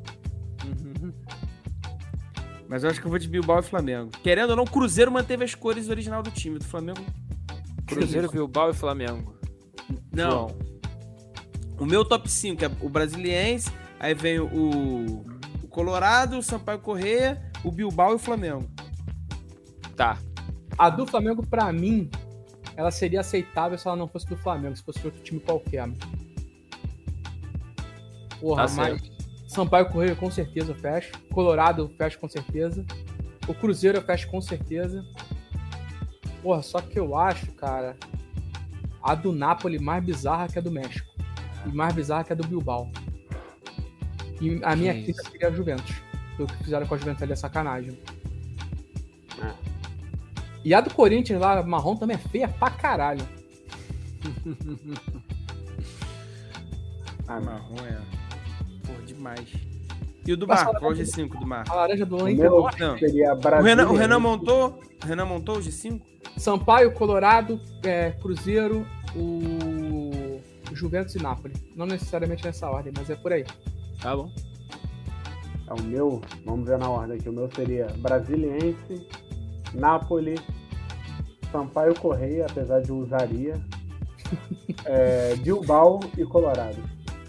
Mas eu acho que eu vou de Bilbao e Flamengo. Querendo ou não, Cruzeiro manteve as cores original do time. Do Flamengo... Cruzeiro, Bilbao e Flamengo. Não. João. O meu top 5 é o Brasiliense, Aí vem o Colorado, o Sampaio Corrêa, o Bilbao e o Flamengo. Tá. A do Flamengo, pra mim, ela seria aceitável se ela não fosse do Flamengo, se fosse de outro time qualquer. Porra, Tá mas certo. Sampaio Corrêa com certeza eu fecho. Colorado eu fecho com certeza. O Cruzeiro eu fecho com certeza. Porra, só que eu acho, cara, a do Napoli mais bizarra que a do México. E mais bizarra que a do Bilbao. E a minha quinta seria a Juventus. O que fizeram com a Juventus ali é sacanagem. E a do Corinthians lá, marrom, também é feia pra caralho. Marrom é... Pô, demais. E o do Marco? Qual é o G5 do Marco? A laranja do O Inter. meu Não. seria O Brasília. Renan montou? O Renan montou o G5? Sampaio, Colorado, Cruzeiro, o Juventus e Napoli. Não necessariamente nessa ordem, mas é por aí. Tá bom. O meu, vamos ver na ordem aqui. O meu seria Brasiliense, Napoli, Sampaio Corrêa, apesar de usaria, Bilbao e Colorado.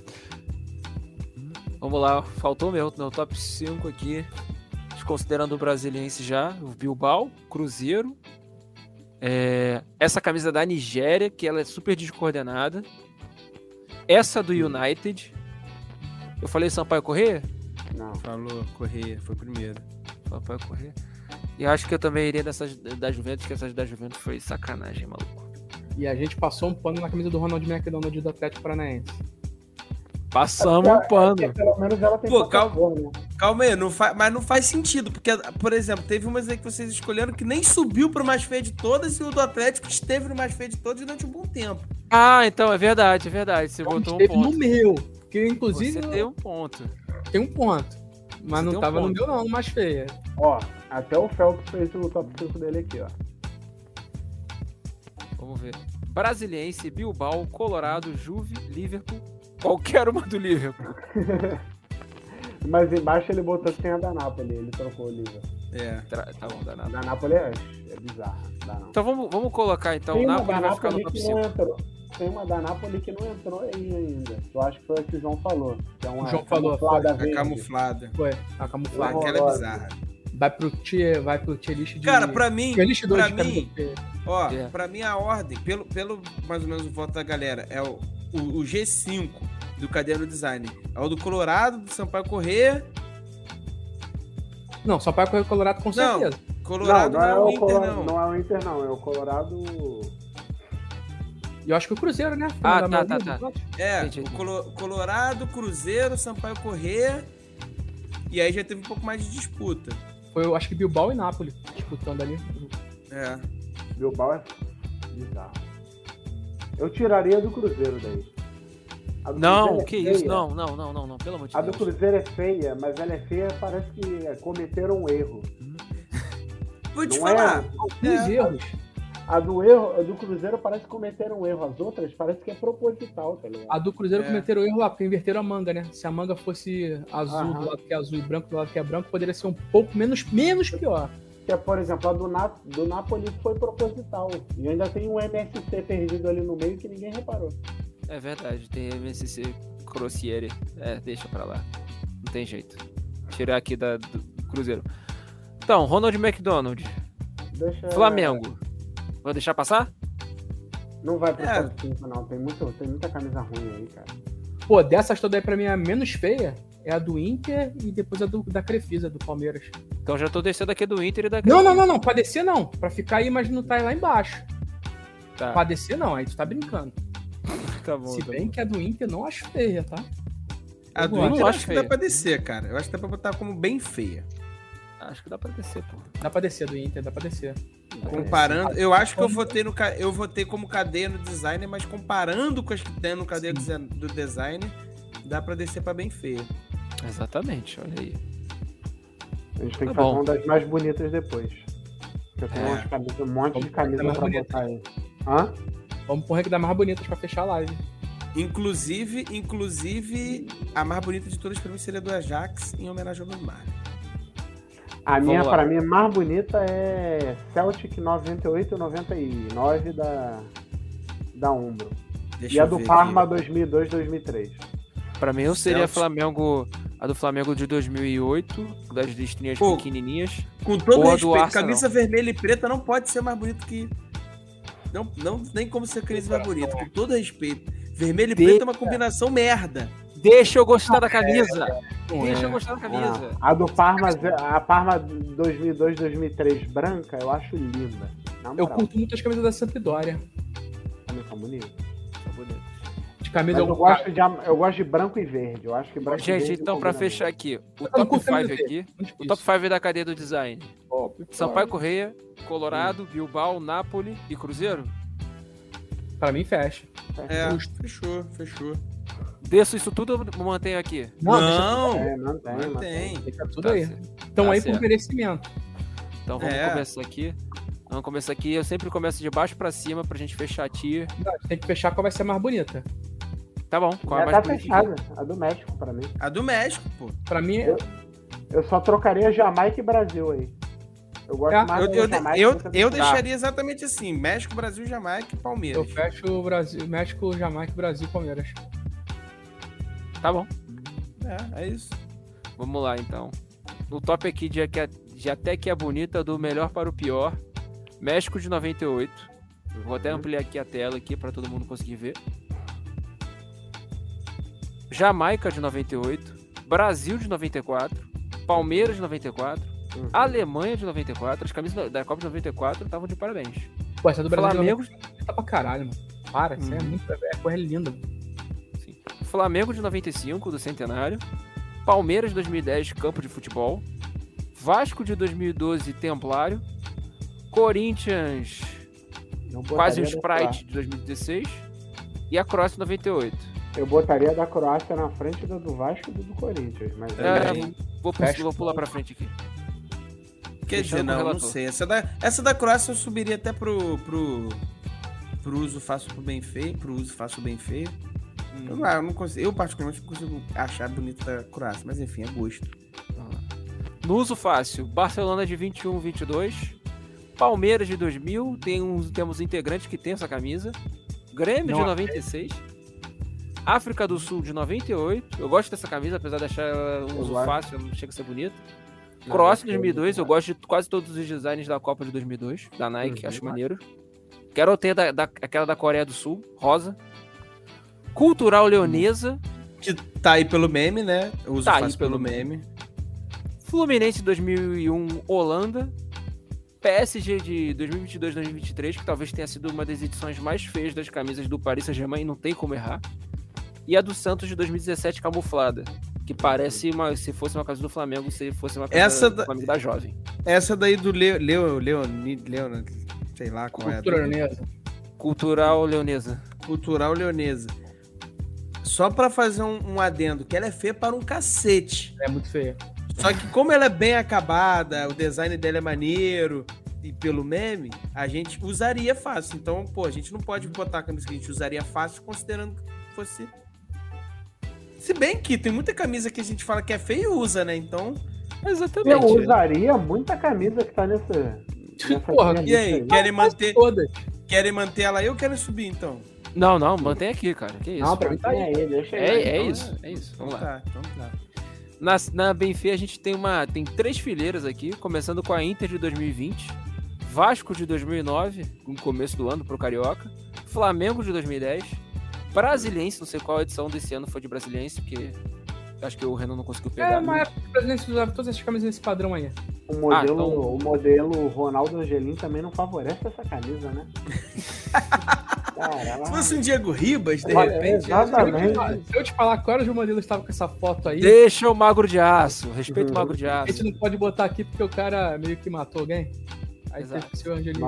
Vamos lá, faltou meu top 5 aqui. Considerando o Brasiliense já, o Bilbao, Cruzeiro. Essa camisa da Nigéria, que ela é super descoordenada. Essa do United. Eu falei Sampaio Corrêa? Não. Falou, Corrêa, foi o primeiro. Sampaio Corrêa. E acho que eu também iria nessas da Juventus, que essas da Juventus foi sacanagem, maluco. E a gente passou um pano na camisa do Ronald McDonald do Atlético Paranaense. Passamos um pano. Pelo menos ela tem Calma aí, né? mas não faz sentido, porque, por exemplo, teve umas aí que vocês escolheram que nem subiu pro mais feio de todas e o do Atlético esteve no mais feio de todos durante um bom tempo. Ah, então é verdade. Você botou um Esteve ponto. no meu, porque inclusive Você tem um ponto. tem um ponto. Mas Você não tem um tava no ponto. meu não, mais feia. Ó, até o Phelps fez o top 5 dele aqui, ó. Vamos ver. Brasiliense, Bilbao, Colorado, Juve, Liverpool. Qualquer uma do Liverpool. Mas embaixo ele botou que tem a da Napoli, ele trocou o livro. Tá bom, A danado. da Napoli é bizarra, dá não. Então vamos colocar então. Tem O uma Napoli da vai ficar no Napoli top que não 5. entrou. Tem uma da Napoli que não entrou aí ainda. Que eu acho que foi a que o João falou. Que é uma O João falou, camuflada A verde. camuflada. Foi, a camuflagem. Aquela é horrorosa. bizarra. Vai pro tier list de... Cara, pra mim, tier list 2 pra de camisa mim, feia. ó, É. pra mim a ordem, pelo mais ou menos o voto da galera, é o G5 do Caderno Design. É o do Colorado, do Sampaio Corrêa. Não, só para correr Colorado com Não. certeza. Colorado não, é o Inter, Colorado, não. não é o Inter, não. É o Colorado. E eu acho que o Cruzeiro, né? Ah, Da tá, maioria tá. dos votos. É, Entendi. o Colorado, Cruzeiro, Sampaio Corrêa. E aí já teve um pouco mais de disputa. Foi, eu acho que Bilbao e Napoli disputando ali. É. Bilbao é bizarro. Eu tiraria do Cruzeiro daí. A do Não, Cruzeiro é que feia. isso? Não, pelo amor de A Deus. do Cruzeiro é feia, mas ela é feia, parece que cometeram um erro. Vou te Não falar. Alguns erros. A do Cruzeiro parece que cometeram um erro. As outras parece que é proposital, tá ligado? A do Cruzeiro É. cometeram erro lá, porque inverteram a manga, né? Se a manga fosse azul Aham. do lado que é azul e branco do lado que é branco, poderia ser um pouco menos pior. Que é, por exemplo, a do Napoli foi proposital. E ainda tem um MSC perdido ali no meio que ninguém reparou. É verdade, tem MSC Crossieri. Deixa pra lá. Não tem jeito. Tirar aqui do Cruzeiro. Então, Ronald McDonald. Deixa... Flamengo. Vou deixar passar? Não vai pro É. top 5, não. Tem muita camisa ruim aí, cara. Pô, dessas todas aí pra mim a menos feia é a do Inter e depois a da Crefisa, do Palmeiras. Então já tô descendo aqui do Inter e da Não. Pra descer não. Pra ficar aí, mas não tá lá embaixo. Tá, Pra descer não, aí tu tá brincando. tá bom. Se tá bem bom. que a do Inter não acho feia, tá? A do Eu Inter não eu acho acho que feia. dá pra descer, cara. Eu acho que dá pra botar como bem feia. Acho que dá pra descer, pô. Dá pra descer do Inter, dá pra descer. Comparando, eu acho que eu votei como cadeia no design, mas comparando com as que tem no cadeia do design, dá pra descer pra bem feia. Exatamente, olha aí. A gente tem Tá que fazer bom. uma das mais bonitas depois. Eu tenho umas camisas, um monte de camisa mais pra bonita. botar aí. Hã? Vamos pôr que dá mais bonitas pra fechar a live. Inclusive, a mais bonita de todas pra mim seria do Ajax, em homenagem ao Neymar. A minha, lá. pra mim, mais bonita é Celtic 98-99 da Umbro. Deixa E a eu do ver Parma aqui. 2002-2003. Pra mim, eu seria a do Flamengo de 2008, das listrinhas pequenininhas. Com todo respeito, camisa vermelha e preta não pode ser mais bonito que... Não tem como ser camisa mais bonita, com todo respeito. Vermelho e preto é uma combinação merda. Deixa eu gostar da camisa. Deixa eu gostar da camisa. A do Parma, a Parma 2002, 2003 branca, eu acho linda. Eu curto muito as camisas da Sampdoria. Também são bonitas. De camisa eu gosto de branco e verde. Eu acho que branco Gente, e verde então pra fechar aqui, o top 5 aqui, o top 5 da cadeia do design. Sampaio Corrêa, Colorado, Bilbao, Napoli e Cruzeiro? Pra mim, fecha. Fechou. Desço isso tudo ou mantenho aqui? Mantém. Fica tudo aí. Então aí por merecimento. Então vamos começar aqui. Eu sempre começo de baixo pra cima pra gente fechar a tier. Não, a gente tem que fechar qual vai ser a mais bonita. Tá bom. Qual é a mais bonita? Fechada. A do México, pra mim. A do México, pô. Pra mim... Eu só trocaria Jamaica e Brasil aí. Eu gosto mais da Jamaica. Eu deixaria exatamente assim. México, Brasil, Jamaica e Palmeiras. Eu fecho o Brasil, México, Jamaica, Brasil e Palmeiras. Tá bom. É isso. Vamos lá, então. O top aqui de até que é bonita, do melhor para o pior. México de 98. Vou até ampliar aqui a tela aqui para todo mundo conseguir ver. Jamaica de 98. Brasil de 94. Palmeiras de 94. Alemanha de 94. As camisas da Copa de 94 estavam de parabéns. Pô, essa do Brasil Flamengo tá pra caralho, mano. Para, isso é muito correr linda. Sim. Flamengo de 95, do Centenário. Palmeiras de 2010, Campo de Futebol. Vasco de 2012, Templário. Corinthians, quase um Sprite de 2016. E a Croácia 98. Eu botaria da Croácia na frente do Vasco e do Corinthians. Mas vou pular pra frente aqui. Quer dizer, não sei. Essa da Croácia eu subiria até pro uso fácil pro bem feio. Pro uso fácil bem feio. Eu não consigo, eu particularmente não consigo achar bonita a Croácia, mas enfim, é gosto. No uso fácil, Barcelona de 21, 22. Palmeiras de 2000. Temos integrantes que tem essa camisa. Grêmio de 96. África do Sul de 98. Eu gosto dessa camisa, apesar de achar ela um uso fácil, não chega a ser bonita. Croácia de 2002, eu gosto de quase todos os designs da Copa de 2002, da Nike, acho maneiro. Quero ter aquela da Coreia do Sul, rosa. Cultural Leonesa. Que tá aí pelo meme, né? Eu uso fácil pelo meme. Fluminense 2001, Holanda. PSG de 2022, 2023, que talvez tenha sido uma das edições mais feias das camisas do Paris Saint-Germain, não tem como errar. E a do Santos de 2017, camuflada. Que parece se fosse uma camisa do Flamengo, se fosse uma camisa da Jovem. Essa daí do Leonid, sei lá qual é. Cultural Leonesa. Cultural Leonesa. Só pra fazer um adendo, que ela é feia para um cacete. É muito feia. Só que como ela é bem acabada, o design dela é maneiro, e pelo meme, a gente usaria fácil. Então, a gente não pode botar a camisa que a gente usaria fácil, considerando que fosse... Se bem que tem muita camisa que a gente fala que é feia e usa, né? Então, exatamente. Eu usaria muita camisa que tá nessa porra, e aí, querem manter ela aí ou querem subir, então? Não, mantém aqui, cara. Que isso? Não, pra mim tá aí. Deixa aí. É isso. Vamos lá. Então tá. Na Benfica a gente tem 3 fileiras aqui, começando com a Inter de 2020, Vasco de 2009, no começo do ano pro Carioca, Flamengo de 2010, Brasiliense, não sei qual edição desse ano foi de Brasiliense, porque acho que o Renan não conseguiu pegar. Uma época que o Brasiliense usava todas essas camisas nesse padrão aí. O modelo Ronaldo Angelim também não favorece essa camisa, né? Se fosse um Diego Ribas, de repente... Se eu te falar qual era o modelo que estava com essa foto aí... Deixa o magro de aço, respeita o magro de aço. A gente não pode botar aqui porque o cara meio que matou alguém. Aí teve que ser o Angelim.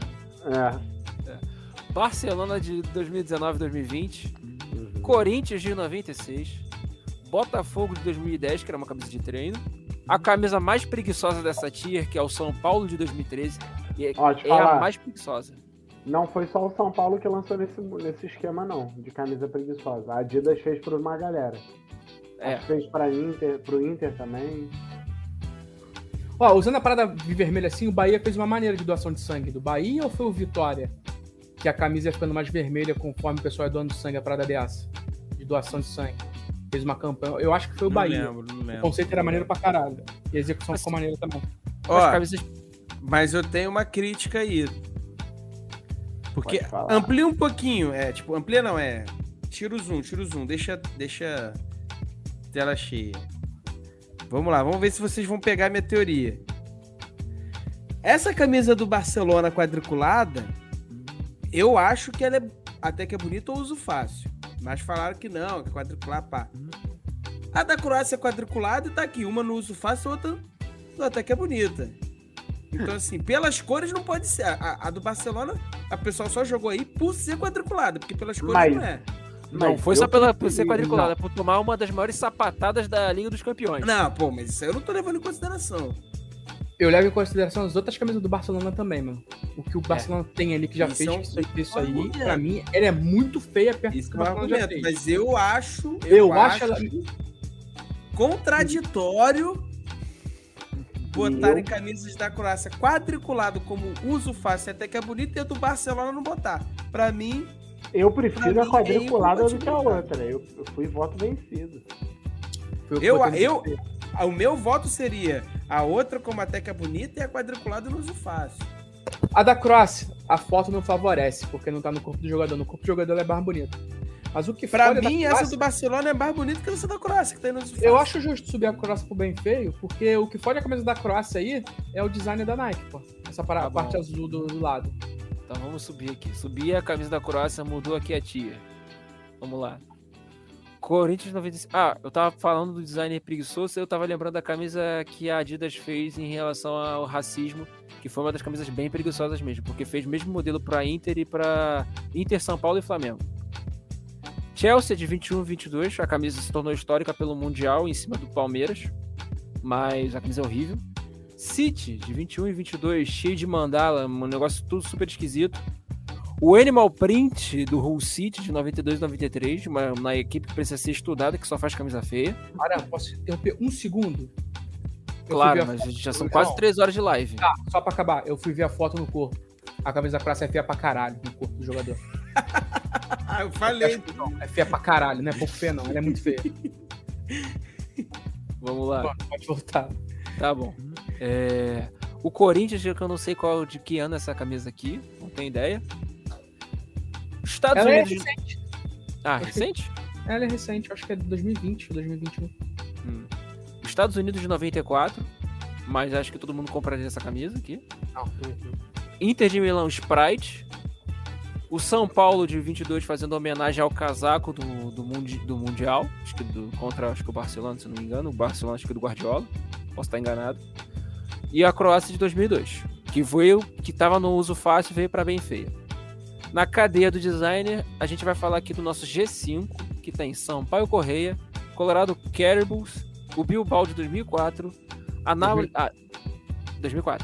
Barcelona de 2019 2020, Corinthians de 96, Botafogo de 2010, que era uma camisa de treino, a camisa mais preguiçosa dessa tier, que é o São Paulo de 2013, e é a mais preguiçosa. Não foi só o São Paulo que lançou nesse esquema, não, de camisa preguiçosa. A Adidas fez para uma galera. Fez pro Inter também. Usando a parada de vermelho assim, o Bahia fez uma maneira de doação de sangue. Do Bahia ou foi o Vitória? Que a camisa ia ficando mais vermelha conforme o pessoal é doando sangue, a parada dessa. De doação de sangue. fez uma campanha. Eu acho que foi o Bahia. Não lembro. O conceito era maneiro pra caralho. E a execução ficou maneira também. Mas eu tenho uma crítica aí. Porque amplia um pouquinho. Amplia não, tira o zoom. Deixa tela cheia. Vamos lá, vamos ver se vocês vão pegar a minha teoria. Essa camisa do Barcelona quadriculada, eu acho que ela até que é bonita ou uso fácil. Mas falaram que não, que quadricular, pá. A da Croácia é quadriculada e tá aqui. Uma no uso fácil, outra até que é bonita. Então, assim, pelas cores não pode ser. A do Barcelona, a pessoa só jogou aí por ser quadriculada, porque pelas cores não é. Não, foi só por ser quadriculada, por tomar uma das maiores sapatadas da Liga dos Campeões. Não, pô, mas isso aí eu não tô levando em consideração. Eu levo em consideração as outras camisas do Barcelona também, mano. O que o Barcelona tem ali que já fez isso aí, pra mim, ela é muito feia perto do que o Barcelona já fez. Mas eu acho ela contraditório botarem camisas da Croácia quadriculado como uso fácil, até que é bonito, e a do Barcelona não botar. Pra mim... Eu prefiro a quadriculada do que a outra. Eu fui voto vencido. O meu voto seria a outra como até que é bonita e a quadriculada no uso fácil. A da Croácia, a foto não favorece, porque não tá no corpo do jogador. No corpo do jogador ela é mais bonita. Mas o que pra mim, essa do Barcelona é mais bonita que essa da Croácia, que tá aí no uso fácil. Eu acho justo subir a Croácia pro bem feio, porque o que fode a camisa da Croácia aí é o design da Nike, pô. Essa parte azul do lado. Então vamos subir aqui. Subir a camisa da Croácia, mudou aqui a tia. Vamos lá. Corinthians 95. Eu tava falando do designer preguiçoso, eu tava lembrando da camisa que a Adidas fez em relação ao racismo, que foi uma das camisas bem preguiçosas mesmo, porque fez o mesmo modelo pra Inter e pra Inter, São Paulo e Flamengo. Chelsea de 21-22, a camisa se tornou histórica pelo Mundial em cima do Palmeiras, mas a camisa é horrível. City de 21 e 22, cheio de mandala, um negócio tudo super esquisito. O Animal Print do Hull City de 92 e 93, uma equipe que precisa ser estudada, que só faz camisa feia. Cara, posso interromper um segundo? Claro, mas já são quase 3 horas de live. Tá, só pra acabar, eu fui ver a foto no corpo. A camisa da Croácia é feia pra caralho no corpo do jogador. Eu falei. É feia pra caralho, não é pouco feia não, ela é muito feia. Vamos lá. Bom, pode voltar. Tá bom. O Corinthians, que eu não sei de que ano é essa camisa aqui, não tenho ideia. Estados Unidos. É recente. Recente? Ela é recente, acho que é de 2020, 2021. Estados Unidos de 94, mas acho que todo mundo compraria essa camisa aqui. Inter de Milão Sprite. O São Paulo de 22 fazendo homenagem ao casaco do Mundial, acho que contra o Barcelona, se não me engano. O Barcelona acho que do Guardiola, posso estar enganado. E a Croácia de 2002, que foi o que estava no uso fácil e veio para bem feia. Na cadeia do designer, a gente vai falar aqui do nosso G5, que tem Sampaio Correia, Colorado Caribous, o Bilbao de 2004, a Nápoles... 2004.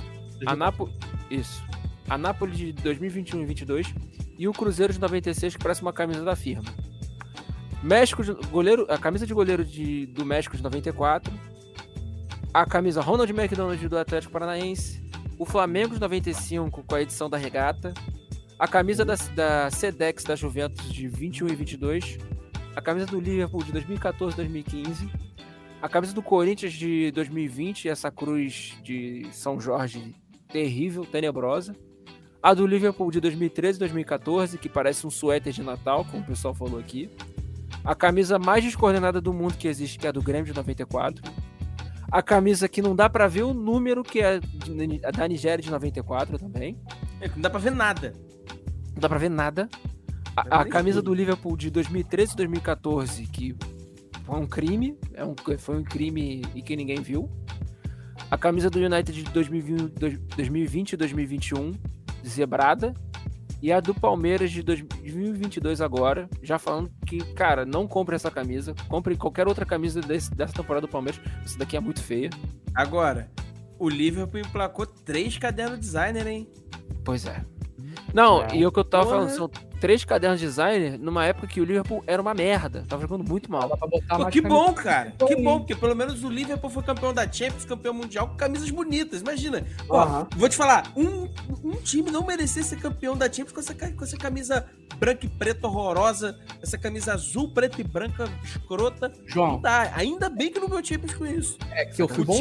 A Nápoles de 2021 e 22 e o Cruzeiro de 96, que parece uma camisa da firma. México, a camisa de goleiro do México de 94, a camisa Ronald McDonald do Atlético Paranaense, o Flamengo de 95 com a edição da regata, a camisa da Sedex da Juventus de 21 e 22, a camisa do Liverpool de 2014 e 2015, a camisa do Corinthians de 2020, essa cruz de São Jorge terrível, tenebrosa, a do Liverpool de 2013 e 2014, que parece um suéter de Natal, como o pessoal falou aqui, a camisa mais descoordenada do mundo que existe, que é a do Grêmio de 94, a camisa que não dá pra ver o número, que é a da Nigéria de 94 também. Não dá pra ver nada. Não dá pra ver nada. A camisa do Liverpool de 2013 e 2014, que foi um crime, foi um crime e que ninguém viu. A camisa do United de 2020 e 2021, zebrada. E a do Palmeiras de 2022 agora, já falando que, cara, não compre essa camisa, compre qualquer outra camisa dessa temporada do Palmeiras, essa daqui é muito feia. Agora, o Liverpool emplacou 3 cadernos designer, hein? Pois é. Não, e o que eu tava falando, 3 cadernos de designer numa época que o Liverpool era uma merda. Tava jogando muito mal. Dá pra botar mais Que bom, camisa. cara. Que bom, porque pelo menos o Liverpool foi campeão da Champions, campeão mundial, com camisas bonitas. Imagina. Ó, vou te falar, um time não merecia ser campeão da Champions com essa camisa branca e preta horrorosa, essa camisa azul, preta e branca escrota. João. Não dá. Ainda bem que não ganhou Champions com isso. É que eu fui O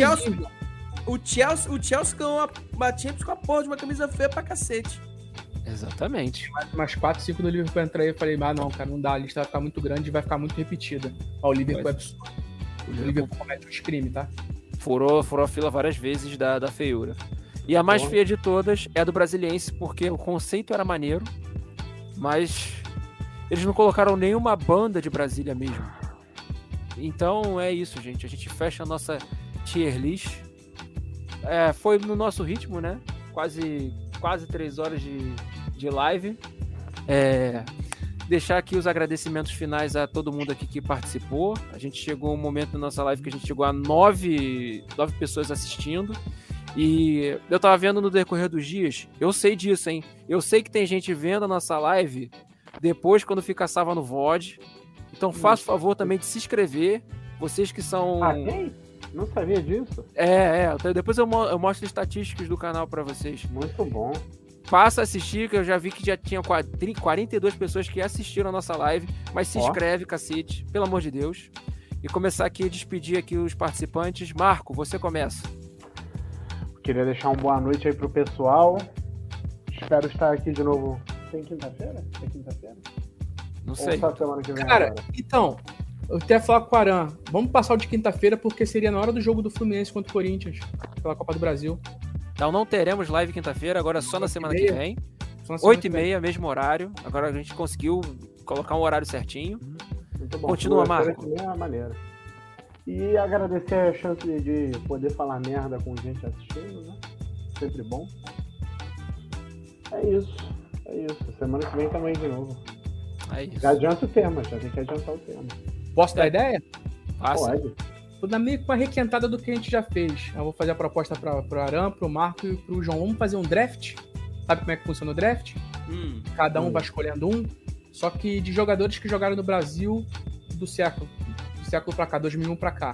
Chelsea ganhou uma Champions com a porra de uma camisa feia pra cacete. Exatamente. Mais 4, 5 do Liverpool entrar aí. Eu falei, não, cara, não dá. A lista vai ficar muito grande e vai ficar muito repetida. Ó, o Liverpool é absurdo. O Liverpool comete uns crimes, tá? Furou a fila várias vezes da feiura. E a mais feia de todas é a do Brasiliense, porque o conceito era maneiro, mas eles não colocaram nenhuma banda de Brasília mesmo. Então é isso, gente. A gente fecha a nossa tier list. Foi no nosso ritmo, né? Quase 3 horas de live. Deixar aqui os agradecimentos finais a todo mundo aqui que participou. A gente chegou um momento na nossa live que a gente chegou a 9 pessoas assistindo. E eu tava vendo no decorrer dos dias, eu sei disso, hein? Eu sei que tem gente vendo a nossa live depois quando fica salva no VOD. Então faça o favor também de se inscrever. Vocês que são... Não sabia disso? Depois eu mostro estatísticas do canal pra vocês. Muito bom. Passa a assistir, que eu já vi que já tinha 42 pessoas que assistiram a nossa live. Mas se inscreve, cacete, pelo amor de Deus. E começar aqui a despedir aqui os participantes. Marco, você começa. Queria deixar uma boa noite aí pro pessoal. Espero estar aqui de novo. Tem quinta-feira? É quinta-feira? Não sei. Ou semana que vem? Cara, agora? então, eu até falar com o Aran. Vamos passar o de quinta-feira, porque seria na hora do jogo do Fluminense contra o Corinthians, pela Copa do Brasil. Então não teremos live quinta-feira, agora só na semana que vem. 8h30, mesmo horário. Agora a gente conseguiu colocar um horário certinho. Muito bom. Continua, Marco. É maneira. E agradecer a chance de poder falar merda com gente assistindo, né? Sempre bom. É isso. Semana que vem também de novo. É isso. Já adianta o tema, já tem que adiantar o tema. Posso dar ideia? Pode. Vou dar meio que uma requentada do que a gente já fez. Eu vou fazer a proposta pro Aran, pro Marco e pro João. Vamos fazer um draft? Sabe como é que funciona o draft? Cada um vai escolhendo um. Só que de jogadores que jogaram no Brasil do século pra cá, 2001 pra cá.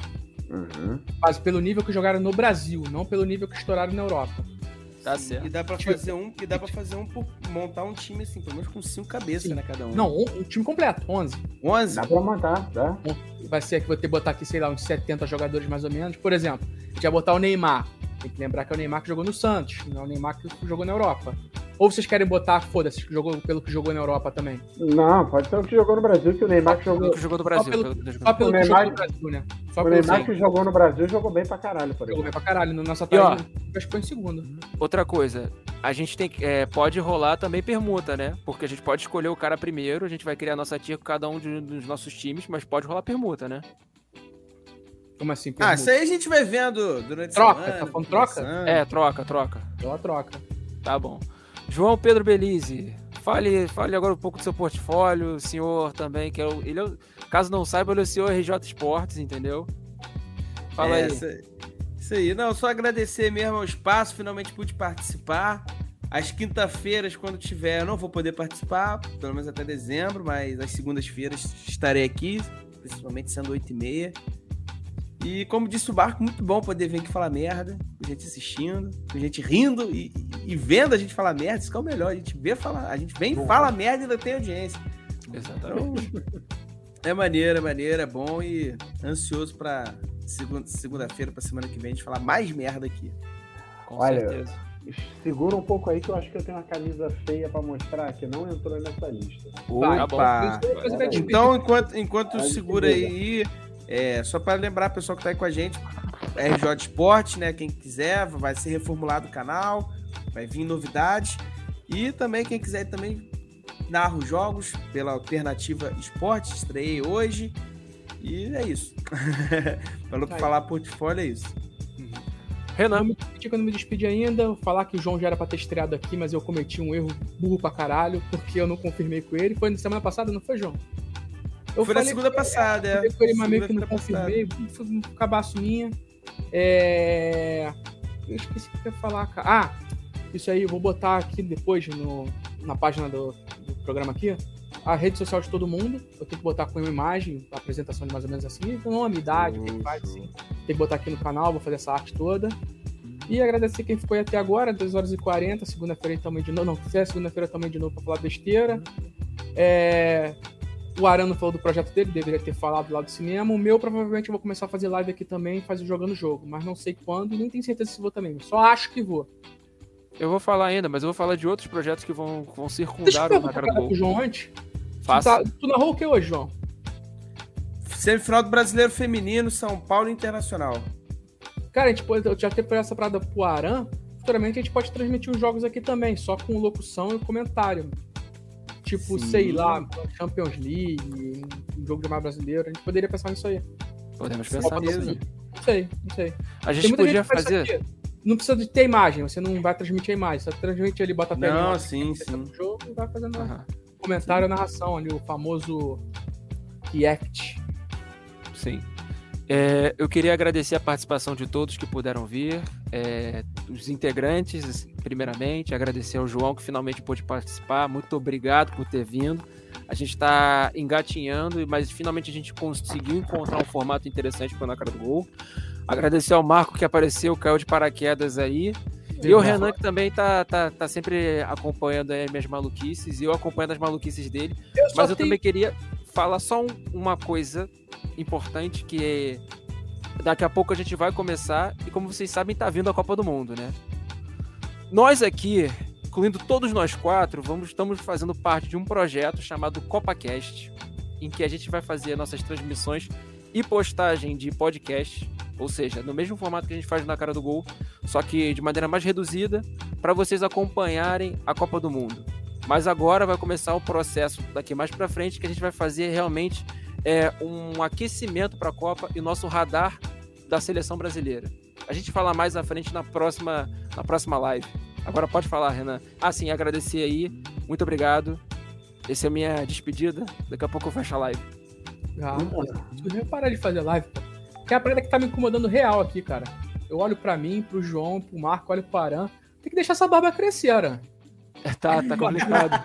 Mas pelo nível que jogaram no Brasil, não pelo nível que estouraram na Europa. Tá certo. E dá pra fazer um por montar um time assim, pelo menos com 5 cabeças, né, cada um. Não, um time completo, 11. 11? Dá pra montar, dá. Vai ser que vou ter que botar aqui, sei lá, uns 70 jogadores mais ou menos. Por exemplo, a gente vai botar o Neymar. Tem que lembrar que é o Neymar que jogou no Santos, não é o Neymar que jogou na Europa. Ou vocês querem botar, foda-se, pelo que jogou na Europa também? Não, pode ser o que jogou no Brasil, que o Neymar que jogou... Pelo que jogou no Brasil. Só pelo que jogou no Brasil, né? O Neymar que jogou no Brasil jogou bem pra caralho, por exemplo. Jogou bem pra caralho. Na nossa tarde, acho que foi em segundo. Outra coisa, a gente tem pode rolar também permuta, né? Porque a gente pode escolher o cara primeiro, a gente vai criar nossa tier com cada um dos nossos times, mas pode rolar permuta, né? Como assim? Permuta? Isso aí a gente vai vendo durante a semana. Troca? Tá falando troca? Troca. Deu uma troca. Tá bom. João Pedro Belize, fale agora um pouco do seu portfólio, o senhor também, que caso não saiba, ele é o senhor RJ Esportes, entendeu? Fala aí. Isso aí. Não, só agradecer mesmo ao espaço, finalmente pude participar. Às quinta-feiras, quando tiver, eu não vou poder participar, pelo menos até dezembro, mas às segundas-feiras estarei aqui, principalmente sendo 8h30. E como disse o Barco, muito bom poder vir aqui falar merda, com gente assistindo, com gente rindo e vendo a gente falar merda, isso que é o melhor, a gente vem e fala merda e ainda tem audiência. Exatamente. Então, é maneiro, é bom e ansioso pra segunda-feira, pra semana que vem, a gente falar mais merda aqui. Com certeza. Segura um pouco aí que eu acho que eu tenho uma camisa feia pra mostrar que não entrou nessa lista. Opa! Então, enquanto segura aí... só para lembrar, pessoal que tá aí com a gente, RJ Esporte, né? Quem quiser, vai ser reformulado o canal, vai vir novidades. E também, quem quiser também narra os jogos pela Alternativa Esporte, estreiei hoje. E é isso. Falou pra falar portfólio, é isso. Renan, eu não me despedi ainda, vou falar que o João já era pra ter estreado aqui, mas eu cometi um erro burro pra caralho, porque eu não confirmei com ele. Foi na semana passada, não foi, João? Foi na segunda passada, Eu falei com ele, mas meio que não confirmei. Foi um cabaço minha. Eu esqueci o que eu ia falar, cara. Isso aí, eu vou botar aqui depois na página do programa aqui, a rede social de todo mundo. Eu tenho que botar com uma imagem, a apresentação de mais ou menos assim, nome, idade, o que faz, assim. Tem que botar aqui no canal, vou fazer essa arte toda. E agradecer quem ficou aí até agora, 2h40, segunda-feira também de novo. Não, segunda-feira também de novo pra falar besteira. O Arano falou do projeto dele, deveria ter falado lá do cinema. O meu, provavelmente, eu vou começar a fazer live aqui também, jogando jogo. Mas não sei quando e nem tenho certeza se vou também. Só acho que vou. Eu vou falar ainda, mas eu vou falar de outros projetos que vão circundar o Na Cara do Gol. João antes. Faça. Tu narrou o que hoje, João? Semifinal do Brasileiro Feminino, São Paulo Internacional. Cara, a gente pode já ter essa parada pro Aran. Futuramente a gente pode transmitir os jogos aqui também, só com locução e comentário. Tipo, sim, sei lá, Champions League, um jogo de mais brasileiro. A gente poderia pensar nisso aí. Podemos pensar nisso. Não sei. A gente podia fazer... Não precisa de ter imagem, você não vai transmitir a imagem. Você transmite ali, bota a tela. Não, sim. O jogo e vai fazendo comentário, narração ali, o famoso react. Sim. Eu queria agradecer a participação de todos que puderam vir, os integrantes, primeiramente, agradecer ao João que finalmente pôde participar, muito obrigado por ter vindo. A gente está engatinhando, mas finalmente a gente conseguiu encontrar um formato interessante para o Na Cara do Gol. Agradecer ao Marco que apareceu, caiu de paraquedas aí. E o Renan que também tá sempre acompanhando aí as minhas maluquices, e eu acompanhando as maluquices dele. Mas eu também queria falar só uma coisa importante, que daqui a pouco a gente vai começar, e como vocês sabem, tá vindo a Copa do Mundo, né? Nós aqui, incluindo todos nós quatro, estamos fazendo parte de um projeto chamado CopaCast, em que a gente vai fazer nossas transmissões e postagem de podcast, ou seja, no mesmo formato que a gente faz Na Cara do Gol, só que de maneira mais reduzida, para vocês acompanharem a Copa do Mundo. Mas agora vai começar o processo daqui mais para frente, que a gente vai fazer realmente um aquecimento para a Copa e nosso radar da seleção brasileira. A gente fala mais à frente na próxima live. Agora pode falar, Renan. Sim, agradecer aí. Muito obrigado. Essa é a minha despedida. Daqui a pouco eu fecho a live. Tu não parar de fazer live, pô. Que é a parada que tá me incomodando real aqui, cara. Eu olho pra mim, pro João, pro Marco, olho pro Aran. Tem que deixar essa barba crescer, Aran. Tá complicado.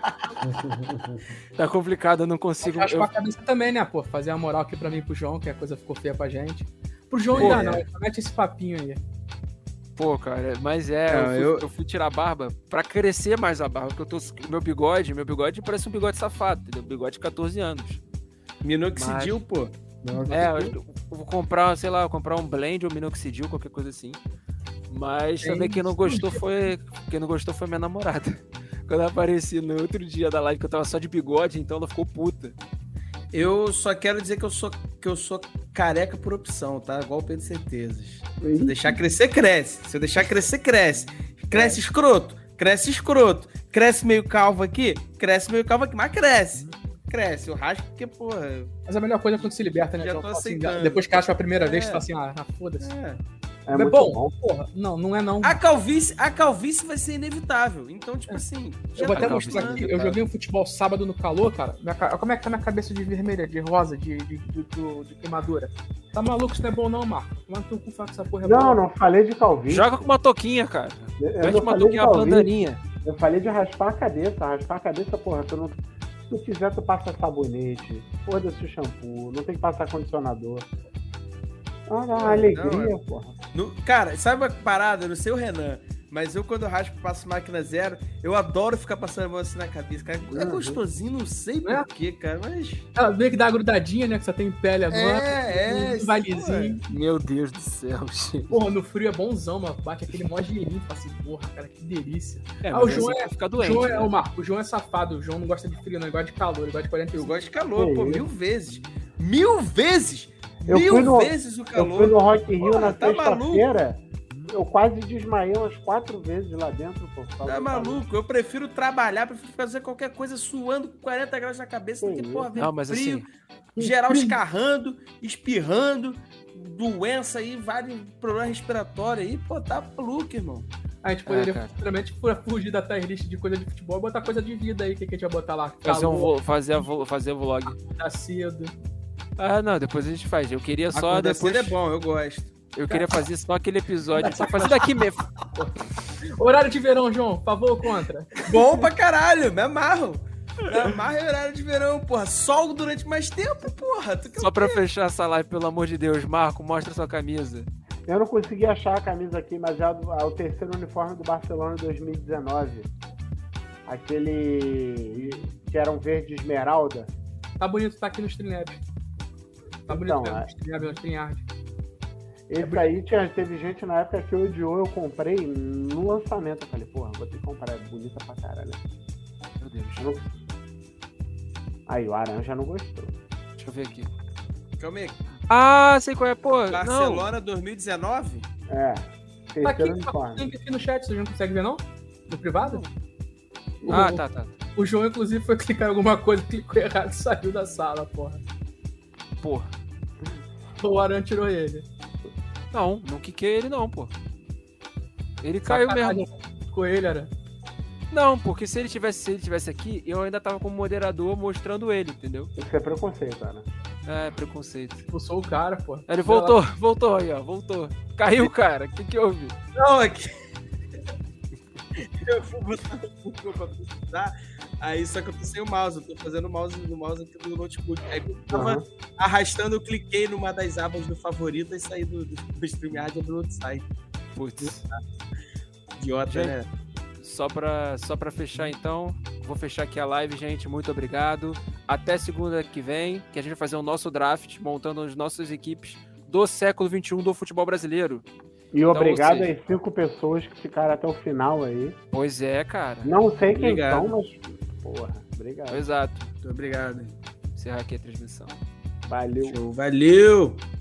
Tá complicado, eu não consigo. Acho que a cabeça também, né, pô? Fazer a moral aqui pra mim e pro João, que a coisa ficou feia pra gente. Pro João ainda não, mete esse papinho aí. Pô, cara, mas eu fui tirar a barba pra crescer mais a barba, porque meu bigode parece um bigode safado, entendeu? Bigode de 14 anos. Minoxidil, pô. Eu vou comprar, sei lá, um blend ou minoxidil, qualquer coisa assim. Mas também quem não gostou foi minha namorada. Quando eu apareci no outro dia da live, que eu tava só de bigode, então ela ficou puta. Eu só quero dizer que eu sou careca por opção, tá? Igual o Pedro Certezas. Se eu deixar crescer, cresce. Se eu deixar crescer, cresce. Cresce escroto. Cresce meio calvo aqui, mas cresce. Cresce, eu raspo porque, porra... Mas a melhor coisa é quando se liberta, né? Já tô aceitando. Assim, depois que acha a primeira vez, tu fala assim, foda-se. É bom, porra. Não é não. A calvície vai ser inevitável. Então, tipo assim... Eu vou até mostrar aqui. Eu joguei um futebol sábado no calor, cara. Como é que tá minha cabeça de vermelha, de rosa, de queimadura? Tá maluco? Isso não é bom não, Marco. Mas tu com essa porra é boa. Não falei de calvície. Joga com uma touquinha, cara. Pede uma touquinha, uma bandaninha. Eu falei de raspar a cabeça, porra. Se tu quiser, tu passa sabonete. Foda-se o shampoo. Não tem que passar condicionador. Alegria, porra. Cara, sabe uma parada? Eu não sei o Renan, mas eu quando raspo passo máquina zero, eu adoro ficar passando a mão assim na cabeça, cara. É gostosinho, não sei porquê, cara, mas... Meio que dá uma grudadinha, né, que você tem pele agora. Um valezinho. Meu Deus do céu, gente. Porra, no frio é bonzão, mano. Bate aquele mó gelinho, fala assim, porra, cara, que delícia. O João ficar doente. O Marco, o João é safado, o João não gosta de frio, não, ele gosta de calor, ele gosta de 45. Eu gosto de calor, pô, 1000 vezes. 1000 vezes! Eu vezes o calor. Eu fui no Rock in Rio na sexta-feira, eu quase desmaiei umas 4 vezes lá dentro, pô. Tá maluco? Eu prefiro trabalhar, prefiro fazer qualquer coisa suando com 40 graus na cabeça do que, porra, ver frio, geral escarrando, espirrando, doença aí, vários problemas respiratórios aí, pô, tá maluco, irmão. A gente poderia, futuramente, fugir da tier list de coisa de futebol, botar coisa de vida aí, que a gente vai botar lá. Fazer vlog. Tá cedo. Não, depois a gente faz. Eu queria só depois... é bom, eu gosto. Eu queria fazer só aquele episódio. Só fazer daqui mesmo. Horário de verão, João. Favor ou contra? Bom pra caralho, me amarro. Na mais horário de verão, porra. Sol durante mais tempo, porra. Só pra fechar essa live, pelo amor de Deus, Marco, mostra sua camisa. Eu não consegui achar a camisa aqui, mas é o terceiro uniforme do Barcelona de 2019. Aquele que era um verde esmeralda. Tá bonito, tá aqui no StreamYard. Tá bonito mesmo, no StreamYard. Esse aí teve gente na época que odiou, eu comprei no lançamento. Eu falei, porra, vou ter que comprar, é bonita pra caralho. Meu Deus. Aí o Aran já não gostou. Deixa eu ver aqui. Calma aí. Ah, sei qual é, pô. Barcelona 2019? É. Tá aqui, aqui no chat, vocês não conseguem ver, não? No privado? Tá. O João, inclusive, foi clicar em alguma coisa, clicou errado e saiu da sala, porra. O Aran tirou ele. Não quiquei ele não, pô. Ele caiu mesmo. Com ele, Aran. Não, porque se ele tivesse aqui, eu ainda tava como moderador mostrando ele, entendeu? Isso é preconceito, Ana. É, preconceito. Expulsou o cara, pô. Ele voltou aí, ó, voltou. Caiu, cara, o que houve? Não, aqui. Eu fui botar no Google pra pesquisar, aí só que eu tô sem o mouse, eu tô fazendo o mouse aqui do notebook. Aí quando eu tava arrastando, eu cliquei numa das abas do favorito e saí do StreamYard do outro site. Putz. Idiota, gente, né? Só pra fechar então, vou fechar aqui a live, gente, muito obrigado. Até segunda que vem, que a gente vai fazer o nosso draft, montando as nossas equipes do século XXI do futebol brasileiro. E então, obrigado às 5 pessoas que ficaram até o final aí. Pois é, cara. Não sei quem são, mas... Porra, obrigado. Exato. Muito obrigado. Encerrar aqui a transmissão. Valeu. Show, valeu!